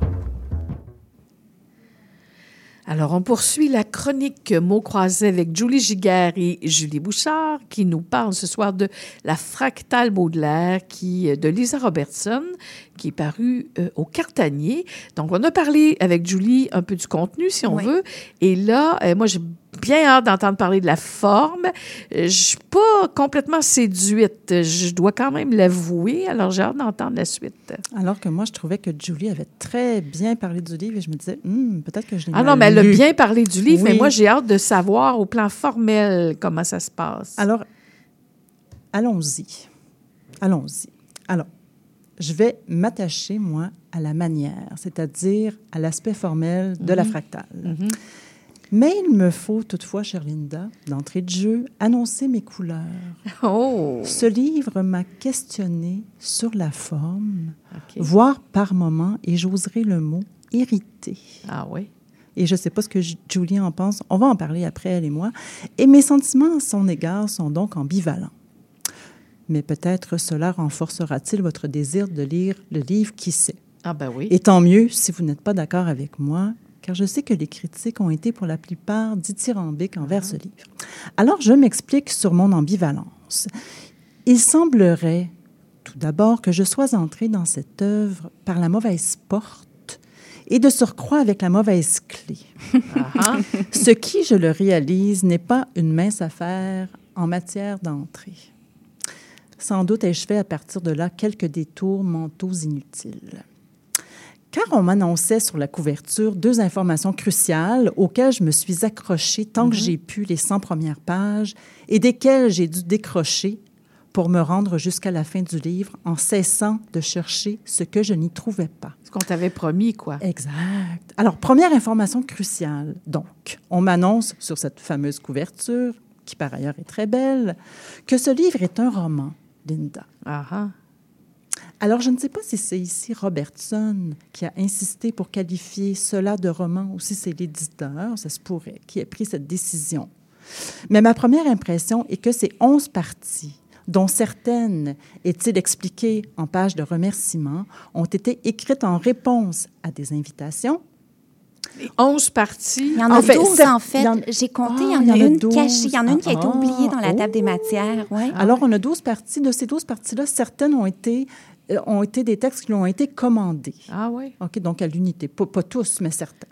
Alors, on poursuit la chronique mots croisés avec Julie Giguère et Julie Bouchard qui nous parlent ce soir de La Fractale Baudelaire qui, de Lisa Robertson, qui est parue euh, au Cartanier. Donc, on a parlé avec Julie un peu du contenu, si on Oui. veut. Et là, euh, moi, j'ai bien hâte d'entendre parler de la forme. Euh, Je suis pas complètement séduite, je dois quand même l'avouer. Alors, j'ai hâte d'entendre la suite. Alors que moi, je trouvais que Julie avait très bien parlé du livre et je me disais, Hum, peut-être que je l'ai Ah mal non, mais elle a lu. bien parlé du livre, Oui. mais moi, j'ai hâte de savoir au plan formel comment ça se passe. Alors, allons-y. Allons-y. Alors, je vais m'attacher, moi, à la manière, c'est-à-dire à l'aspect formel de la Mhm. fractale. Mhm. Mais il me faut toutefois, chère Linda, d'entrée de jeu, annoncer mes couleurs. Oh! Ce livre m'a questionné sur la forme, OK. voire par moments, et j'oserais le mot, irrité. Ah oui? Et je ne sais pas ce que J- Julie en pense. On va en parler après, elle et moi. Et mes sentiments à son égard sont donc ambivalents. Mais peut-être cela renforcera-t-il votre désir de lire le livre, qui sait. Ah ben oui. Et tant mieux si vous n'êtes pas d'accord avec moi, car je sais que les critiques ont été pour la plupart dithyrambiques envers ce livre. Alors, je m'explique sur mon ambivalence. Il semblerait, tout d'abord, que je sois entrée dans cette œuvre par la mauvaise porte et de surcroît avec la mauvaise clé. Ah-ha. Ce qui, je le réalise, n'est pas une mince affaire en matière d'entrée. Sans doute ai-je fait à partir de là quelques détours mentaux inutiles. Car on m'annonçait sur la couverture deux informations cruciales auxquelles je me suis accrochée tant que Mhm. j'ai pu les cent premières pages et desquelles j'ai dû décrocher pour me rendre jusqu'à la fin du livre en cessant de chercher ce que je n'y trouvais pas. Ce qu'on t'avait promis, quoi. Exact. Alors, première information cruciale. Donc, on m'annonce sur cette fameuse couverture, qui par ailleurs est très belle, que ce livre est un roman, Linda. Ah ah. Alors, je ne sais pas si c'est ici Robertson qui a insisté pour qualifier cela de roman ou si c'est l'éditeur, ça se pourrait, qui a pris cette décision. Mais ma première impression est que ces onze parties, dont certaines, est-il expliqué en pages de remerciements, ont été écrites en réponse à des invitations. Onze parties. Il y en a En fait, douze, sept- en fait. il y en- J'ai compté, Ah, il y en il y a en a une douze. cachée. Il y en a une qui a été Ah, oubliée dans la table des oh. matières. Ouais. Alors, on a douze parties. De ces douze parties-là, certaines ont été, euh, ont été des textes qui ont été commandés. Ah oui? OK, donc à l'unité. Pas, pas tous, mais certains.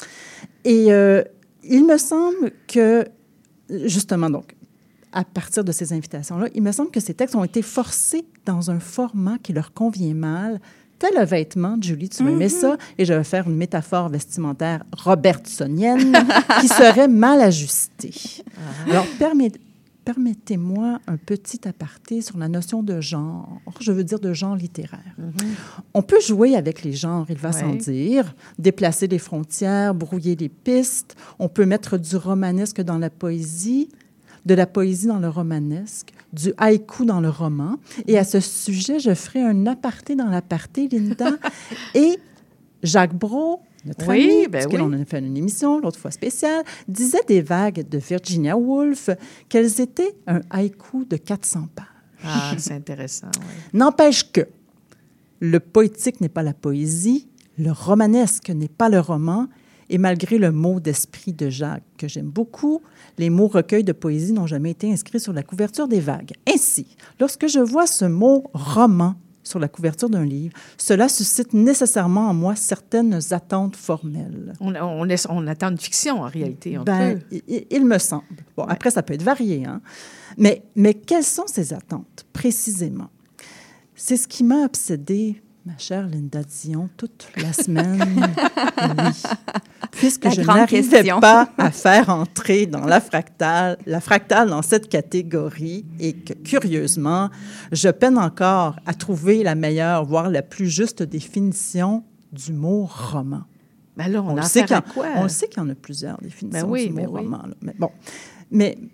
Et euh, il me semble que, justement, donc, à partir de ces invitations-là, il me semble que ces textes ont été forcés dans un format qui leur convient mal, tel un vêtement, Julie, tu vas aimer Mm-hmm. ça, et je vais faire une métaphore vestimentaire robertsonienne qui serait mal ajustée. Alors, permet- permettez-moi un petit aparté sur la notion de genre, je veux dire de genre littéraire. On peut jouer avec les genres, il va Ouais. sans dire, déplacer les frontières, brouiller les pistes, on peut mettre du romanesque dans la poésie, de la poésie dans le romanesque, du haïku dans le roman. Et à ce sujet, je ferai un aparté dans l'aparté, Linda. Et Jacques Brault, notre Oui, ami, ben parce oui. qu'on en a fait une émission, l'autre fois spéciale, disait des vagues de Virginia Woolf qu'elles étaient un haïku de quatre cents pages. Ah, c'est intéressant, oui. N'empêche que le poétique n'est pas la poésie, le romanesque n'est pas le roman, et malgré le mot d'esprit de Jacques, que j'aime beaucoup, les mots recueils de poésie n'ont jamais été inscrits sur la couverture des vagues. Ainsi, lorsque je vois ce mot « roman » sur la couverture d'un livre, cela suscite nécessairement en moi certaines attentes formelles. On, on, laisse, on attend une fiction, en réalité. Un Ben, peu. il, il me semble. Bon, après, ça peut être varié, hein? Mais, mais quelles sont ces attentes, précisément? C'est ce qui m'a obsédée, ma chère Linda Dion, toute la semaine. Oui. Puisque La je grande n'arrivais question. pas à faire entrer dans la fractale, la fractale dans cette catégorie et que, curieusement, je peine encore à trouver la meilleure, voire la plus juste définition du mot roman. Ben là, on, On en le sait sait qu'il y à en- quoi? on le sait qu'il y en a plusieurs définitions Ben oui, du mot ben oui. roman. là. Mais bon, mais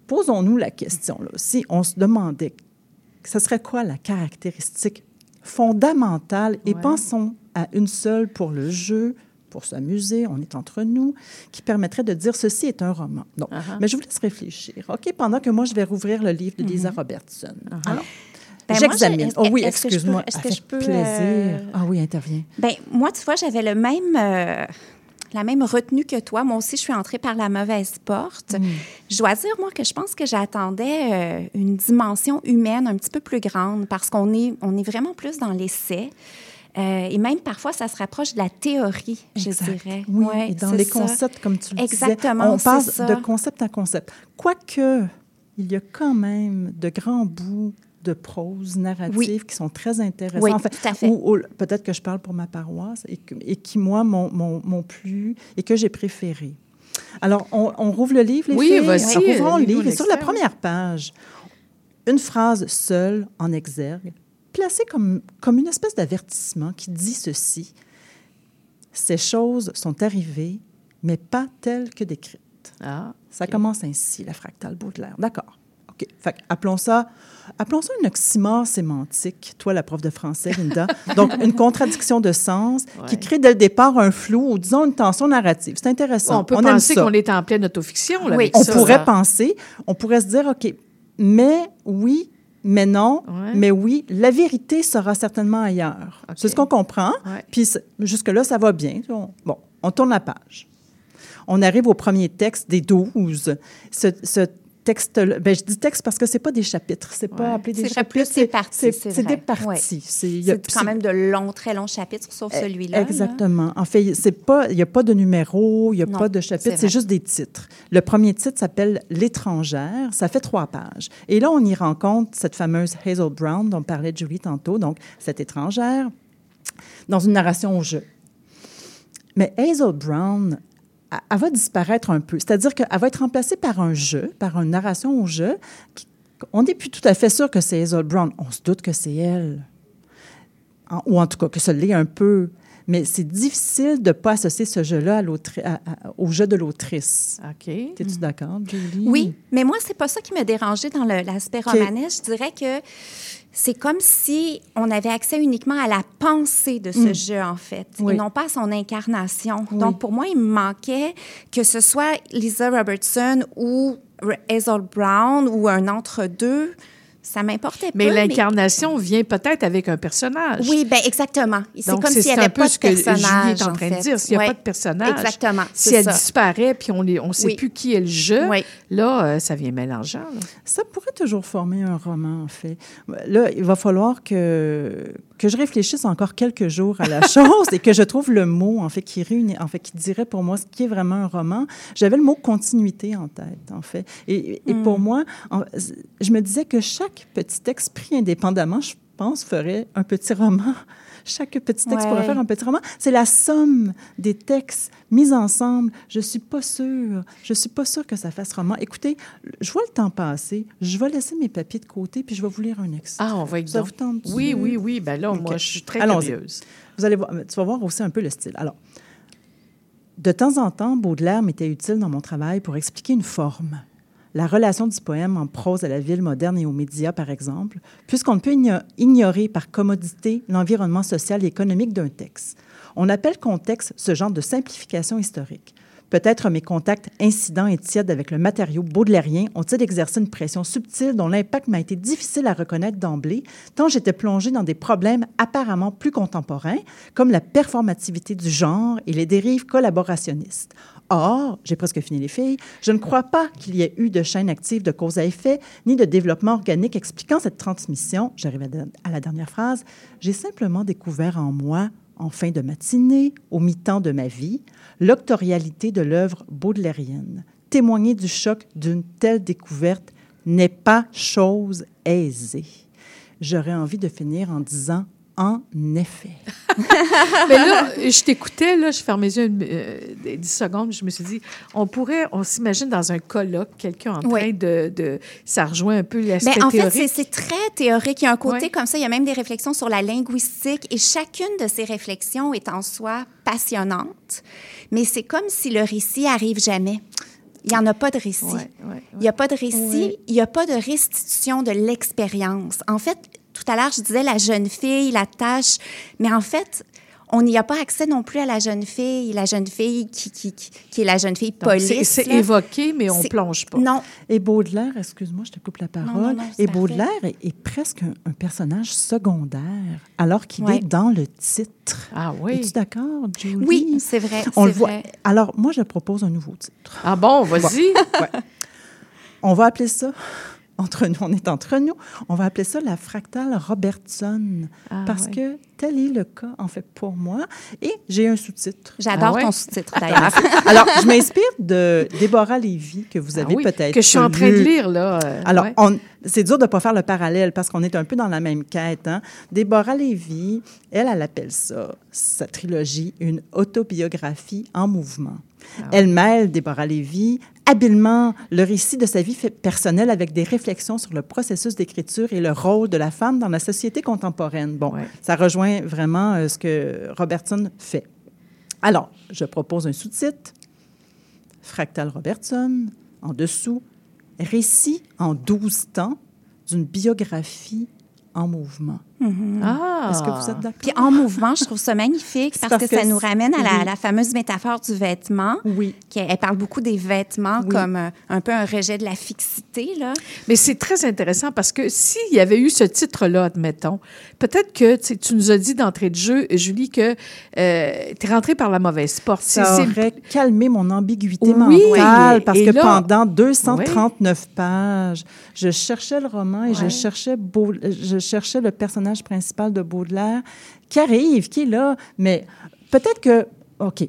posons-nous la question, là, si on se demandait, ce serait quoi la caractéristique fondamentale, et Ouais. pensons à une seule pour le jeu, pour s'amuser, on est entre nous, qui permettrait de dire ceci est un roman. Donc, Uh-huh. mais je vous laisse réfléchir, OK, pendant que moi, je vais rouvrir le livre de Lisa Mhm. Robertson. Uh-huh. Alors, Ben, moi, j'examine. je- Oh oui, est-ce que je excuse-moi. peux- est-ce ça que fait je peux, plaisir. euh, Ah oui, interviens. Ben moi, tu vois, j'avais le même, euh, la même retenue que toi. Moi aussi, je suis entrée par la mauvaise porte. Mm. Je dois dire, moi, que je pense que j'attendais euh, une dimension humaine un petit peu plus grande parce qu'on est, on est vraiment plus dans l'essai. Euh, et même parfois, ça se rapproche de la théorie, je Exact. dirais. Oui, Ouais, et dans c'est les ça. concepts, comme tu le Exactement, disais, on c'est passe ça. de concept à concept. Quoique, il y a quand même de grands bouts de prose narrative Oui. qui sont très intéressants. Oui, Enfin, tout à fait. Ou, ou peut-être que je parle pour ma paroisse et, que- et qui, moi, m'ont, m'ont, m'ont plu et que j'ai préféré. Alors, on, on rouvre le livre, les Oui, filles? vas-y, Alors, ouvrons le lis-nous livre. Et sur la l'extrait, première page, une phrase seule en exergue, placée comme, comme une espèce d'avertissement qui dit ceci. Ces choses sont arrivées, mais pas telles que décrites. Ah, Ça commence ainsi, la fractale Baudelaire. D'accord. OK. Fait que appelons ça, appelons ça un oxymore sémantique, toi, la prof de français, Linda. Donc, une contradiction de sens Ouais. qui crée dès le départ un flou ou, disons, une tension narrative. C'est intéressant. On peut aime penser ça. qu'on est en pleine autofiction. Là, Oui. avec On ça, pourrait ça. penser, on pourrait se dire, OK, mais oui, mais non, Ouais. mais oui, la vérité sera certainement ailleurs. OK. C'est ce qu'on comprend. Ouais. Puis c'est- jusque-là, ça va bien. On- bon, on tourne la page. On arrive au premier texte des douze. Ce, ce texte, ben je dis texte parce que c'est pas des chapitres, c'est pas Ouais. appelé des C'est chapitres. plus des parties, c'est, c'est c'est vrai. des parties. Ouais. C'est, il y a- C'est quand même de longs, très longs chapitres, sauf Eh, celui-là. là. Exactement. En fait, c'est pas, il n'y a pas de numéro, il n'y a Non, pas de c'est chapitre, vrai. c'est juste des titres. Le premier titre s'appelle L'étrangère. Ça fait trois pages. Et là, on y rencontre cette fameuse Hazel Brown dont parlait Julie tantôt, donc cette étrangère, dans une narration au jeu. Mais Hazel Brown, elle- elle va disparaître un peu. C'est-à-dire qu'elle va être remplacée par un jeu, par une narration au jeu. Qui- on n'est plus tout à fait sûr que c'est Hazel Brown. On se doute que c'est elle. En- ou en tout cas que ça l'est un peu. Mais c'est difficile de ne pas associer ce jeu-là à l'autri- à- à- au jeu de l'autrice. OK. Es-tu d'accord, Julie? Oui, mais moi, c'est pas ça qui m'a dérangé dans le- l'aspect OK. romanesque. Je dirais que c'est comme si on avait accès uniquement à la pensée de ce Mm. jeu, en fait, Oui. et non pas à son incarnation. Oui. Donc, pour moi, il me manquait que ce soit Lisa Robertson ou Hazel Brown ou un entre-deux. Ça m'importait Mais pas. l'incarnation vient peut-être avec un personnage. Oui, bien, exactement. C'est Donc, comme c'est s'il n'y un avait peu pas ce de que personnage. Julie est en en train de fait. dire. S'il n'y a Ouais. pas de personnage, Exactement. si c'est elle ça. disparaît puis on ne sait Oui. plus qui est le jeu, Oui. là, euh, ça vient mélangeant. là. Ça pourrait toujours former un roman, en fait. Là, il va falloir que, que je réfléchisse encore quelques jours à la chose et que je trouve le mot, en fait, qui réunit, en fait, qui dirait pour moi ce qui est vraiment un roman. J'avais le mot continuité en tête, en fait. Et, et Mm. pour moi, en- je me disais que chaque petit texte pris indépendamment, je pense, ferait un petit roman. Chaque petit texte Ouais. pourrait faire un petit roman. C'est la somme des textes mis ensemble. Je suis pas sûre. Je suis pas sûre que ça fasse roman. Écoutez, je vois le temps passer. Je vais laisser mes papiers de côté puis je vais vous lire un extrait. Ah, on va Ça donc. vous tente? Oui, oui, oui. Ben là, OK. moi, je suis très Allons-y. curieuse. Vous allez voir, tu vas voir aussi un peu le style. Alors, de temps en temps, Baudelaire m'était utile dans mon travail pour expliquer une forme. La relation du poème en prose à la ville moderne et aux médias, par exemple, puisqu'on ne peut igno- ignorer par commodité l'environnement social et économique d'un texte. On appelle contexte ce genre de simplification historique. Peut-être mes contacts incidents et tièdes avec le matériau baudelairien ont-ils exercé une pression subtile dont l'impact m'a été difficile à reconnaître d'emblée, tant j'étais plongée dans des problèmes apparemment plus contemporains, comme la performativité du genre et les dérives collaborationnistes. Or, j'ai presque fini les filles, je ne crois pas qu'il y ait eu de chaîne active de cause à effet, ni de développement organique expliquant cette transmission. J'arrive à, de- à la dernière phrase. J'ai simplement découvert en moi, en fin de matinée, au mi-temps de ma vie, l'octorialité de l'œuvre baudelairienne. Témoigner du choc d'une telle découverte n'est pas chose aisée. J'aurais envie de finir en disant « en effet ». Mais là, je t'écoutais, là, je fermais les yeux une, euh, dix secondes, je me suis dit, on pourrait, on s'imagine dans un colloque, quelqu'un en train Oui. de, de... Ça rejoint un peu l'aspect Ben, en fait, théorique. c'est, c'est très théorique. Il y a un côté Ouais. comme ça. Il y a même des réflexions sur la linguistique. Et chacune de ces réflexions est en soi passionnante. Mais c'est comme si le récit arrive jamais. Il n'y en a pas de récit. Ouais, ouais, Il n'y a pas de récit, Oui. il n'y a pas de restitution de l'expérience. En fait, tout à l'heure, je disais la jeune fille, la tâche, mais en fait, on n'y a pas accès non plus à la jeune fille, la jeune fille qui, qui, qui, qui est la jeune fille Donc, police. c'est- c'est là. évoqué, mais on C'est- plonge pas. Non. Et Baudelaire, excuse-moi, je te coupe la parole. Non, non, non, c'est et parfait. Baudelaire est, est presque un, un personnage secondaire, alors qu'il Ouais. est dans le titre. Ah oui. Es-tu d'accord, Julie? Oui, c'est vrai, On c'est le voit. vrai. Alors, moi, je propose un nouveau titre. Ah bon, vas-y. Bon. Ouais. On va appeler ça, entre nous, on est entre nous, on va appeler ça la fractale Robertson. Ah, parce ouais. que tel est le cas, en fait, pour moi. Et j'ai un sous-titre. J'adore Ah ouais? ton sous-titre, d'ailleurs. Alors, je m'inspire de Déborah Lévy, que vous Ah avez oui, peut-être que je suis en train de lu. lire, là. euh, Alors, ouais. on, c'est dur de ne pas faire le parallèle parce qu'on est un peu dans la même quête. Hein? Déborah Lévy, elle, elle appelle ça, sa trilogie, une autobiographie en mouvement. Ah. Elle mêle, Déborah Lévy, habilement le récit de sa vie fait- personnelle avec des réflexions sur le processus d'écriture et le rôle de la femme dans la société contemporaine. Bon, Ouais. ça rejoint vraiment euh, ce que Robertson fait. Alors, je propose un sous-titre. Fractal Robertson, en dessous, récit en douze temps d'une biographie en mouvement. Ah. Est-ce que vous êtes d'accord? Puis en mouvement, je trouve ça magnifique parce, parce que, que ça nous ramène à la, oui. la fameuse métaphore du vêtement. Oui. Qui, elle parle beaucoup des vêtements Oui. comme euh, un peu un rejet de la fixité, là. Mais c'est très intéressant parce que s'il y avait eu ce titre-là, admettons, peut-être que tu sais, tu nous as dit d'entrée de jeu, Julie, que euh, tu es rentrée par la mauvaise porte. Ça C'est- c'est- aurait calmé mon ambiguïté Oui, mentale et- parce et que là- pendant deux cent trente-neuf pages, je cherchais le roman et je, Ouais. cherchais Beau- je cherchais le personnage principal de Baudelaire qui arrive, qui est là. Mais peut-être que... OK.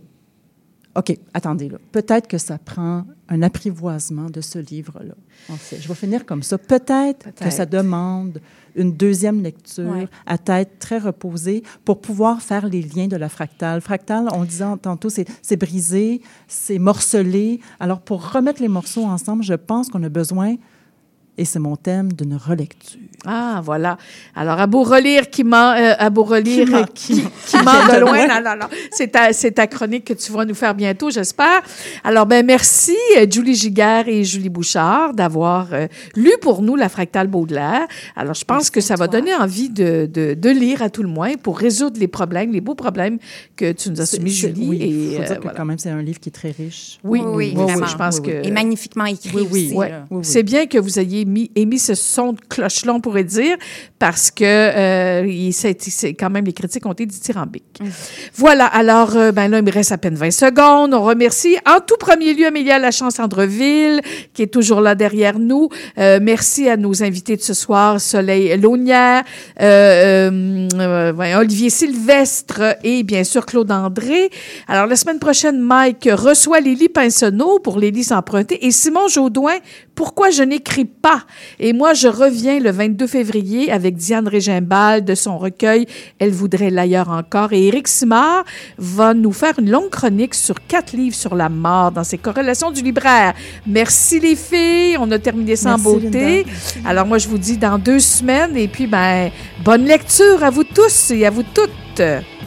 OK, attendez là. Peut-être que ça prend un apprivoisement de ce livre-là. En fait, je vais finir comme ça. Peut-être que Peut-être. ça demande une deuxième lecture Ouais. à tête très reposée pour pouvoir faire les liens de la fractale. Fractale, on le disait tantôt, c'est, c'est brisé, c'est morcelé. Alors, pour remettre les morceaux ensemble, je pense qu'on a besoin, et c'est mon thème, d'une relecture. Ah, voilà. Alors, à beau relire, qui ment, euh, à beau relire, Qui ment. euh, qui, qui ment de loin. Non, non, non. C'est ta, c'est ta chronique que tu vas nous faire bientôt, j'espère. Alors, ben merci, euh, Julie Giguère et Julie Bouchard, d'avoir euh, lu pour nous la fractale Baudelaire. Alors, je pense Merci que ça à va toi. donner envie de, de, de lire à tout le moins pour résoudre les problèmes, les beaux problèmes que tu nous as soumis, C'est- c'est- Julie. Oui, il et, faut euh, dire que voilà. quand même, c'est un livre qui est très riche. Oui, Oui, oui, oui, vraiment. je pense Oui, que... oui. Et magnifiquement écrit Oui, oui, aussi. Ouais. là. Oui, oui. C'est bien que vous ayez mis, émis ce son de cloche-là, on pourrait dire, parce que euh, il- c'est, c'est quand même, les critiques ont été dithyrambiques. Voilà, alors, euh, ben là, il me reste à peine vingt secondes. On remercie en tout premier lieu Amélia Lachance-Andreville, qui est toujours là derrière nous. Euh, merci à nos invités de ce soir, Soleil Launière, euh, euh, euh, ouais, Olivier Sylvestre et bien sûr Claude André. Alors, la semaine prochaine, Mike reçoit Lily Pinsonneau pour Lily s'emprunter et Simon Jaudoin, Pourquoi je n'écris pas? Et moi, je reviens le vingt-deux février avec Diane Régimbal de son recueil Elle voudrait l'ailleurs encore. Et Éric Simard va nous faire une longue chronique sur quatre livres sur la mort dans ses corrélations du libraire. Merci les filles, on a terminé ça en Merci, beauté. Linda. Alors moi, je vous dis dans deux semaines et puis ben bonne lecture à vous tous et à vous toutes.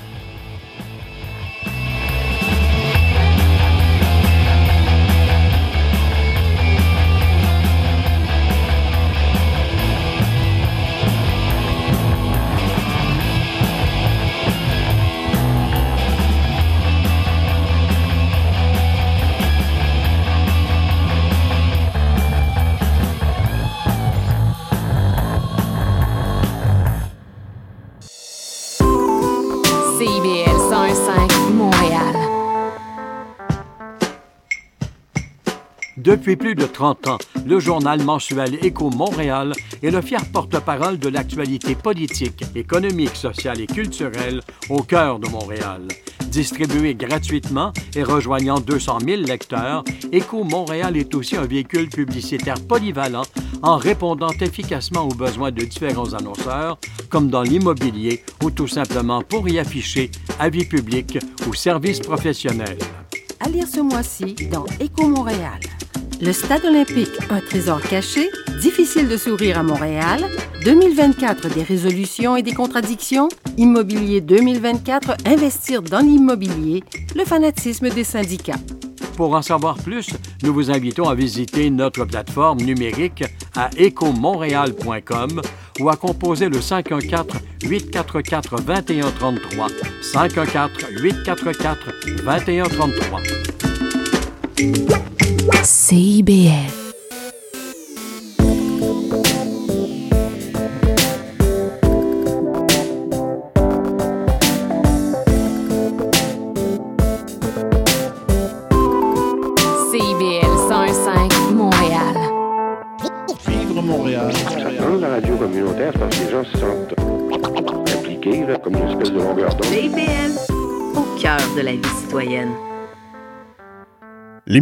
C I B L cent un virgule cinq Montréal. Depuis plus de trente ans, le journal mensuel Écho Montréal est le fier porte-parole de l'actualité politique, économique, sociale et culturelle au cœur de Montréal. Distribué gratuitement et rejoignant deux cent mille lecteurs, Écho Montréal est aussi un véhicule publicitaire polyvalent en répondant efficacement aux besoins de différents annonceurs, comme dans l'immobilier ou tout simplement pour y afficher avis publics ou services professionnels. À lire ce mois-ci dans Écho Montréal. Le Stade olympique, un trésor caché, difficile de sourire à Montréal, deux mille vingt-quatre, des résolutions et des contradictions, Immobilier deux mille vingt-quatre, investir dans l'immobilier, le fanatisme des syndicats. Pour en savoir plus, nous vous invitons à visiter notre plateforme numérique à éco montréal point com ou à composer le cinq un quatre, huit quatre quatre, deux un trois trois. cinq un quatre, huit quatre quatre, deux un trois trois. C I B L. La radio communautaire, c'est parce que les gens se sentent impliqués, là, comme une espèce de longueur d'onde. C I B L, au cœur de la vie citoyenne.